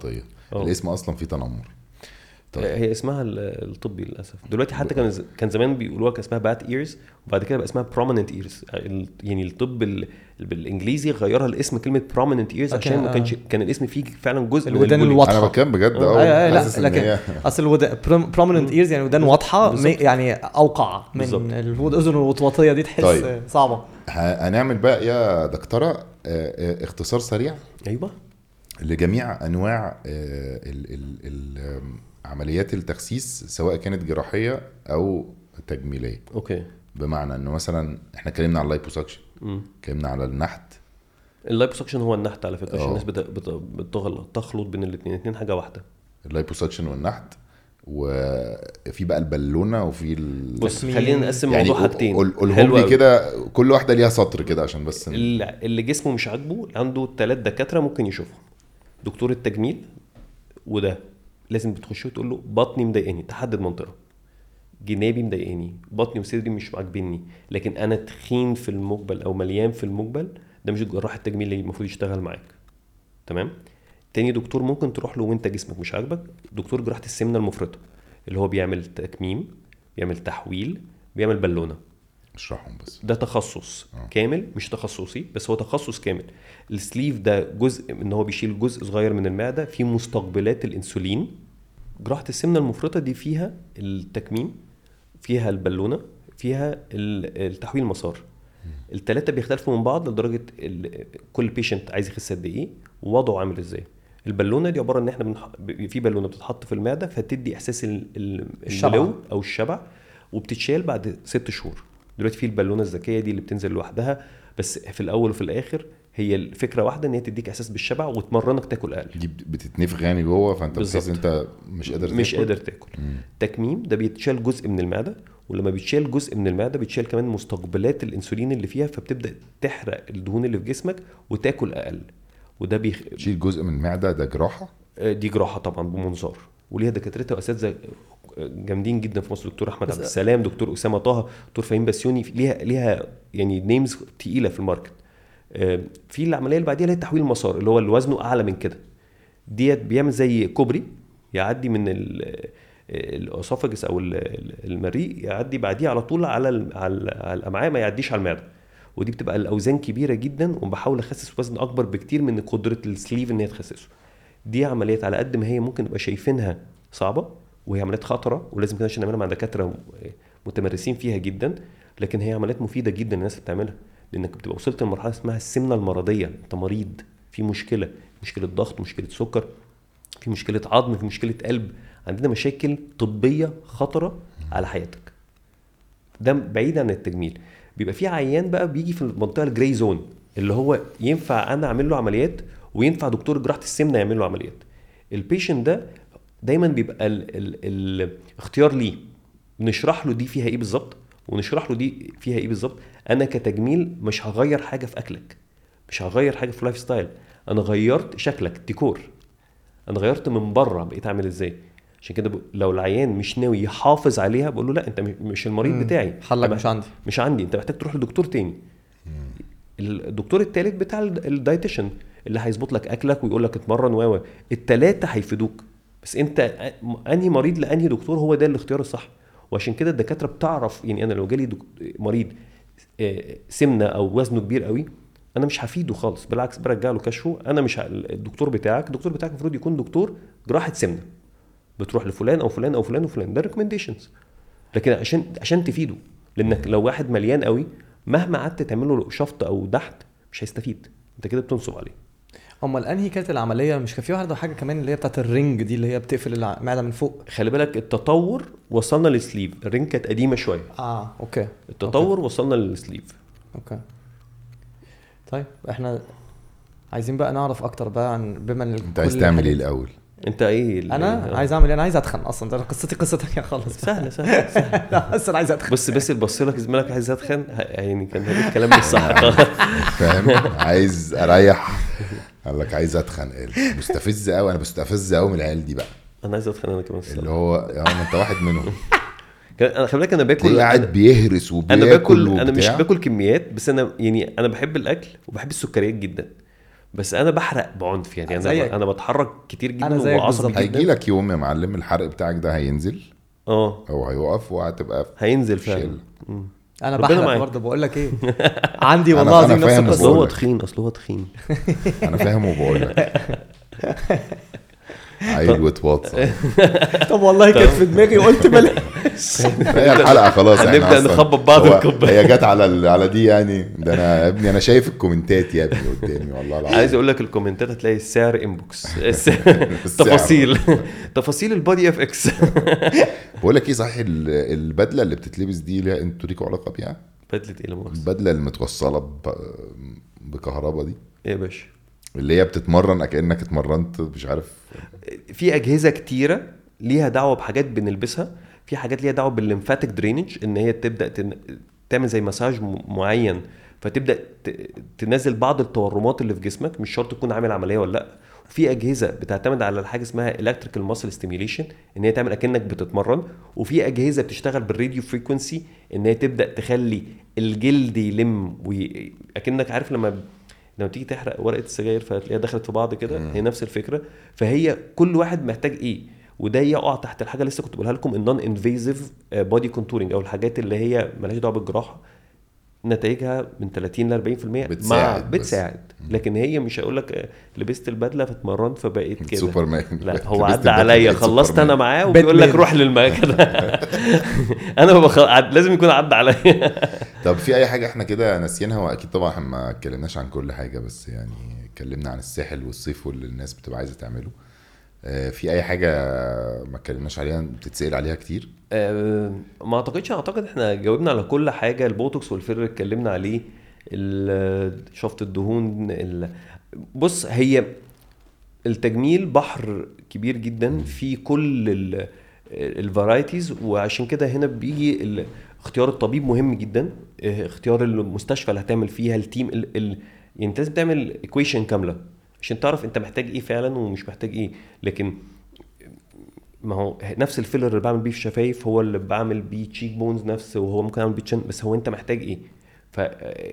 أوه. الاسم اصلا فيه تنمر. طيب. هي اسمها الطبي للاسف دلوقتي، حتى كان كان زمان بيقولوها كان اسمها بات ايرز، وبعد كده بقى اسمها prominent ears. يعني الطب بالانجليزي غيرها الاسم كلمه prominent ears عشان ما كانش كان الاسم فيه فعلا جزء من الودان الواضحه. انا بكلم بجد اه لا لا لكن اصل الودان prominent ears يعني ودان واضحه يعني اوقع من الاذن الوطواطيه دي، تحس طيب. صعبه. هنعمل بقى يا دكتوره اختصار سريع ايوه لجميع انواع ال ال ال عمليات التخسيس سواء كانت جراحيه او تجميليه. اوكي. بمعنى انه مثلا احنا اتكلمنا على اللايبوسكشن، اتكلمنا على النحت. اللايبوسكشن هو النحت على فكره، عشان الناس بتغلط تخلط بين الاثنين، الاثنين حاجه واحده. اللايبوسكشن والنحت، وفي بقى البالونه وفي بص خلينا نقسم يعني موضوع حاجتين. قولهم لي كده كل واحده ليها سطر كده عشان بس اللي جسمه مش عاجبه عنده ثلاث دكاتره ممكن يشوفهم. دكتور التجميل، وده لازم بتخش وتقول له بطني مضايقني، تحدد منطقه. جنابي مضايقني، بطني وصدري مش عاجبني، لكن انا تخين في المقبل او مليان في المقبل، ده مش جراح التجميل اللي المفروض يشتغل معاك. تمام. تاني دكتور ممكن تروح له وانت جسمك مش عاجبك، دكتور جراحه السمنه المفرطه اللي هو بيعمل تكميم، بيعمل تحويل، بيعمل بالونه. اشرحهم بس. ده تخصص أوه. كامل، مش تخصصي بس هو تخصص كامل. السليف ده جزء ان هو بيشيل جزء صغير من المعده في مستقبلات الانسولين. جراحه السمنه المفرطه دي فيها التكميم، فيها البالونه، فيها التحويل المسار. الثلاثه بيختلفوا من بعض لدرجه كل بيشنت عايز يخس قد ايه ووضعه عامل ازاي. البالونه دي عباره ان احنا بنح... في بالونه بتتحط في المعده فتدي احساس الشبع او الشبع، وبتتشال بعد ست شهور. دلوقتي في البالونه الذكيه دي اللي بتنزل لوحدها، بس في الاول وفي الاخر هي الفكره واحده، ان هي تديك احساس بالشبع وتمرنك تاكل اقل. دي بتتنفخ يعني جوه، فانت بتحس انت مش قادر تاكل مش قادر تاكل. تكميم ده بيتشال جزء من المعده، ولما بيتشال جزء من المعده بيتشال كمان مستقبلات الانسولين اللي فيها، فبتبدا تحرق الدهون اللي في جسمك وتاكل اقل. وده بيخ... تشيل جزء من المعده، ده جراحه. دي جراحه طبعا بمنظار، وليها دكاتره واساتذه جامدين جدا في مصر. دكتور احمد عبد السلام، دكتور اسامه طه، دكتور فهيم بسيوني، ليها ليها يعني نيمز تقيله في الماركت. في العمليه اللي بعديها اللي هي تحويل المسار، اللي هو اللي وزنه اعلى من كده. ديت بيعمل زي كوبري يعدي من الاسوفاجس او المريء، يعدي بعديه على طول على على الامعاء، ما يعديش على المعده. ودي بتبقى الاوزان كبيره جدا، وبحاول اخسس وزن اكبر بكتير من قدره السليف ان هي تخسسه. دي عمليات على قد ما هي ممكن نبقى شايفينها صعبه، وهي عمليات خطره ولازم كده عشان نعملها مع دكاتره متمرسين فيها جدا، لكن هي عمليات مفيده جدا للناس اللي بتعملها، لانك بتبقى وصلت لمرحله اسمها السمنه المرضيه. انت مريض، في مشكله، مشكله ضغط، مشكله سكر، في مشكله عظم، في مشكله قلب. عندنا مشاكل طبيه خطره على حياتك. ده بعيد عن التجميل. بيبقى في عيان بقى بيجي في المنطقه الجراي زون، اللي هو ينفع انا اعمل له عمليات وينفع دكتور جراحه السمنه يعمل له عمليات. البيشنت ده دايما بيبقى الاختيار ليه، نشرح له دي فيها ايه بالظبط، ونشرح له دي فيها ايه بالظبط. انا كتجميل مش هغير حاجه في اكلك، مش هغير حاجه في لايف ستايل، انا غيرت شكلك، ديكور، انا غيرت من بره بقيت عامل ازاي. عشان كده لو العيان مش ناوي يحافظ عليها بقول له لا، انت مش المريض بتاعي، حلك مش عندي مش عندي انت محتاج تروح لدكتور تاني. الدكتور الثالث بتاع الدايتيشن اللي هيظبط لك اكلك ويقول لك اتمرن و الثلاثه هيفيدوك، بس انت انهي مريض لانهي دكتور، هو ده الاختيار الصح. وعشان كده الدكاتره بتعرف، يعني انا لو جالي مريض سمنه او وزنه كبير قوي، انا مش هفيده خالص، بالعكس برجع له كشفه. انا مش ه... الدكتور بتاعك الدكتور بتاعك المفروض يكون دكتور جراحه سمنه، بتروح لفلان او فلان او فلان وفلان، ده ريكومنديشنز، لكن عشان عشان تفيده. لانك لو واحد مليان قوي مهما قعدت تعمل له شفط او ضحك مش هيستفيد، انت كده بتنصب عليه. امال انهي كانت العمليه؟ مش كان في واحده حاجه كمان اللي هي بتاعه الرينج دي اللي هي بتقفل المعده من فوق؟ خلي بالك التطور وصلنا للسليف، الرينج كانت قديمه شويه. اه اوكي. التطور أوكي. وصلنا للسليف. اوكي طيب احنا عايزين بقى نعرف اكتر بقى عن بما ان انت عايز تعمل ايه الاول؟ انت ايه؟ انا عايز اعمل ايه؟ انا عايز اتخن اصلا، ده قصتي قصه ثانيه خالص. سهله سهله سهله بس انا عايز اتخن. بس بس البص لك زميلك عايز اتخن، يعني كان هذا الكلام مش صح. فاهم؟ عايز اريح، قال لك عايز اتخن. مستفز قوي، انا بستفز قوي من العيال دي بقى. انا عايز اتخن انا كمان، اللي هو يعني انت واحد منهم. انا خلي بالك انا باكل، قاعد بيهرس وبياكل. انا باكل، انا مش باكل كميات، بس انا يعني انا بحب الاكل وبحب السكريات جدا. بس انا بحرق بعنف يعني. انا زيك. انا بتحرك كتير أنا جدا زيك وعصبي بالظبط. جدا. هيجي لك يوم يا معلم الحرق بتاعك ده هينزل اه او هيوقف وهتبقى في هينزل شيل. فعلا. مم. انا ربنا بحرق معاك. برضه بقول لك ايه عندي أنا- والله أنا العظيم نفس فاهم القصه. اصل هو بقول لك. تخين اصل هو تخين انا فاهم وبقول لك عيل وتواط طب والله كانت في دماغي قلت بلاش. هي الحلقه خلاص احنا هنبدأ أصلاً- نخبط بعض هو الكوباية. هي جت على ال- على دي يعني. ده انا يا ابني انا شايف الكومنتات يا ابني قدامي والله العظيم. عايز اقول لك الكومنتات هتلاقي السعر انبوكس تفاصيل تفاصيل البادي اف اكس. بقول لك ايه صحيح ال- البدله اللي بتتلبس دي ليها انتوا ليكوا علاقه بيها؟ بدلة ايه لمؤاخذة؟ البدله المتوصله ب- بكهرباء دي ايه يا باشا؟ اللي هي بتتمرن كأنك اتمرنت مش عارف. في اجهزه كتيره ليها دعوه بحاجات بنلبسها. في حاجات ليها دعوه بالليمفاتيك درينج، ان هي تبدا تن... تعمل زي مساج م- معين، فتبدا ت... تنزل بعض التورمات اللي في جسمك، مش شرط تكون عامل عمليه ولا لا. وفي اجهزه بتعتمد على حاجه اسمها الكتريكال ماسل ستيميوليشن، ان هي تعمل اكنك بتتمرن. وفي اجهزه بتشتغل بالراديو فريكوينسي، ان هي تبدا تخلي الجلد يلم وي... اكنك عارف لما لما تيجي تحرق ورقه السجاير فتلاقيها دخلت في بعض كده. هي نفس الفكره. فهي كل واحد محتاج ايه، وده يقع تحت الحاجه لسه كنت بقولها لكم، النون انفيزيف بودي كونتورنج، او الحاجات اللي هي مالهاش دعوه بالجراحه، نتائجها من ثلاثين ل أربعين بالمية بتساعد مع بس. بتساعد. لكن هي مش هقول لك لبست البدله فاتمرنت فبقيت كده سوبرمان. لا، هو لبست عدى البدلة عليا بقيت خلصت سوبرمان. انا معاه وبيقول لك باتمان. روح للمكان. انا بخ... عد... لازم يكون عدى عليا. طب في اي حاجه احنا كده ناسيينها؟ واكيد طبعا احنا ما اتكلمناش عن كل حاجه، بس يعني اتكلمنا عن الساحل والصيف واللي الناس بتبقى عايزه تعمله. آه، في اي حاجه ما اتكلمناش عليها بتتسال عليها كتير؟ أه ما اعتقدش. اعتقد احنا جاوبنا على كل حاجه. البوتوكس والفيلر اتكلمنا عليه، ال- شفط الدهون ال... بص، هي التجميل بحر كبير جدا في كل الفرايتيز، وعشان كده هنا بيجي ال- اختيار الطبيب مهم جدا. اه، اختيار المستشفى اللي هتعمل فيها التيم ال... ال... يعني انت لازم تعمل ايكويشن كامله عشان تعرف انت محتاج ايه فعلا ومش محتاج ايه. لكن ما هو نفس الفيلر اللي بعمل بيه في الشفايف هو اللي بعمل بيه تشيك بونز نفس، وهو ممكن اعمل بيه تشن، بس هو انت محتاج ايه. ف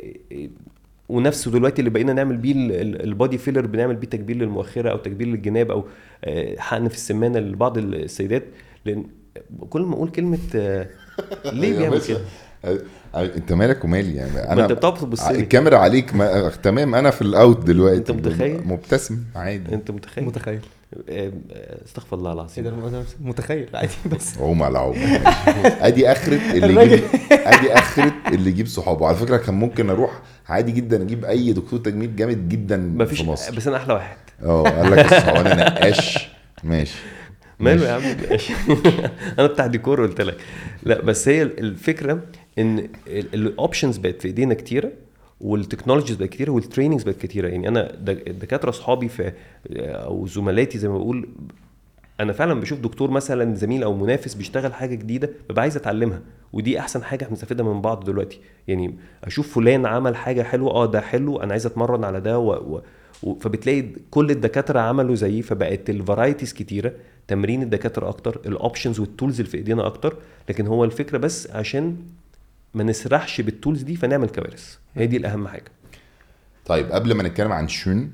ونفسه دلوقتي اللي بقينا نعمل بيه ال- ال- البادي فيلر، بنعمل بيه تكبير للمؤخره او تكبير للجناب او آه، حقن في السمانه لبعض السيدات. لان كل ما اقول كلمه آه، ليه يا بيعمل باشا، كده؟ آه، انت مالك ومالي يعني؟ ما انا انت بتقف تبص لي. الكاميرا عليك ما... تمام. انا في الاوت دلوقتي انت متخيل؟ مبتسم عادي. انت متخيل؟ متخيل آه، آه، استغفر الله ايه العظيم. ده؟ متخيل عادي بس. عوم على عوم. ادي اخرة اللي يجيب ادي اخرة اللي يجيب صحابه. على فكره كان ممكن اروح عادي جدا اجيب اي دكتور تجميل جامد جدا مفيش، في مصر. بس انا احلى واحد. اه قال لك الصحاب انا نقاش ماشي ماله ماشي. يا عم ماشي. انا بتاع ديكور قلت لك. لا بس هي الفكره ان الاوبشنز بقت في ايدينا كتيره، والتكنولوجيز بقت كتيره، والتريننجز بقت كتيره. يعني انا دك- الدكاتره اصحابي في او زملاتي زي ما بقول، انا فعلا بشوف دكتور مثلا زميل او منافس بيشتغل حاجه جديده ببقى عايز اتعلمها، ودي احسن حاجه احنا بنستفيدها من بعض دلوقتي. يعني اشوف فلان عمل حاجه حلوه، اه ده حلو، انا عايز اتمرن على ده و... و... و... فبتلاقي كل الدكاتره عملوا زيه، فبقت الفرايتيز كتيره، تمرين الدكاتره اكتر، الاوبشنز والتولز اللي في ايدينا اكتر. لكن هو الفكره بس عشان ما نسرحش بالتولز دي فنعمل كوارث، هي دي الاهم حاجه. طيب قبل ما نتكلم عن شون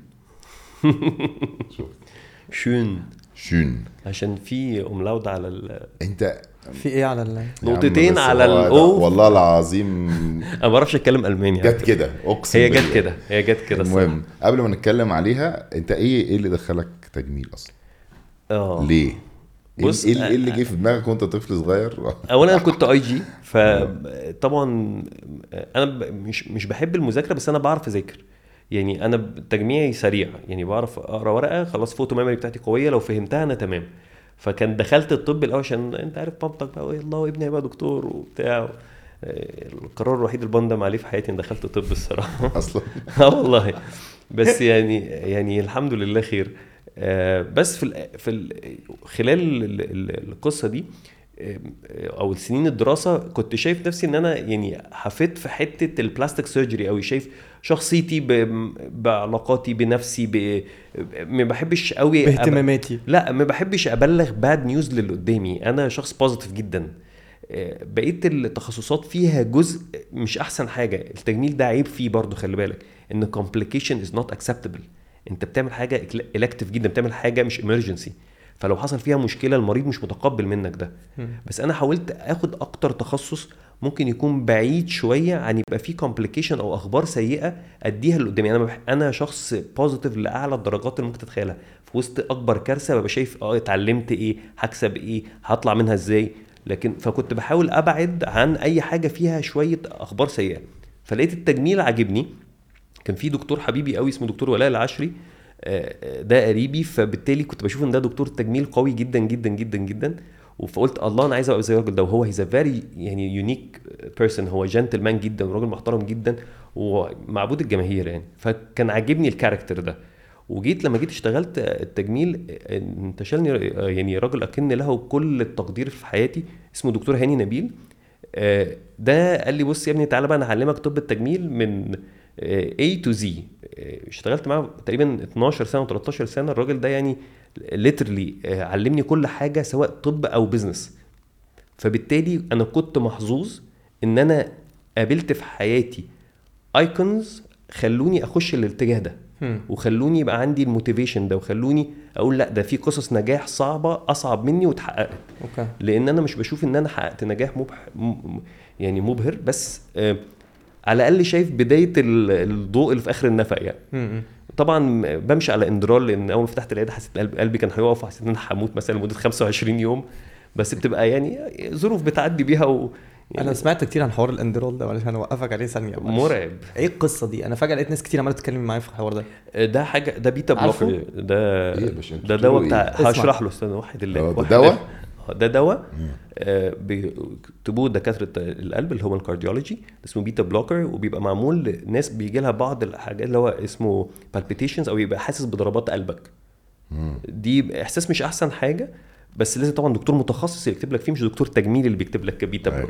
شون شون عشان في املاود على ال... انت في ايه على ال... يا عم نقطتين بس على هو ده- الأو. والله العظيم انا ما بعرفش اتكلم الماني يعني. جت كده اقسم هي بالله. جت كده هي جت كده المهم قبل ما نتكلم عليها، انت ايه ايه اللي دخلك تجميل اصلا؟ اه ليه؟ ايه بص، ايه إيه اللي جه في دماغك وانت طفل صغير؟ اولا انا كنت اي جي، فطبعا انا ب- مش مش بحب المذاكره، بس انا بعرف اذاكر. يعني انا تجميعي سريع، يعني بعرف اقرا ورقه خلاص، فوتو ميموري بتاعتي قويه، لو فهمتها انا تمام. فكان دخلت الطب الاول عشان انت عارف مامتك بقى، يلا وابني هيبقى دكتور وبتاع. القرار الوحيد اللي بندم عليه في حياتي ان دخلت طب الصراحه. اصلا اه والله. بس يعني يعني الحمد لله خير. آه بس في ال في ال خلال ال- ال- القصه دي آه، او السنين الدراسه، كنت شايف نفسي ان انا يعني حفيت في حته البلاستيك سيرجري قوي. شايف شخصيتي ب- بعلاقاتي بنفسي ب- ما بحبش قوي أب- باهتماماتي. لا ما بحبش ابلغ باد نيوز للي قدامي. انا شخص بوزيتيف جدا. آه، بقيت التخصصات فيها جزء مش احسن حاجه. التجميل ده عيب فيه برضو، خلي بالك ان complication is not acceptable. انت بتعمل حاجه الكتيف جدا، بتعمل حاجه مش emergency، فلو حصل فيها مشكله المريض مش متقبل منك ده. بس انا حاولت اخد اكتر تخصص ممكن يكون بعيد شويه عن يبقى فيه كومبليكيشن او اخبار سيئه اديها اللي قدامي. انا بح... انا شخص بوزيتيف لاعلى الدرجات اللي ممكن تتخيلها. في وسط اكبر كارثه ببقى شايف اه اتعلمت ايه، هكسب ايه، هطلع منها ازاي. لكن فكنت بحاول ابعد عن اي حاجه فيها شويه اخبار سيئه. فلقيت التجميل عجبني. كان في دكتور حبيبي قوي اسمه دكتور ولاء العشري، ده قريبي، فبالتالي كنت بشوف ان ده دكتور تجميل قوي جدا جدا جدا جدا. فقلت الله انا عايز ابقى زي الراجل ده. وهو هيز ا فيري يعني يونيك بيرسون، هو جنتلمان جدا وراجل محترم جدا ومعبود الجماهير يعني. فكان عاجبني الكاركتر ده. وجيت لما جيت اشتغلت التجميل انتشلني يعني راجل اكن له كل التقدير في حياتي اسمه دكتور هاني نبيل. ده قال لي بص يا ابني تعالى بقى انا هعلمك طب التجميل من A to Z. اشتغلت معاه تقريبا اتناشر سنه و13 سنه. الراجل ده يعني ليترلي علمني كل حاجه سواء طب او بيزنس. فبالتالي انا كنت محظوظ ان انا قابلت في حياتي ايكونز خلوني اخش الاتجاه ده، وخلوني يبقى عندي الموتيفيشن ده، وخلوني اقول لا ده في قصص نجاح صعبه اصعب مني واتحققت. اوكي. لان انا مش بشوف ان انا حققت نجاح مبح... يعني مبهر، بس آه على الاقل شايف بدايه الضوء اللي في اخر النفق يعني. م-م. طبعا بمشي على اندرال، لان اول ما فتحت العياده حسيت قلبي كان هيقف، حسيت ان انا هموت مثلا لمده خمسة وعشرين يوم. بس بتبقى يعني ظروف بتعدي بيها و... يعني انا سمعت كتير عن حوار الاندرال ده، علشان اوقفك عليه ثانيه. مرعب. ايه القصه دي؟ انا فجاه لقيت ناس كتير عماله تتكلم معايا في الحوار ده. ده حاجه ده بيتا بلوكر. ده إيه ده دواء بتاع إيه؟ هشرح له استنى واحد اللي ده دواء ده دواء آه بيكتبوه دكاتره القلب اللي هو الكارديولوجي، اسمه بيتا بلوكر. وبيبقى معمول لناس بيجي لها بعض الحاجات اللي هو اسمه بالبيتيشنز، او يبقى حاسس بضربات قلبك. مم. دي احساس مش احسن حاجه، بس لازم طبعا دكتور متخصص يكتب لك فيه، مش دكتور تجميل اللي بيكتب لك بيتا بلوكر.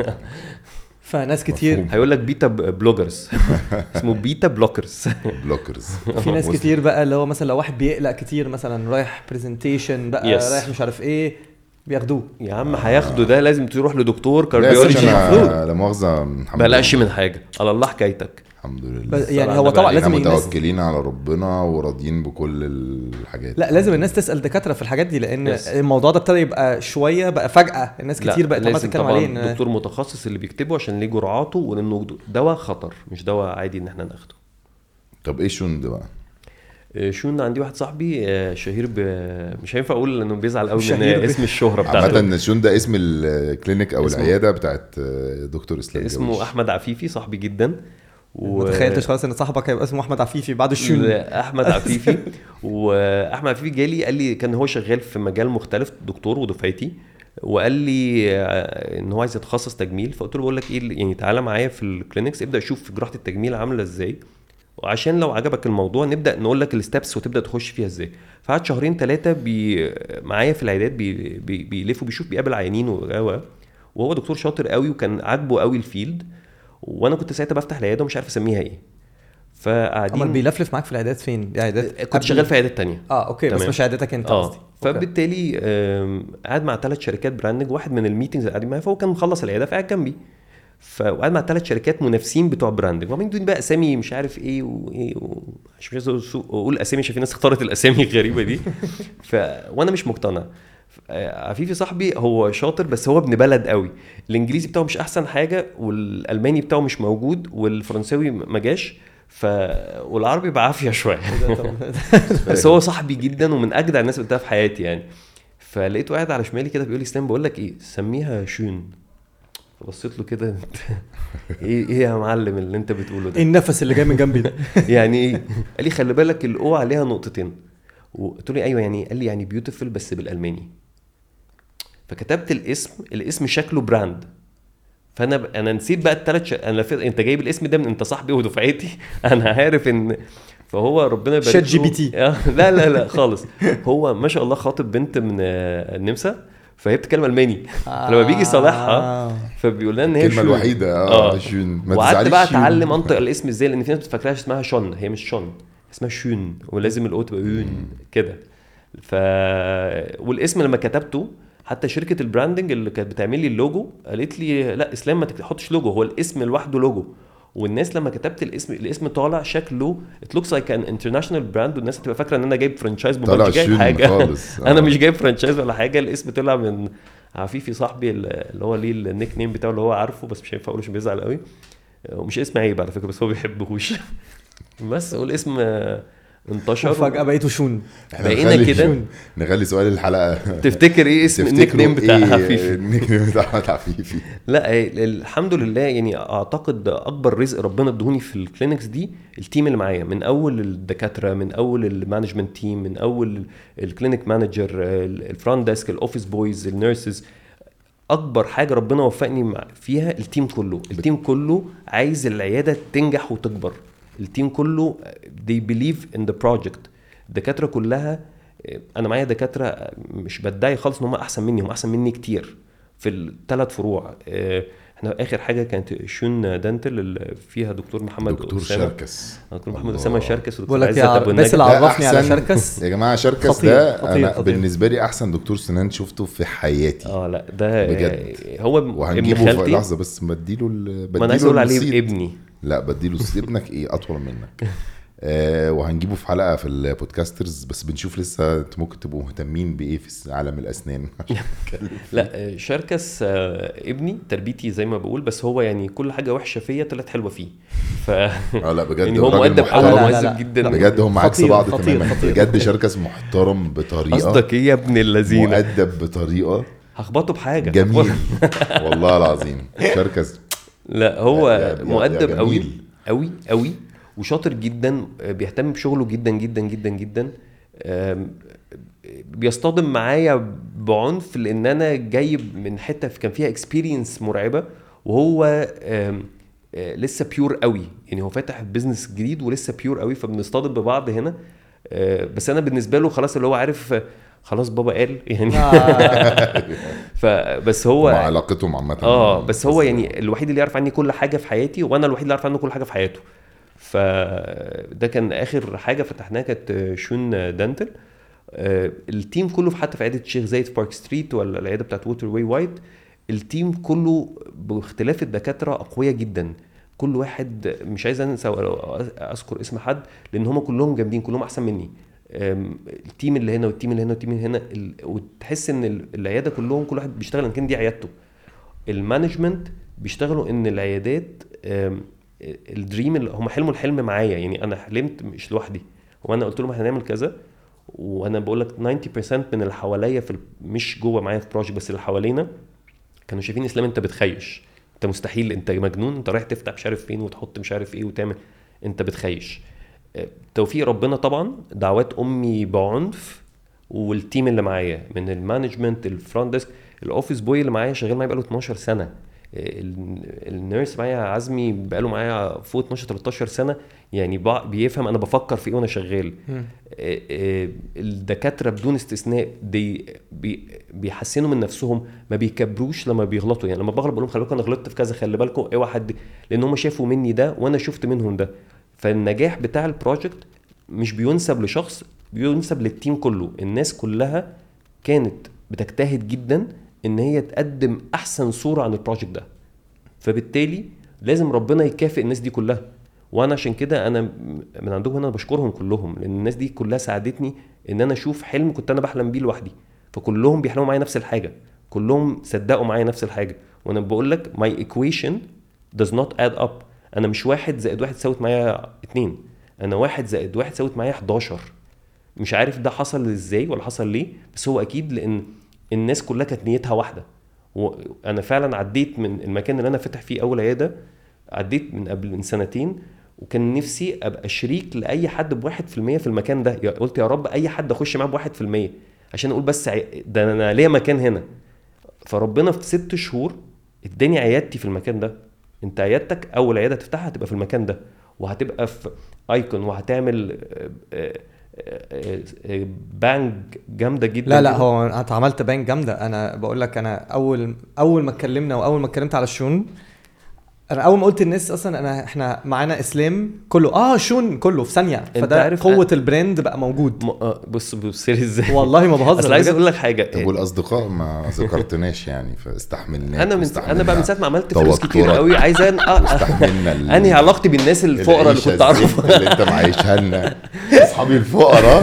فناس كتير هيقول لك بيتا بلوجرز اسمه بيتا بلوكرز بلوكرز. في ناس كتير بقى اللي هو مثلا لو واحد بيقلق كتير مثلا رايح برزنتيشن بقى yes. رايح مش عارف ايه بياخدوه. يا عم هياخدوا ده لازم تروح لدكتور كارديولوجي المفروض. لا مؤاخذه بلاش من حاجه على الله حكايتك. الحمد لله. يعني هو طبعا لازم متوكلين على ربنا وراضيين بكل الحاجات. لا لازم الناس تسال دكاتره في الحاجات دي، لان yes. الموضوع ده ابتدى يبقى شويه بقى فجاه الناس كتير بقت عماله تتكلم عليه. ان دكتور متخصص اللي بيكتبه عشان ليه جرعاته، ولانه دواء خطر مش دواء عادي ان احنا ناخده. طب ايه شون ده بقى؟ شون عندي واحد صاحبي شهير ب... مش هينفع اقول لانه بيزعل قوي من اسم الشهره بتاعته. عامه شون ده اسم الكلينيك او العياده بتاعت دكتور اسلام. اسمه جوش. احمد عفيفي صاحبي جدا. و... ما تخيلتش خلاص ان صاحبك هيبقى اسمه احمد عفيفي بعد الشون. احمد عفيفي. واحمد عفيفي جالي قال لي كان هو شغال في مجال مختلف، دكتور ودفعتي، وقال لي ان هو عايز يتخصص تجميل. فقلت له بقول لك ايه يعني تعالى معايا في الكلينكس، ابدا شوف جراحه التجميل عامله ازاي، وعشان لو عجبك الموضوع نبدا نقول لك الستبس وتبدا تخش فيها ازاي. فقعد شهرين ثلاثه بي معايا في العيادات بي بي بيلفوا بيشوف بيقابل عيانين و... وهو دكتور شاطر قوي وكان عاجبه قوي الفيلد. وانا كنت ساعتها بفتح العياده ومش عارف اسميها ايه. فقاعدين امال بيلفلف معاك في العيادات فين؟ عيادات كنت شغال في عيادات تانية. اه اوكي تمام. بس مش عيادتك انت قصدي. فبالتالي قاعد مع ثلاث شركات براندنج. واحد من الميتنجز اللي قاعدين معايا فهو كان مخلص العياده فقاعد جنبي، فقعد مع ثلاث شركات منافسين بتوع براندنج، وبعدين دوني بقى اسامي مش عارف ايه وايه و... مش عايز اقول اسامي عشان في ناس اختارت الاسامي الغريبه دي. ف وانا مش مقتنع. عفيفي صاحبي هو شاطر بس هو ابن بلد قوي، الانجليزي بتاعه مش احسن حاجه، والالماني بتاعه مش موجود، والفرنساوي ما جاش، ف والعربي بعافيه شويه. بس هو صاحبي جدا ومن اجدع الناس اللي قلتها في حياتي يعني. فلقيته قاعد على شمالي كده بيقول لي اسلام بقول لك ايه سميها شون. فبصيت له كده ايه ايه يا معلم اللي انت بتقوله ده؟ ايه النفس اللي جاي من جنبي ده؟ يعني ايه؟ قال لي خلي بالك الاو عليها نقطتين. وقلت له ايوه يعني. قال لي يعني بيوتيفل بس بالالماني. فكتبت الاسم، الاسم شكله براند. فانا ب... انا نسيت بقى الثلاث ش... انا ف... انت جايب الاسم ده من انت صاحبي ودفعتي انا عارف ان فهو ربنا يبارك له. شات جي بي تي. لا لا لا خالص. هو ما شاء الله خاطب بنت من النمسا فهي بتتكلم الماني. آه. فلما بيجي صالحها فبيقول لنا ان هي الكلمه الوحيده اه شون. وقعدت بقى اتعلم انطق الاسم ازاي، لان في ناس بتفكرها اسمها شون، هي مش شون اسمها شون، ولازم الاو تبقى يون كده. ف والاسم لما كتبته حتى شركه البراندنج اللي كانت بتعمل لي اللوجو قالت لي لا اسلام ما تحطش لوجو، هو الاسم لوحده لوجو. والناس لما كتبت الاسم الاسم طالع شكله it looks like an international brand والناس هتبقى فاكره ان انا جايب فرانشايز طلع مش جايب شون حاجه خالص. انا آه. مش جايب فرانشايز ولا حاجه. الاسم طلع من عفيفي صاحبي اللي هو ليه النيك نيم بتاعه اللي هو عارفه بس مش هينفع اقوله عشان بيزعل قوي ومش اسم عيب على فكره بس هو بيحبهوش بس هو الاسم انتشر وفجأة بقيتوا شون احنا بقينا نخلي- كده. نخلي سؤال الحلقه تفتكر ايه اسم النيك تفتكروا نيم بتاع إيه عفيفي؟ النيك نيم بتاع أحمد عفيفي؟ لا الحمد لله يعني اعتقد اكبر رزق ربنا ادوني في الكلينكس دي التيم اللي معايا من اول الدكاتره من اول المانجمنت تيم من اول الكلينيك مانجر الفرونت ديسك الاوفيس بويز النيرسز. اكبر حاجه ربنا وفقني فيها التيم كله. التيم كله عايز العياده تنجح وتكبر. التيم كله they believe in the project. الدكاتره كلها انا معايا دكاتره مش بدعي خالص ان هم احسن مني هم احسن مني كتير في الثلاث فروع. احنا اخر حاجه كانت شون دانتل اللي فيها دكتور محمد دكتور أسامة. شركس دكتور محمد اسامه شركس بقول ودكتور لك عزت يا ابو بس النجا. اللي عرفني على أحسن- شركس يا جماعه شركس خطير، ده خطير، انا خطير. بالنسبه لي احسن دكتور سنان شفته في حياتي. اه لا ده بجد. هو ابن وهنجيبه في خالتي. لحظه بس بديله ال... ما انا عايز اقول عليه السيت. ابني. لا بديله السيت. ابنك ايه اطول منك. آه وهنجيبه في حلقه في البودكاسترز بس بنشوف لسه انتوا ممكن تبقوا مهتمين بايه في عالم الاسنان. لا شركس آه، ابني تربيتي زي ما بقول بس هو يعني كل حاجه وحشه فيا طلعت حلوه فيه. ف اه لا بجد يعني هو راجل مؤدب محترم. قوي لا، لا، لا. ومهذب جدا. بجد هم عكس خطير، بعض خطير، تماما. خطير. بجد شركس محترم بطريقه قصدك ايه يا ابن اللذين؟ مؤدب بطريقه هخبطه بحاجه. جميل. والله العظيم شركس لا هو يا- يا- يا مؤدب قوي جميل. قوي قوي وشاطر جدا بيهتم بشغله جدا جدا جدا جدا. آم، بيصطدم معايا بعنف لان انا جايب من حته كان فيها اكسبيرينس مرعبه وهو آم، آه، لسه بيور قوي يعني هو فاتح بيزنس جديد ولسه بيور قوي فبنصطدم ببعض هنا. آه، بس انا بالنسبه له خلاص اللي هو عارف آه، خلاص بابا قال يعني آه. فبس هو مع علاقتهم عامه. اه بس هو يعني الوحيد اللي يعرف عني كل حاجه في حياتي وانا الوحيد اللي يعرف عنه كل حاجه في حياته. فده كان اخر حاجه فتحناها كانت شون دانتل. آه، التيم كله في حتى في عياده الشيخ زايد في بارك ستريت ولا العياده بتاعت ووتر واي وايت التيم كله باختلاف الدكاتره اقوياء جدا. كل واحد مش عايز انسى ولا اذكر اسم حد لان هم كلهم جامدين كلهم احسن مني. آم، التيم اللي هنا والتيم اللي هنا والتيم اللي هنا ال- وتحس ان ال- العياده كلهم كل واحد بيشتغل ان كان دي عيادته. المانجمنت بيشتغلوا ان العيادات آم، الدريم اللي هم حلموا الحلم معايا يعني انا حلمت مش لوحدي وانا قلت لهم هنعمل كذا وانا بقول لك تسعين بالمية من اللي حواليا في ال- مش جوه معايا في بروجكت بس اللي حوالينا كانوا شايفين اسلام انت بتخيش انت مستحيل انت مجنون انت رايح تفتح مش عارف فين وتحط مش عارف ايه وتعمل انت بتخيش. آه، توفيق ربنا طبعا دعوات امي بعنف والتيم اللي معايا من المانجمنت الفرونت ديسك الاوفيس بوي اللي معايا شغال معايا بقاله اتناشر سنه. ال- النيرس معايا عزمي بقاله معايا فوق اتناشر تلتاشر سنه يعني بع- بيفهم انا بفكر في ايه وانا شغال. آه، آه، الدكاتره بدون استثناء دي بي بيحسنوا من نفسهم ما بيكبروش لما بيغلطوا يعني لما بغلط بقول لهم خلي بالكم انا غلطت في كذا خلي بالكم اوعى حد لان هم شافوا مني ده وانا شفت منهم ده. فالنجاح بتاع البروجكت مش بينسب لشخص بينسب للتيم كله. الناس كلها كانت بتجتهد جدا ان هي تقدم احسن صورة عن البروجكت ده فبالتالي لازم ربنا يكافئ الناس دي كلها. وانا عشان كده انا من عندهم هنا بشكرهم كلهم لان الناس دي كلها ساعدتني ان انا اشوف حلم كنت انا بحلم بيه لوحدي فكلهم بيحلموا معايا نفس الحاجة كلهم صدقوا معايا نفس الحاجة. وانا بقول لك my equation does not add up. انا مش واحد زائد واحد ساوت معايا اتنين انا واحد زائد واحد ساوت معايا حداشر. مش عارف ده حصل ازاي ولا حصل ليه بس هو اكيد لان الناس كلها كانت نيتها واحده. وانا فعلا عديت من المكان اللي انا فتح فيه اول عياده عديت من قبل من سنتين وكان نفسي ابقى شريك لاي حد بواحد في المية في المكان ده. قلت يا رب اي حد اخش معاه بواحد في المية عشان اقول بس ده انا ليا مكان هنا. فربنا في ست شهور اداني عيادتي في المكان ده. انت عيادتك اول عياده تفتحها هتبقى في المكان ده وهتبقى في ايكون وهتعمل بانج جامده جدا. لا لا جداً. هو انت عملت بانك جامده. انا بقول لك انا اول اول ما اتكلمنا واول ما اتكلمت على الشون انا اول ما قلت الناس اصلا انا احنا معانا اسلام كله اه شون كله في ثانيه، فده عارف قوه البراند بقى موجود. م... آه بص بص لي ازاي والله ما بهزر اصل عايز بجد. اقول لك حاجه. طب والاصدقاء ما ذكرتناش يعني فاستحملنا. انا من انا بقى من ساعه ما عملت فلوس كتير قوي عايز ان استحملنا ال- انهي علاقتي بالناس الفقراء اللي كنت اعرفها اللي انت معيشها لنا اصحابي الفقراء.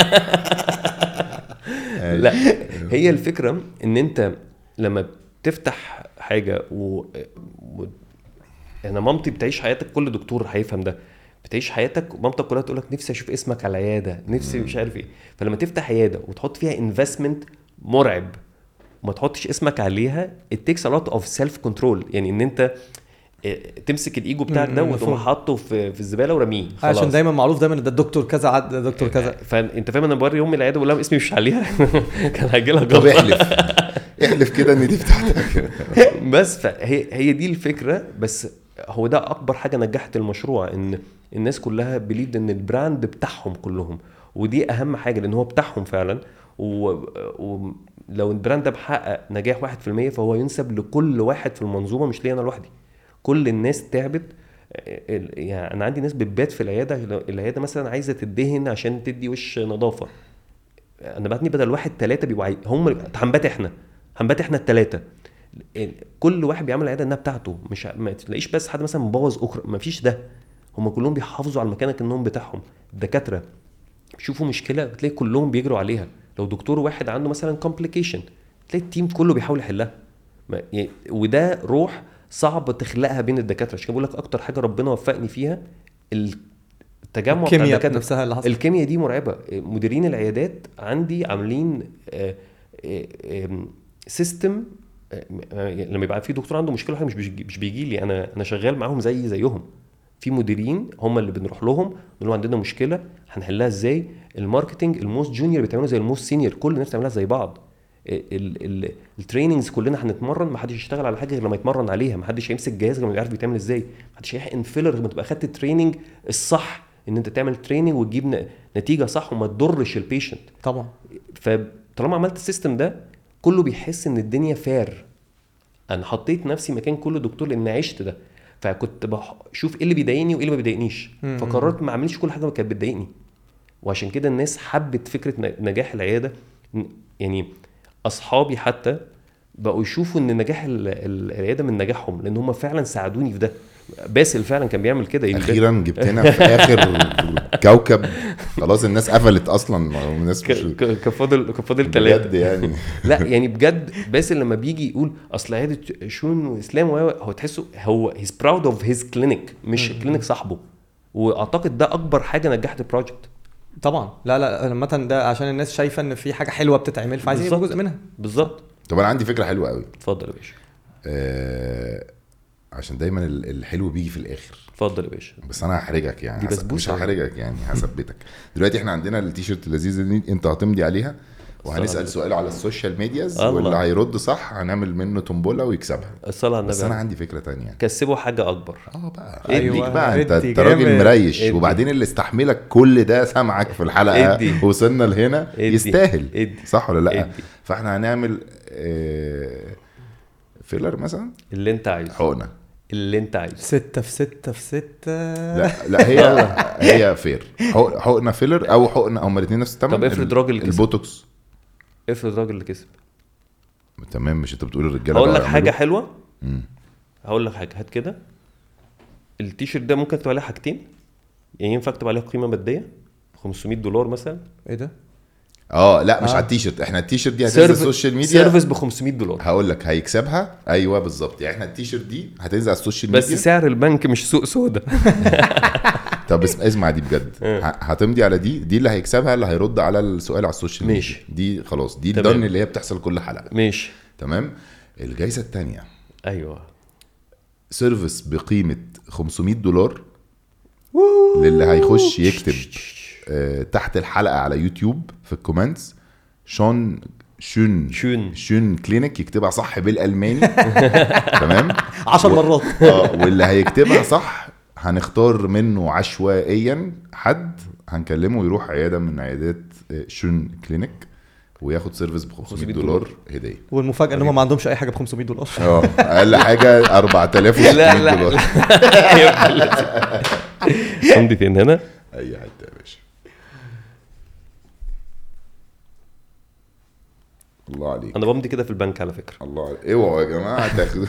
لا هي الفكره ان انت لما بتفتح حاجه و... و... انا مامتي بتعيش حياتك، كل دكتور هيفهم ده، بتعيش حياتك مامتك كلها تقول لك نفسي اشوف اسمك على العياده، نفسي مش عارف ايه. فلما تفتح عياده وتحط فيها انفستمنت مرعب وما تحطش اسمك عليها it takes a lot of self control، يعني ان انت تمسك الايجو بتاعك ده وتقوم حاطه في في الزباله ورميه خلاص، عشان دايما معروف دايما ده الدكتور كذا عد ده دكتور كذا. فانت فاهم انا بوري يوم العياده ولا اسمي مش عليها كان هيجي لها طب احلف احلف كده ان دي بتاعتك. بس فهي هي دي الفكره. بس هو ده اكبر حاجه نجحت المشروع، ان الناس كلها بليد ان البراند بتاعهم كلهم، ودي اهم حاجه لان هو بتاعهم فعلا. ولو البراند ده محقق نجاح واحد في المية فهو ينسب لكل واحد في المنظومه، مش لي انا لوحدي. كل الناس تعبت. يعني انا عندي ناس بتبات في العياده، العياده مثلا عايزه تدهن عشان تدي وش نظافه، انا بعتني بدل واحد ثلاثه بيبقوا عاي... هم هنبات احنا هنبات احنا الثلاثه. كل واحد بيعمل العياده انها بتاعته، مش ما تلاقيش بس حد مثلا مبوظ اخرى، ما فيش ده. هم كلهم بيحافظوا على المكان كانهم بتاعهم. الدكاتره بيشوفوا مشكله بتلاقي كلهم بيجروا عليها. لو دكتور واحد عنده مثلا كومبليكيشن تلاقي التيم كله بيحاول يحلها. يعني وده روح صعب تخلقها بين الدكاتره. عشان بقول لك اكتر حاجه ربنا وفقني فيها التجمع بتاع الدكاتره نفسها اللي حصل. الكيمياء دي مرعبه. مديرين العيادات عندي عاملين سيستم، لما يبقى في دكتور عنده مشكله حاجه مش بيجي مش بيجي لي انا انا شغال معاهم زي زيهم. في مديرين هم اللي بنروح لهم نقول لهم عندنا مشكله هنحلها ازاي. الماركتنج الموست جونيور بتعمله زي الموست سينيور، كل الناس بتعملها زي بعض. التريننجز كلنا هنتمرن، ما حدش يشتغل على حاجه غير لما يتمرن عليها، ما حدش هيمسك جهاز غير لما يعرف بيتعمل ازاي، ما حدش هيحقن فيلر غير لما تبقى خدت التريننج الصح ان انت تعمل تريننج وتجيب نتيجه صح وما تضرش البيشنت طبعا. فطالما عملت السيستم ده كله بيحس ان الدنيا فير. انا حطيت نفسي مكان كل دكتور لان عشت ده، فكنت بشوف ايه اللي بيضايقني وايه اللي ما بيضايقنيش، فقررت ما اعملش كل حاجه كانت بتضايقني. وعشان كده الناس حبت فكره نجاح العياده. يعني اصحابي حتى بقوا يشوفوا ان نجاح العياده من نجاحهم لان هم فعلا ساعدوني في ده. باسل فعلا كان بيعمل كده. اخيرا جبتنا في اخر كوكب خلاص الناس قفلت اصلا، الناس مش كفاضل كفاضل ثلاثه بجد يعني. لا يعني بجد باسل لما بيجي يقول اصل عياده شون واسلام هو تحسه هو هيز براود اوف هيز كلينيك مش كلينيك صاحبه. واعتقد ده اكبر حاجه نجحت البروجكت طبعا. لا لا مثلا ده عشان الناس شايفه ان في حاجه حلوه بتتعمل فعايزين يبقوا جزء منها. بالظبط. طب انا عندي فكره حلوه قوي. اتفضل يا باشا. آه عشان دايما الحلو بيجي في الاخر. اتفضل يا باشا. بس انا هحرجك يعني مش هحرجك يعني هثبتك. دلوقتي احنا عندنا التيشيرت اللذيذه دي انت هتمضي عليها وهنسال سؤال على السوشيال ميدياز واللي هيرد صح هنعمل منه تومبولا ويكسبها. الصلاه على النبي. بس انا عندي فكره تانية. كسبوا حاجه اكبر. اه بقى ايوه بقى انت انت راجل مريش ادي. وبعدين اللي استحملك كل ده سمعك في الحلقه ادي. وصلنا لهنا ادي. يستاهل ادي. صح ولا لا؟ ادي. فاحنا هنعمل اه فيلر مثلا اللي انت عايزه. حقنه اللي انت عايزه. ستة في ستة في ستة. لا لا هي هي فير حقنه فيلر او حقنه هما الاثنين نفس الثمن. طب افرض راجل كسب. البوتوكس. افرض راجل اللي كسب. تمام مش انت بتقول الرجاله. هقول لك حاجه حلوه. امم هقول لك حاجه. هات كده التيشيرت ده ممكن تكتب عليه حاجتين، يعني ينفع اكتب عليه قيمه ماديه خمسمية دولار مثلا. ايه ده؟ اه لا مش آه. على التيشيرت. احنا التيشيرت دي هتنزل السوشيال ميديا سيرفيس ب خمسمية دولار. هقول لك هيكسبها. ايوه بالظبط. يعني احنا التيشيرت دي هتنزل على السوشيال ميديا بس سعر البنك مش سوق سودا. طب اسمع دي بجد هتمضي على دي دي اللي هيكسبها اللي هيرد على السؤال على السوشيال ميديا. ماشي. دي خلاص دي الدن اللي هي بتحصل كل حلقه. ماشي تمام. الجائزه الثانيه ايوه سيرفيس بقيمه خمسمية دولار للي هيخش يكتب آه تحت الحلقه على يوتيوب في الكومنتس شون شون شون شون كلينيك يكتبها صح بالالماني. تمام عشر مرات. اه واللي هيكتبها صح هنختار منه عشوائيا حد هنكلمه يروح عياده من عيادات شون كلينيك وياخد سيرفيس ب خمسمية دولار هديه. والمفاجاه ان هم ما عندهمش اي حاجه ب خمسمية دولار. اه اقل حاجه أربعة آلاف وستمية لا لا دولار. عندي فين هنا اي حته يا باشا. الله عليك. انا بمضي كده في البنك على فكره. الله عليك. اوعوا يا جماعه تاخدوا.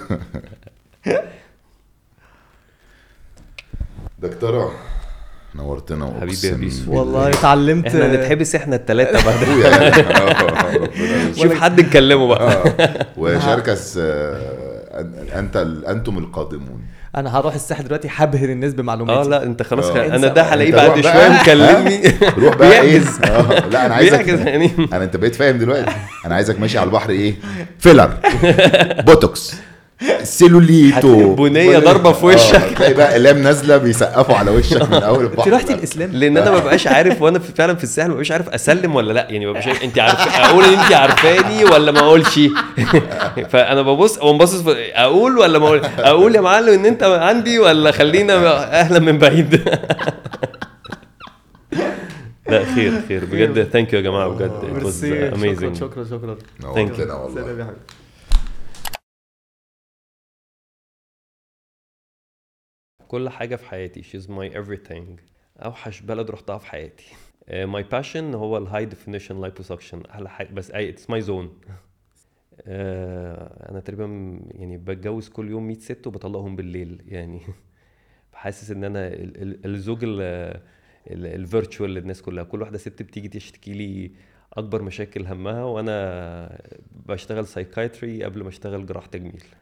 دكتوره نورتنا حبيبي يا بيسو. والله اتعلمت. احنا نتحبس احنا الثلاثه بعد. ربنا شوف حد نكلمه بقى. وشركس آه، انت انتم القادمون. انا هروح الساحل دلوقتي هبهر الناس بمعلوماتي. اه لا انت خلاص خ... آه. انا ده هلاقيه انت بعد روح شويه بقى. مكلمني. روح بقى ايه. بيعجز. آه، لا انا عايزك بيعجز يعني. انا انت بقيت فاهم دلوقتي. انا عايزك ماشي على البحر ايه فيلر بوتوكس سيلوليتو بنيه ضربه في وشك. آه، تلاقي بقى اقلام نازله بيسقفوا على وشك من اول البحر. انت رحتي الاسلام لان انا ما ببقاش عارف وانا في فعلا في الساحل ما ببقاش عارف اسلم ولا لا يعني. ما ببقاش انت عارفه اقول ان انت عارفاني ولا ما اقولش. فانا ببص او ببص اقول ولا ما اقول. اقول يا معلم ان انت عندي ولا خلينا اهلا من بعيد. لا خير خير بجد. ثانك يو يا جماعه بجد. it was amazing. شكرا شكرا نورتنا والله. سلام يا حبيبي. كل حاجة في حياتي she's my everything. أوحش بلد رحتها في حياتي. uh, my passion هو ال high definition liposuction. أحلى حاجة بس أي it's my zone. uh, أنا تقريبا يعني بتجوز كل يوم مية ست وبطلقهم بالليل يعني. بحاسس إن أنا ال- ال- الزوج الفيرتشوال للناس كلها. كل واحدة ست بتيجي تشتكي لي أكبر مشاكل همها وأنا بشتغل سايكايتري قبل ما أشتغل جراح تجميل.